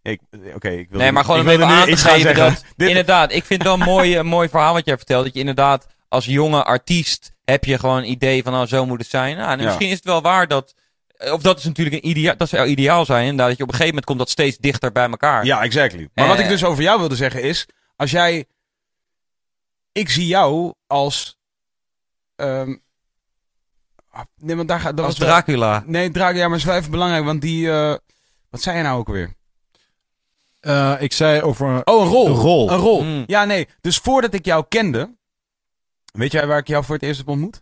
Ik, Oké, okay, ik wil Nee, maar gewoon ik om even wilde nu aan te iets gaan geven zeggen. dat... Dit- Inderdaad, ik vind het wel een mooi, een mooi verhaal wat jij vertelt. Dat je inderdaad als jonge artiest heb je gewoon een idee van, nou, zo moet het zijn. Nou, en Ja. misschien is het wel waar dat... Of dat is natuurlijk een ideaal, dat zou ideaal zijn. Inderdaad, dat je op een gegeven moment komt dat steeds dichter bij elkaar. Ja, exactly. Maar Eh. wat ik dus over jou wilde zeggen is... Als jij... Ik zie jou als... Um, nee, want daar gaat... Dat Als was Dracula. Nee, Dracula, ja, maar is wel even belangrijk, want die... Uh, wat zei je nou ook weer? Uh, ik zei over... Oh, een rol. Een rol. Een rol. Mm. Ja, nee. Dus voordat ik jou kende... Weet jij waar ik jou voor het eerst heb ontmoet?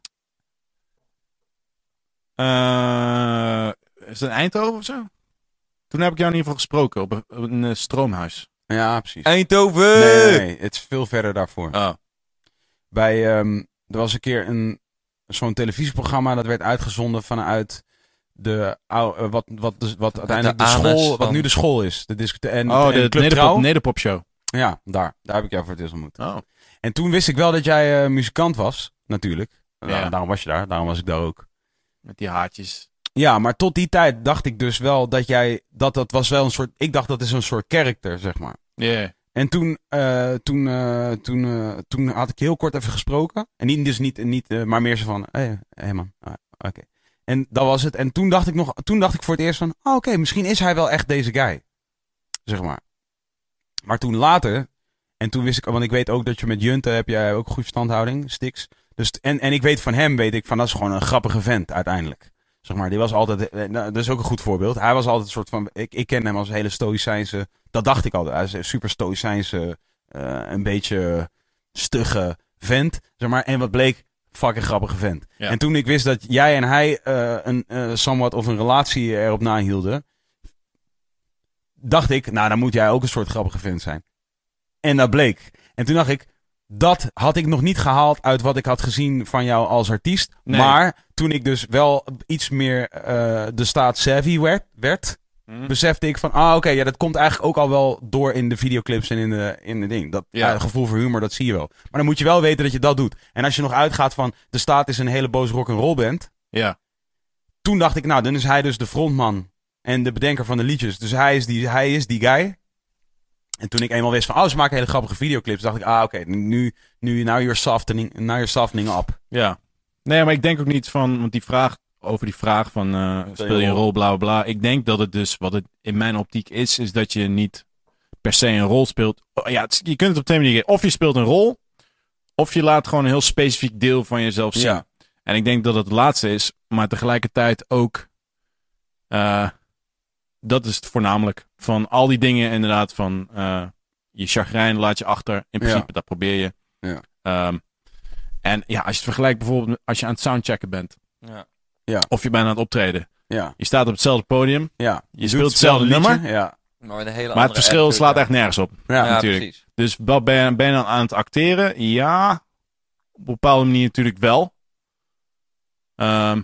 Uh, is het in Eindhoven of zo? Toen heb ik jou in ieder geval gesproken op een, op een uh, stroomhuis. Ja, precies. Eindhoven! Nee, nee, nee. Het is veel verder daarvoor. Oh. Bij, um, er was een keer een, zo'n televisieprogramma dat werd uitgezonden vanuit de, uh, wat, wat, de, wat uiteindelijk de, de school, anus wat van... nu de school is. De disco- en, Oh, en de Club Trouw. nederpop, nederpop show. Ja, daar. Daar heb ik jou voor het eerst ontmoet. Oh. En toen wist ik wel dat jij uh, muzikant was, natuurlijk. Ja. Nou, daarom was je daar, daarom was ik daar ook. Met die haartjes. Ja, maar tot die tijd dacht ik dus wel dat jij, dat dat was wel een soort, ik dacht dat is een soort karakter, zeg maar. Ja. Yeah. En toen, uh, toen, uh, toen, uh, toen had ik heel kort even gesproken. En niet, dus niet, niet uh, maar meer zo van, hé hey, hey man, ah, oké. Okay. En dat was het. En toen dacht ik nog, toen dacht ik voor het eerst van, oh, oké, okay, misschien is hij wel echt deze guy. Zeg maar. Maar toen later, en toen wist ik, want ik weet ook dat je met Junte heb jij ook goede verstandhouding, Stix. Dus, en, en ik weet van hem, weet ik van, dat is gewoon een grappige vent uiteindelijk. Zeg maar, die was altijd, nou, dat is ook een goed voorbeeld. Hij was altijd een soort van, ik, ik ken hem als een hele stoïcijnse, dat dacht ik altijd. Hij is een super stoïcijnse, uh, een beetje stugge vent, zeg maar. En wat bleek, fucking grappige vent. Ja. En toen ik wist dat jij en hij uh, een uh, somewhat of een relatie erop nahielden, dacht ik, nou dan moet jij ook een soort grappige vent zijn. En dat bleek. En toen dacht ik, dat had ik nog niet gehaald uit wat ik had gezien van jou als artiest. Nee. Maar toen ik dus wel iets meer uh, de staat savvy werd, werd mm. besefte ik van, ah oké, okay, ja, dat komt eigenlijk ook al wel door in de videoclips en in de, in de ding. Dat ja. uh, gevoel voor humor, dat zie je wel. Maar dan moet je wel weten dat je dat doet. En als je nog uitgaat van, de staat is een hele boze rock'n'roll band. Ja. Toen dacht ik, nou, dan is hij dus de frontman en de bedenker van de liedjes. Dus hij is die, hij is die guy. En toen ik eenmaal wist van, oh, ze maken hele grappige videoclips, dacht ik, ah, oké, okay, nu, nu, now you're softening, now you're softening up. Ja. Nee, maar ik denk ook niet van, want die vraag, over die vraag van, uh, speel je een rol, bla, bla, bla. Ik denk dat het dus, wat het in mijn optiek is, is dat je niet per se een rol speelt. Ja, het, je kunt het op twee manieren. Of je speelt een rol, of je laat gewoon een heel specifiek deel van jezelf zien. Ja. En ik denk dat het laatste is, maar tegelijkertijd ook, uh, dat is het voornamelijk. Van al die dingen inderdaad van uh, je chagrijn laat je achter. In principe, ja. dat probeer je. Ja. Um, en ja, als je het vergelijkt bijvoorbeeld als je aan het soundchecken bent. Ja. Ja. Of je bent aan het optreden. Ja. Je staat op hetzelfde podium. Ja. Je, je speelt hetzelfde nummer. Ja. Maar, de hele maar het verschil acteur, slaat ja. echt nergens op. Ja, ja natuurlijk. Precies. Dus wat ben je, ben je dan aan het acteren? Ja, op een bepaalde manier natuurlijk wel. Um,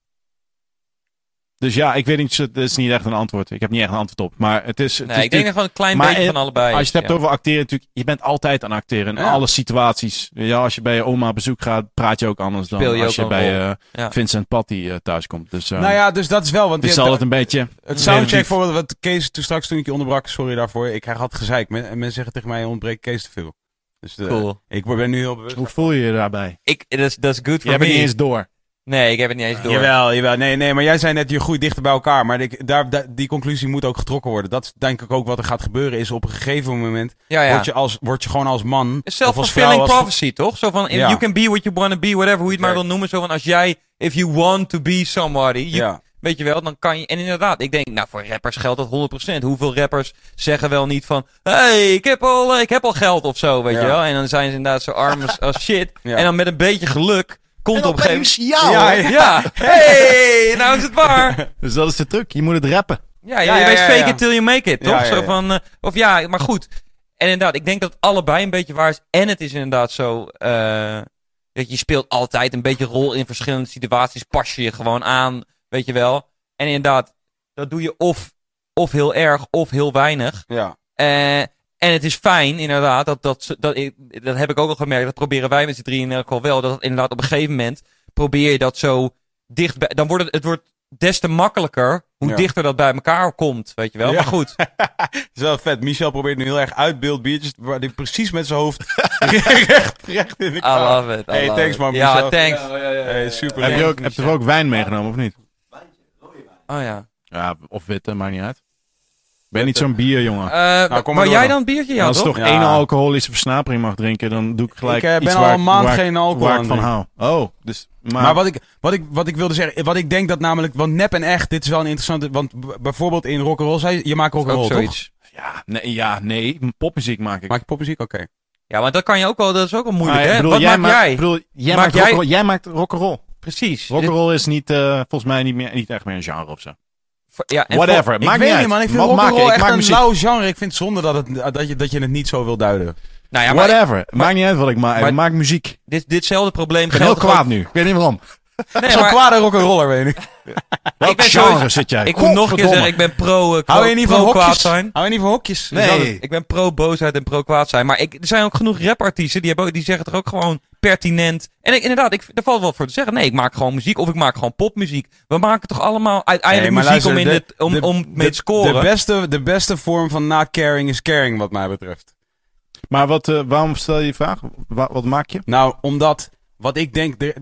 Dus ja, ik weet niet, het is niet echt een antwoord. Ik heb niet echt een antwoord op. Maar het is. Het nee, is ik denk gewoon een klein beetje van allebei. Als je het hebt ja. over acteren, natuurlijk, je bent altijd aan acteren. In ja. alle situaties. Ja, als je bij je oma op bezoek gaat, praat je ook anders dan je als je bij uh, ja. Vincent Patty uh, thuis komt. Dus, uh, nou ja, dus dat is wel. Want het is altijd een beetje. Het soundcheck voor wat Kees toen straks toen ik je onderbrak, sorry daarvoor. Ik had gezeik. En mensen zeggen tegen mij, ontbreekt Kees te veel. Dus de, cool. Ik ben nu heel bewust. Hoe voel je je daarbij? Ik, dat is good for me. Je hebt het niet eens door. Nee, ik heb het niet eens door. Jawel, jawel. Nee, nee, maar jij zei net, je groeit dichter bij elkaar. Maar ik, daar, daar, die conclusie moet ook getrokken worden. Dat is denk ik ook wat er gaat gebeuren. Is op een gegeven moment, ja, ja. Word, je als, word je gewoon als man, self-fulfilling prophecy, toch? Zo van, ja. you can be what you want to be, whatever, hoe je het maar wil noemen. Zo van, als jij, if you want to be somebody, you, ja. weet je wel, dan kan je... En inderdaad, ik denk, nou, voor rappers geldt dat honderd procent. Hoeveel rappers zeggen wel niet van, hey, ik heb al, ik heb al geld of zo, weet ja. je wel. En dan zijn ze inderdaad zo arm als, als shit. Ja. En dan met een beetje geluk... Komt op een gegeven moment. Ja, ja. ja. Hey, nou is het waar. Dus dat is de truc. Je moet het rappen. Ja, ja, ja, je weet ja, ja, fake ja. it till you make it, toch? Ja, ja, ja. Zo van, uh, of ja, maar goed. En inderdaad, ik denk dat het allebei een beetje waar is. En het is inderdaad zo, uh, dat je speelt altijd een beetje rol in verschillende situaties. Pas je je gewoon aan, weet je wel. En inderdaad, dat doe je of, of heel erg, of heel weinig. Ja. Uh, En het is fijn, inderdaad, dat, dat, dat, dat heb ik ook al gemerkt, dat proberen wij met z'n drieën in elk geval wel, dat het inderdaad op een gegeven moment probeer je dat zo dicht bij, dan wordt het, het wordt des te makkelijker hoe Ja. dichter dat bij elkaar komt, weet je wel. Ja. Maar goed. Het is wel vet. Michel probeert nu heel erg uit beeld biertjes, waar hij precies met zijn hoofd recht, recht in de I kamer. love it. I Hey, love thanks it. man, Ja, Michel. thanks. Hey, super Heb leuk. je ook, heb je er ook wijn meegenomen of niet? Oh ja. Ja, of witte, maakt niet uit. Ben je niet zo'n bier, jongen? Uh, Nou, kom maar maar door jij dan. dan een biertje? Ja, Als je toch? toch Ja. één alcoholische versnapering mag drinken, dan doe ik gelijk Ik, eh, iets ben al waar, een maand waar, geen alcohol waar aan ik van drinken. hou. Oh, dus... Maar, Maar wat ik, wat, ik, wat ik wilde zeggen, wat ik denk dat namelijk, want nep en echt, dit is wel een interessante, want b- bijvoorbeeld in rock'n'roll, zei je, je maakt Ook rock'n'roll toch? zoiets. Ja, nee, ja, nee, popmuziek maak ik. Maak je popmuziek? Oké. Ja, maar dat kan je ook wel, dat is ook wel moeilijk, Maar, hè? ik bedoel, Wat jij maak maakt- jij? ik bedoel, jij Maak maakt jij- rock'n'roll. Jij maakt rock'n'roll. Precies. Rock'n'roll is niet, uh, volgens mij niet, meer, niet echt meer een genre of zo. Ja, en Whatever, voor- Ik maakt weet niet niet uit. man, ik vind Wat maak je? rock'n'roll Ik echt maak een muziek. lauw genre. Ik vind het zonde dat, het, dat, je, dat je het niet zo wil duiden. Nou ja, maar Whatever, maakt niet uit wat ik maak. maar- Ik maak muziek. dit, ditzelfde probleem Ik ben heel geldt toch kwaad ook- nu. Ik weet niet waarom. Nee, Zo'n maar kwade rock'n'roller, weet ik. Welk ben genre sowieso- zit jij? ik moet nog een keer Godverdomme. zeggen, ik ben pro, uh, Hou je niet van pro kwaad hokjes? zijn. Hou je niet van hokjes? Nee. Is dat- Ik ben pro boosheid en pro kwaad zijn. Maar ik, er zijn ook genoeg rapartiesten die, hebben, ook- die zeggen toch ook gewoon pertinent. En ik, inderdaad, ik, daar valt wel voor te zeggen. Nee, ik maak gewoon muziek of ik maak gewoon popmuziek. We maken toch allemaal uiteindelijk Nee, maar muziek luister, om, in de- dit, om, de- om mee de- te scoren. De beste, de beste vorm van not caring is caring, wat mij betreft. Maar wat, uh, waarom stel je die vraag? Wa- wat maak je? Nou, omdat, wat ik denk, de,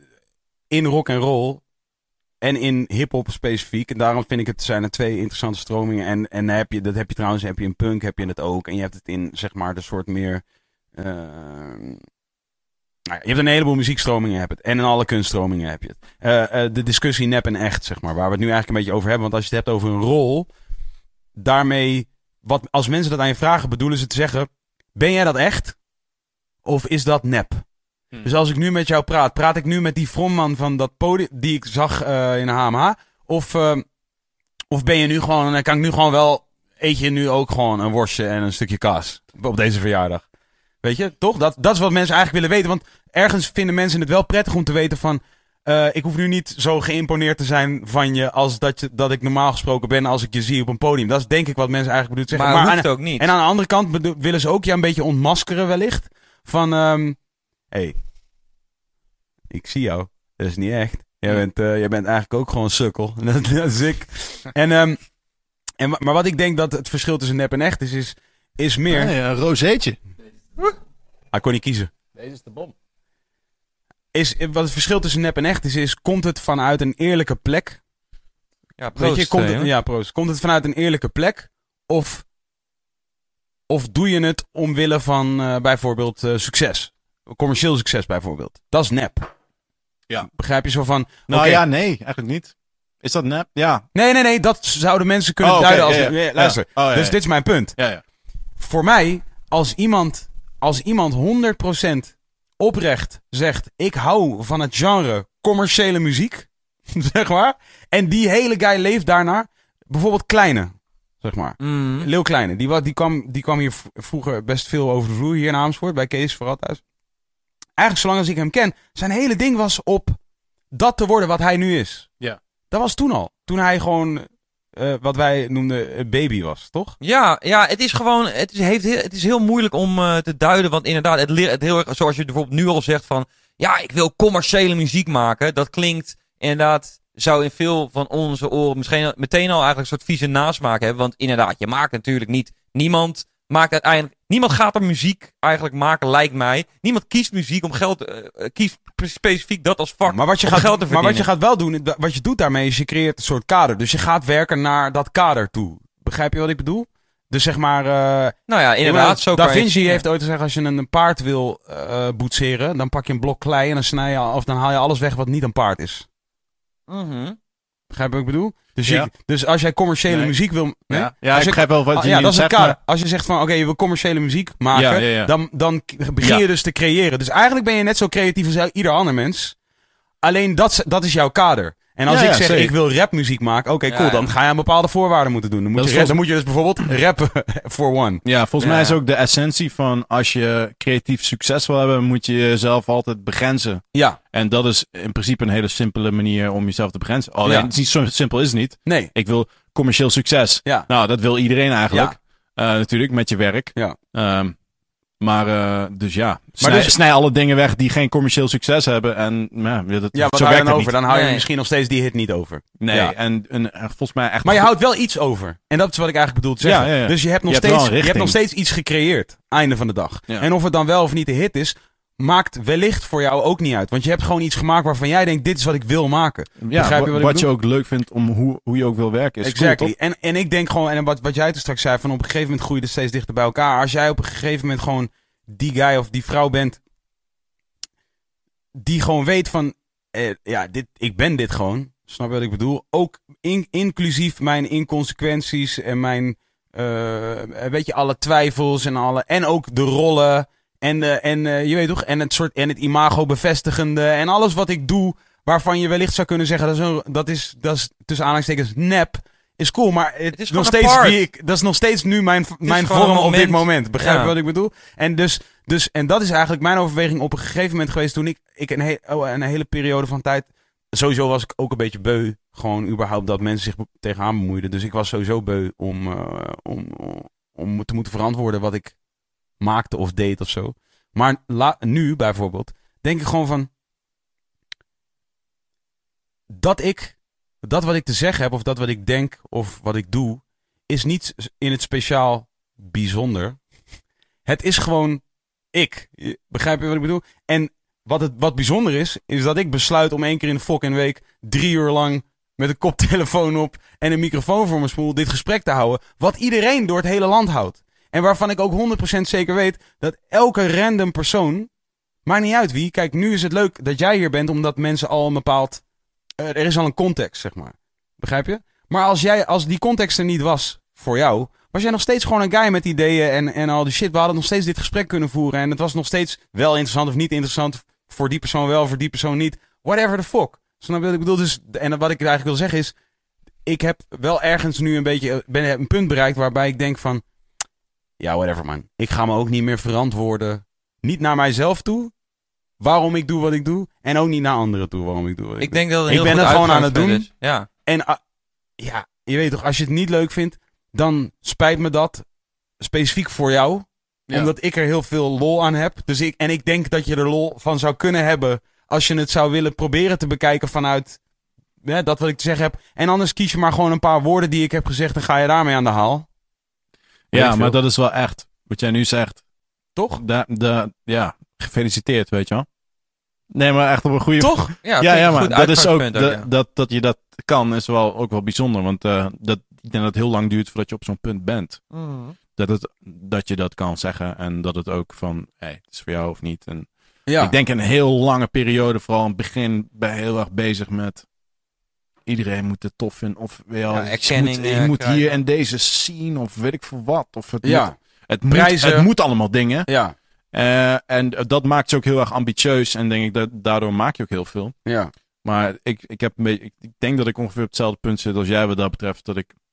in rock en roll en in hip-hop specifiek, en daarom vind ik het, zijn er twee interessante stromingen. En, en heb je, dat heb je trouwens, heb je in punk, heb je het ook. En je hebt het in, zeg maar, de soort meer. Uh, nou ja, je hebt een heleboel muziekstromingen, heb je het. En in alle kunststromingen heb je het. Uh, uh, de discussie nep en echt, zeg maar, waar we het nu eigenlijk een beetje over hebben. Want als je het hebt over een rol, daarmee, wat, als mensen dat aan je vragen, bedoelen ze te zeggen: ben jij dat echt? Of is dat nep? Hmm. Dus als ik nu met jou praat, praat ik nu met die frontman van dat podium die ik zag uh, in de H M H? Of, uh, of ben je nu gewoon, kan ik nu gewoon wel, eet je nu ook gewoon een worstje en een stukje kaas op deze verjaardag? Weet je, toch? Dat, dat is wat mensen eigenlijk willen weten. Want ergens vinden mensen het wel prettig om te weten van, uh, ik hoef nu niet zo geïmponeerd te zijn van je als dat, je, dat ik normaal gesproken ben als ik je zie op een podium. Dat is denk ik wat mensen eigenlijk bedoelen te zeggen. Maar, maar hoeft aan, ook niet. En aan de andere kant bedo- willen ze ook je een beetje ontmaskeren wellicht. Van, um, hé, hey, ik zie jou. Dat is niet echt. Jij bent, uh, jij bent eigenlijk ook gewoon sukkel. Dat is ik. En, um, en, maar wat ik denk dat het verschil tussen nep en echt is, is, is meer... Nee, een rozeetje. Hij kon niet kiezen. Deze is de bom. Is, wat het verschil tussen nep en echt is, is komt het vanuit een eerlijke plek? Ja, proost, Weet je, komt uh, het, ja, proost. Komt het vanuit een eerlijke plek? Of, of doe je het omwille van uh, bijvoorbeeld uh, succes? Commercieel succes bijvoorbeeld. Dat is nep. Ja. Begrijp je zo van... Nou okay. ja, nee, eigenlijk niet. Is dat nep? Ja. Nee, nee, nee. Dat zouden mensen kunnen oh, okay, duiden als... ja, ja. Ja, luister, ja. Oh, ja, dus ja. dit is mijn punt. Ja, ja. Voor mij, als iemand, als iemand honderd procent oprecht zegt... Ik hou van het genre commerciële muziek, zeg maar. En die hele guy leeft daarnaar. Bijvoorbeeld Kleine, zeg maar. Mm. Leeuw Kleine. Die, die, kwam, die kwam hier v- vroeger best veel over de vloer hier in Amersfoort. Bij Kees vooral thuis. Eigenlijk zolang als ik hem ken. Zijn hele ding was op dat te worden wat hij nu is. Ja. Dat was toen al. Toen hij gewoon... Uh, wat wij noemden uh, baby was, toch? Ja, ja, het is gewoon, het is, heeft heel, het is heel moeilijk om uh, te duiden, want inderdaad, het, leert het heel erg, zoals je bijvoorbeeld nu al zegt van, ja, ik wil commerciële muziek maken. Dat klinkt inderdaad, zou in veel van onze oren misschien meteen al eigenlijk een soort vieze nasmaak hebben, want inderdaad, je maakt natuurlijk niet, niemand maakt uiteindelijk, niemand gaat er muziek eigenlijk maken, lijkt mij. Niemand kiest muziek om geld, uh, kiest specifiek dat als vak maar wat je om gaat, geld te verdienen. Maar wat je gaat wel doen, wat je doet daarmee is je creëert een soort kader. Dus je gaat werken naar dat kader toe. Begrijp je wat ik bedoel? Dus zeg maar... Uh, nou ja, inderdaad. Zo Da kan Vinci je, heeft ooit gezegd, als je een, een paard wil uh, boetseren, dan pak je een blok klei en dan snij je, of dan haal je alles weg wat niet een paard is. Mm-hmm. Begrijp je wat ik bedoel? Dus, ja. je, dus als jij commerciële nee. muziek wil... Nee? Ja, ja ik begrijp wel wat oh, je ja, dat is zegt. het kader. Maar... Als je zegt van, oké, okay, je wil commerciële muziek maken, ja, ja, ja. Dan, dan begin je ja. dus te creëren. Dus eigenlijk ben je net zo creatief als ieder ander mens. Alleen dat, dat is jouw kader. En als ja, ik ja, zeg, zeker. ik wil rapmuziek maken, oké, okay, cool, ja, ja. dan ga je aan bepaalde voorwaarden moeten doen. Dan moet, je, volgens... dan moet je dus bijvoorbeeld rappen for one. Ja, volgens ja. mij is ook de essentie van als je creatief succes wil hebben, moet je jezelf altijd begrenzen. Ja. En dat is in principe een hele simpele manier om jezelf te begrenzen. Alleen, ja. het is niet zo simpel is het niet. Nee. Ik wil commercieel succes. Ja. Nou, dat wil iedereen eigenlijk. Ja. Uh, natuurlijk, met je werk. Ja. Um, Maar uh, dus ja, Maar snij, dus, snij alle dingen weg die geen commercieel succes hebben. En ja, dat, ja wat zo hou je werkt dan het over? niet. Dan hou je Nee. misschien nog steeds die hit niet over. Nee, Ja. en, en, en volgens mij echt... Maar je goed- houdt wel iets over. En dat is wat ik eigenlijk bedoel te zeggen. Ja, ja, ja. Dus je hebt nog Je hebt wel steeds, een je hebt nog richting. steeds iets gecreëerd. Einde van de dag. Ja. En of het dan wel of niet een hit is, maakt wellicht voor jou ook niet uit. Want je hebt gewoon iets gemaakt waarvan jij denkt, dit is wat ik wil maken. Ja, Begrijp je wa- wat ik wat bedoel? je ook leuk vindt om hoe, hoe je ook wil werken. Is Exactly. cool, toch? en, en ik denk gewoon, en wat, wat jij toen straks zei, van op een gegeven moment groei je steeds dichter bij elkaar. Als jij op een gegeven moment gewoon die guy of die vrouw bent, die gewoon weet van, eh, ja, dit, ik ben dit gewoon. Snap je wat ik bedoel? Ook in, inclusief mijn inconsequenties en mijn, uh, weet je, alle twijfels en alle, en ook de rollen en, uh, en uh, je weet toch, en het soort, en het imago bevestigende en alles wat ik doe, waarvan je wellicht zou kunnen zeggen, dat is, een, dat is, dat is tussen aanhalingstekens nep, is cool, maar het, Het is nog gewoon steeds apart. wie ik, dat is nog steeds nu mijn, mijn gewoon vorm een op dit moment. moment. Begrijp je Ja. wat ik bedoel? En dus, dus, en dat is eigenlijk mijn overweging op een gegeven moment geweest toen ik, ik een, he, oh, een hele periode van tijd, sowieso was ik ook een beetje beu, gewoon überhaupt dat mensen zich be- tegenaan bemoeiden. Dus ik was sowieso beu om, uh, om, om, om te moeten verantwoorden wat ik maakte of deed of zo. Maar la, nu bijvoorbeeld, denk ik gewoon van, dat ik, dat wat ik te zeggen heb of dat wat ik denk of wat ik doe, is niet in het speciaal bijzonder. Het is gewoon ik. Begrijp je wat ik bedoel? En wat, het, wat bijzonder is, is dat ik besluit om één keer in de fucking week drie uur lang met een koptelefoon op en een microfoon voor mijn spoel dit gesprek te houden. Wat iedereen door het hele land houdt. En waarvan ik ook honderd procent zeker weet dat elke random persoon, maakt niet uit wie. Kijk, nu is het leuk dat jij hier bent omdat mensen al een bepaald, uh, er is al een context, zeg maar. Begrijp je? Maar als jij, als die context er niet was voor jou, was jij nog steeds gewoon een guy met ideeën en, en al die shit. We hadden nog steeds dit gesprek kunnen voeren. En het was nog steeds wel interessant of niet interessant. Voor die persoon wel, voor die persoon niet. Whatever the fuck. Snap je wat ik bedoel? Dus, en wat ik eigenlijk wil zeggen is, ik heb wel ergens nu een beetje, ben een punt bereikt waarbij ik denk van, ja, whatever man. Ik ga me ook niet meer verantwoorden. Niet naar mijzelf toe, waarom ik doe wat ik doe. En ook niet naar anderen toe, waarom ik doe wat ik, Ik doe. denk dat het een Ik heel ben goed er gewoon aan het uitgangspunt doen. is. Ja. En uh, ja, je weet toch, als je het niet leuk vindt, dan spijt me dat specifiek voor jou. Ja. Omdat ik er heel veel lol aan heb. Dus ik, en ik denk dat je er lol van zou kunnen hebben als je het zou willen proberen te bekijken vanuit ja, dat wat ik te zeggen heb. En anders kies je maar gewoon een paar woorden die ik heb gezegd en ga je daarmee aan de haal. Weet Ja, ik maar veel. dat is wel echt. Wat jij nu zegt. Toch? Da, da, ja, gefeliciteerd, weet je wel. Nee, maar echt op een goede... Toch? Ja, Ja, ja, een maar goed dat is ook, uitgangspunt dat, ja. dat, dat je dat kan is wel ook wel bijzonder. Want uh, dat, ik denk dat het heel lang duurt voordat je op zo'n punt bent. Mhm. Dat, het, dat je dat kan zeggen en dat het ook van, hé, hey, het is voor jou of niet. En Ja. ik denk een heel lange periode, vooral in het begin, ben je heel erg bezig met iedereen moet het tof vinden. Of wel, Ja, je erkenning, moet, je eh, moet krijgen. hier en deze scene of weet ik veel wat. Of het, Ja. moet, het, moet, Prijzen. het moet allemaal dingen. Ja. Uh, en dat maakt je ook heel erg ambitieus. En denk ik, dat, daardoor maak je ook heel veel. Ja. Maar ik, ik, heb een beetje, ik, ik denk dat ik ongeveer op hetzelfde punt zit als jij wat dat betreft. Dat ik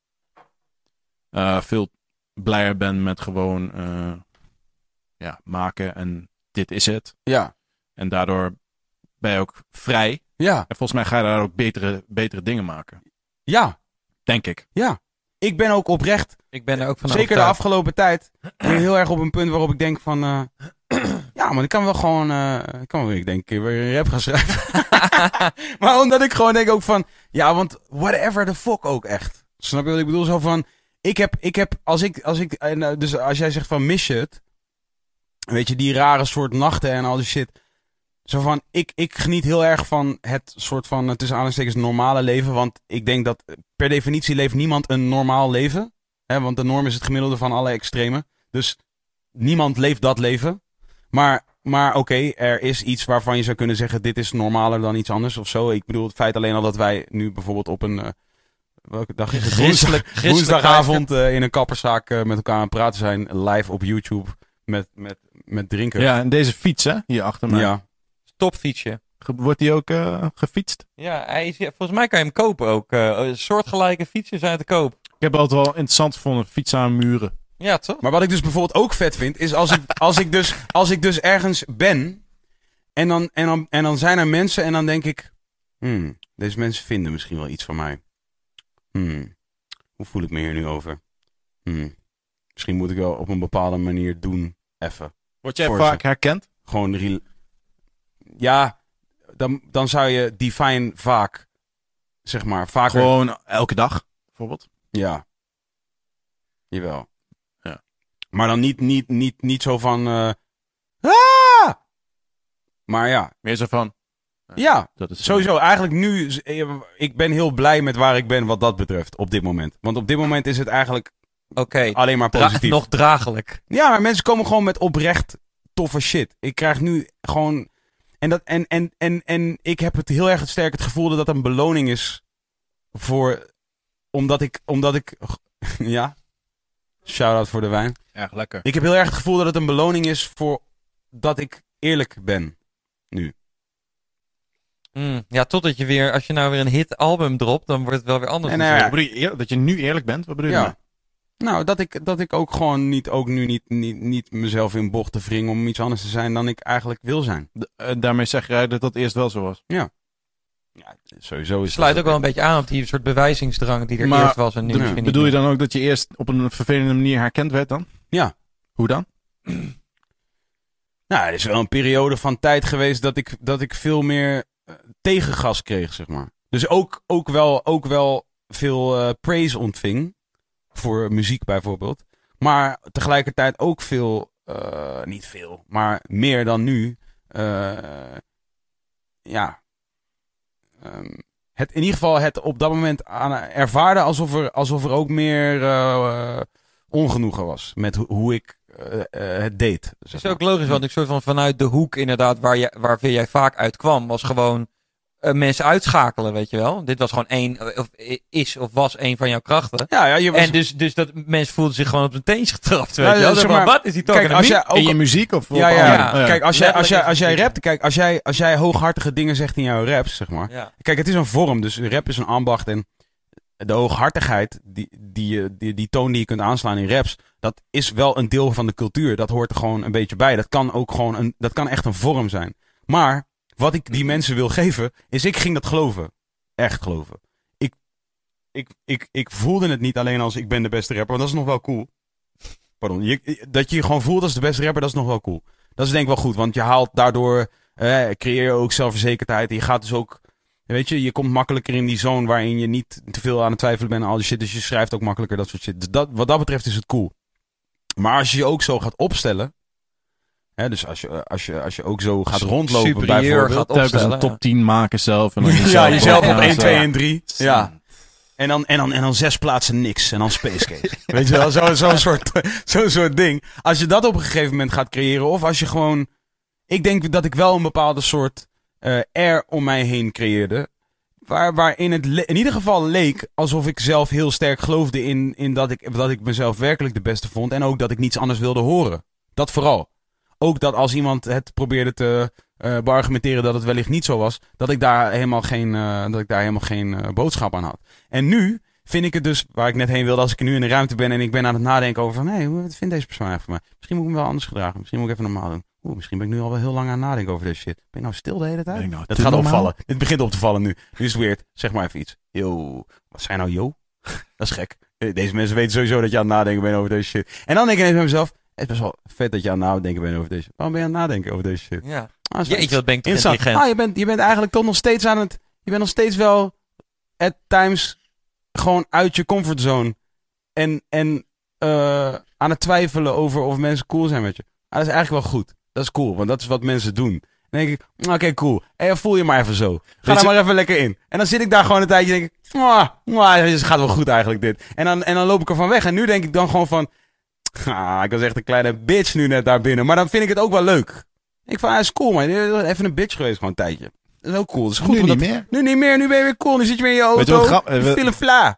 uh, veel blijer ben met gewoon uh, ja, maken en dit is het. Ja. En daardoor ben je ook vrij. Ja. En volgens mij ga je daar ook betere, betere dingen maken. Ja. Denk ik. Ja. Ik ben ook oprecht, Ik ben er ook van zeker de overtuigd. afgelopen tijd, ben ik heel erg op een punt waarop ik denk van, uh, ja, maar ik kan wel gewoon, uh, ik kan wel, ik denk, weer een rap gaan schrijven. Maar omdat ik gewoon denk ook van, ja, want whatever the fuck ook echt. Snap je wat ik bedoel? Zo van, ik heb, ik heb, als ik, als ik, en, uh, dus als jij zegt van mis je het, weet je, die rare soort nachten en al die shit. Zo van, ik, ik geniet heel erg van het soort van, tussen aanhalingstekens, normale leven. Want ik denk dat per definitie leeft niemand een normaal leven. Hè, want de norm is het gemiddelde van alle extremen. Dus niemand leeft dat leven. Maar, maar oké, okay, er is iets waarvan je zou kunnen zeggen, dit is normaler dan iets anders of zo. Ik bedoel, het feit alleen al dat wij nu bijvoorbeeld op een, uh, welke dag is het? Christelijk- Woensdag, christelijk woensdagavond uh, in een kapperszaak uh, met elkaar aan het praten zijn. Live op YouTube met, met, met drinken. Ja, en deze fiets hè, hier achter mij. Ja. Topfietsje. Ge- Wordt die ook uh, gefietst? Ja, hij is, ja, volgens mij kan je hem kopen ook. Uh, soortgelijke fietsjes zijn te koop. Ik heb altijd wel interessant gevonden, fietsen aan muren. Ja, toch? Maar wat ik dus bijvoorbeeld ook vet vind, is als ik, als ik, dus, als ik dus ergens ben en dan, en, dan, en dan zijn er mensen en dan denk ik, hmm, deze mensen vinden misschien wel iets van mij. Hmm, hoe voel ik me hier nu over? Hmm, misschien moet ik wel op een bepaalde manier doen, even. Word jij Voor vaak ze. herkend? Gewoon... Re- ja, dan, dan zou je define vaak... Zeg maar, vaker... Gewoon elke dag, bijvoorbeeld? Ja. Jawel. Ja. Maar dan niet, niet, niet, niet zo van... Uh, ah! Maar ja. Meer zo van... Ja, dat is sowieso. Eigenlijk nu... Ik ben heel blij met waar ik ben wat dat betreft. Op dit moment. Want op dit moment is het eigenlijk Oké, okay. alleen maar Dra- positief. nog draaglijk. Ja, maar mensen komen gewoon met oprecht toffe shit. Ik krijg nu gewoon... En, dat, en, en, en, en ik heb het heel erg sterk het gevoel dat dat een beloning is voor... Omdat ik... Omdat ik ja. Shout-out voor de wijn. Erg lekker. Ik heb heel erg het gevoel dat het een beloning is voor dat ik eerlijk ben. Nu. Mm, ja, totdat je weer... Als je nou weer een hit album dropt, dan wordt het wel weer anders. En, uh, Wat bedoel je, eer- dat je nu eerlijk bent? Wat bedoel je? Ja. daarmee? Nou, dat ik, dat ik ook gewoon niet, ook nu niet, niet, niet mezelf in bochten wring om iets anders te zijn dan ik eigenlijk wil zijn. D- uh, daarmee zeg jij dat dat eerst wel zo was. Ja. Ja, sowieso is sluit dat ook wel een beetje aan op die soort bewijzingsdrang die er Maar eerst was en nu ja. misschien niet Bedoel je meer. dan ook dat je eerst op een vervelende manier herkend werd dan? Ja. Hoe dan? Nou, er is wel een periode van tijd geweest dat ik, dat ik veel meer uh, tegengas kreeg, zeg maar. Dus ook, ook, wel, ook wel veel uh, praise ontving. Voor muziek bijvoorbeeld. Maar tegelijkertijd ook veel, uh, niet veel, maar meer dan nu. Uh, ja. Um, het, in ieder geval het op dat moment aan, ervaarde alsof er, alsof er ook meer uh, ongenoegen was. Met ho- hoe ik uh, uh, het deed. Het is ook logisch, want ik soort van vanuit de hoek inderdaad waar, je, waar jij vaak uitkwam, was gewoon uh, mensen uitschakelen, weet je wel. Dit was gewoon één, of is of was één van jouw krachten. Ja, ja, je was... En dus, dus dat mensen voelden zich gewoon op hun teentjes getrapt, weet Ja, je wel. zeg Zeg maar, maar, wat is die talking kijk, als to me? jij ook... In je muziek of Ja, op ja, andere- ja. Oh, ja. Kijk, als jij, als jij, Letterlijk als jij is het rapt, kijk, als jij, als jij hooghartige dingen zegt in jouw raps, zeg maar. Ja. Kijk, het is een vorm, dus rap is een ambacht en de hooghartigheid, die, die, die, die toon die je kunt aanslaan in raps, dat is wel een deel van de cultuur. Dat hoort er gewoon een beetje bij. Dat kan ook gewoon een, dat kan echt een vorm zijn. Maar wat ik die mensen wil geven, is ik ging dat geloven. Echt geloven. Ik, ik, ik, ik voelde het niet alleen als ik ben de beste rapper, want dat is nog wel cool. Pardon. Je, dat je je gewoon voelt als de beste rapper, dat is nog wel cool. Dat is denk ik wel goed, want je haalt daardoor, eh, creëer je ook zelfverzekerdheid. En je gaat dus ook, weet je, je komt makkelijker in die zone waarin je niet te veel aan het twijfelen bent en al die shit. Dus je schrijft ook makkelijker dat soort shit. Dus dat, wat dat betreft is het cool. Maar als je je ook zo gaat opstellen, hè, dus als je, als, je, als je ook zo gaat rondlopen Superieur bijvoorbeeld. gaat Telkens opstellen, een top ja. tien maken zelf. En dan Ja, jezelf, jezelf op ja, één, zo. twee en drie. Ja. En dan, en, dan, en dan zes plaatsen niks. En dan Space Case. Weet je wel, zo'n zo soort, zo soort ding. Als je dat op een gegeven moment gaat creëren. Of als je gewoon... Ik denk dat ik wel een bepaalde soort uh, air om mij heen creëerde. Waar, waarin het le- in ieder geval leek alsof ik zelf heel sterk geloofde in, in dat, ik, dat ik mezelf werkelijk de beste vond. En ook dat ik niets anders wilde horen. Dat vooral. Ook dat als iemand het probeerde te uh, beargumenteren dat het wellicht niet zo was, dat ik daar helemaal geen, uh, dat ik daar helemaal geen uh, boodschap aan had. En nu vind ik het dus, waar ik net heen wilde, als ik nu in de ruimte ben en ik ben aan het nadenken over van, hé, hey, wat vindt deze persoon eigenlijk van mij? Misschien moet ik hem wel anders gedragen. Misschien moet ik even normaal doen. Oeh, misschien ben ik nu al wel heel lang aan het nadenken over deze shit. Ben ik nou stil de hele tijd? Ben ik nou dat te gaat normaal? opvallen. Het begint op te vallen nu. Nu is het weird. Zeg maar even iets. Yo, wat zijn nou yo? Dat is gek. Deze mensen weten sowieso dat je aan het nadenken bent over deze shit. En dan denk ik ineens bij mezelf, het is best wel vet dat je aan het nadenken bent over deze shit. Waarom ben je aan het nadenken over deze shit? Ja. Ah, is wel Jeetje, wat ben ik toch interessant. intelligent. Ah, je bent, je bent eigenlijk toch nog steeds aan het... Je bent nog steeds wel at times gewoon uit je comfortzone. En, en uh, aan het twijfelen over of mensen cool zijn met je. Ah, dat is eigenlijk wel goed. Dat is cool, want dat is wat mensen doen. Dan denk ik, oké, okay, cool. En voel je maar even zo. Ga Weet er je- maar even lekker in. En dan zit ik daar gewoon een tijdje en denk ik, mwah, mwah, het gaat wel goed eigenlijk dit. En dan, en dan loop ik er van weg. En nu denk ik dan gewoon van, ah, ik was echt een kleine bitch nu net daar binnen. Maar dan vind ik het ook wel leuk. Ik van, ah, is cool man. Even een bitch geweest gewoon een tijdje. Dat is ook cool. Dat is goed. Nu want niet dat- meer. Nu niet meer. Nu ben je weer cool. Nu zit je weer in je auto. Weet je wat grap- eh, Je we- file fla.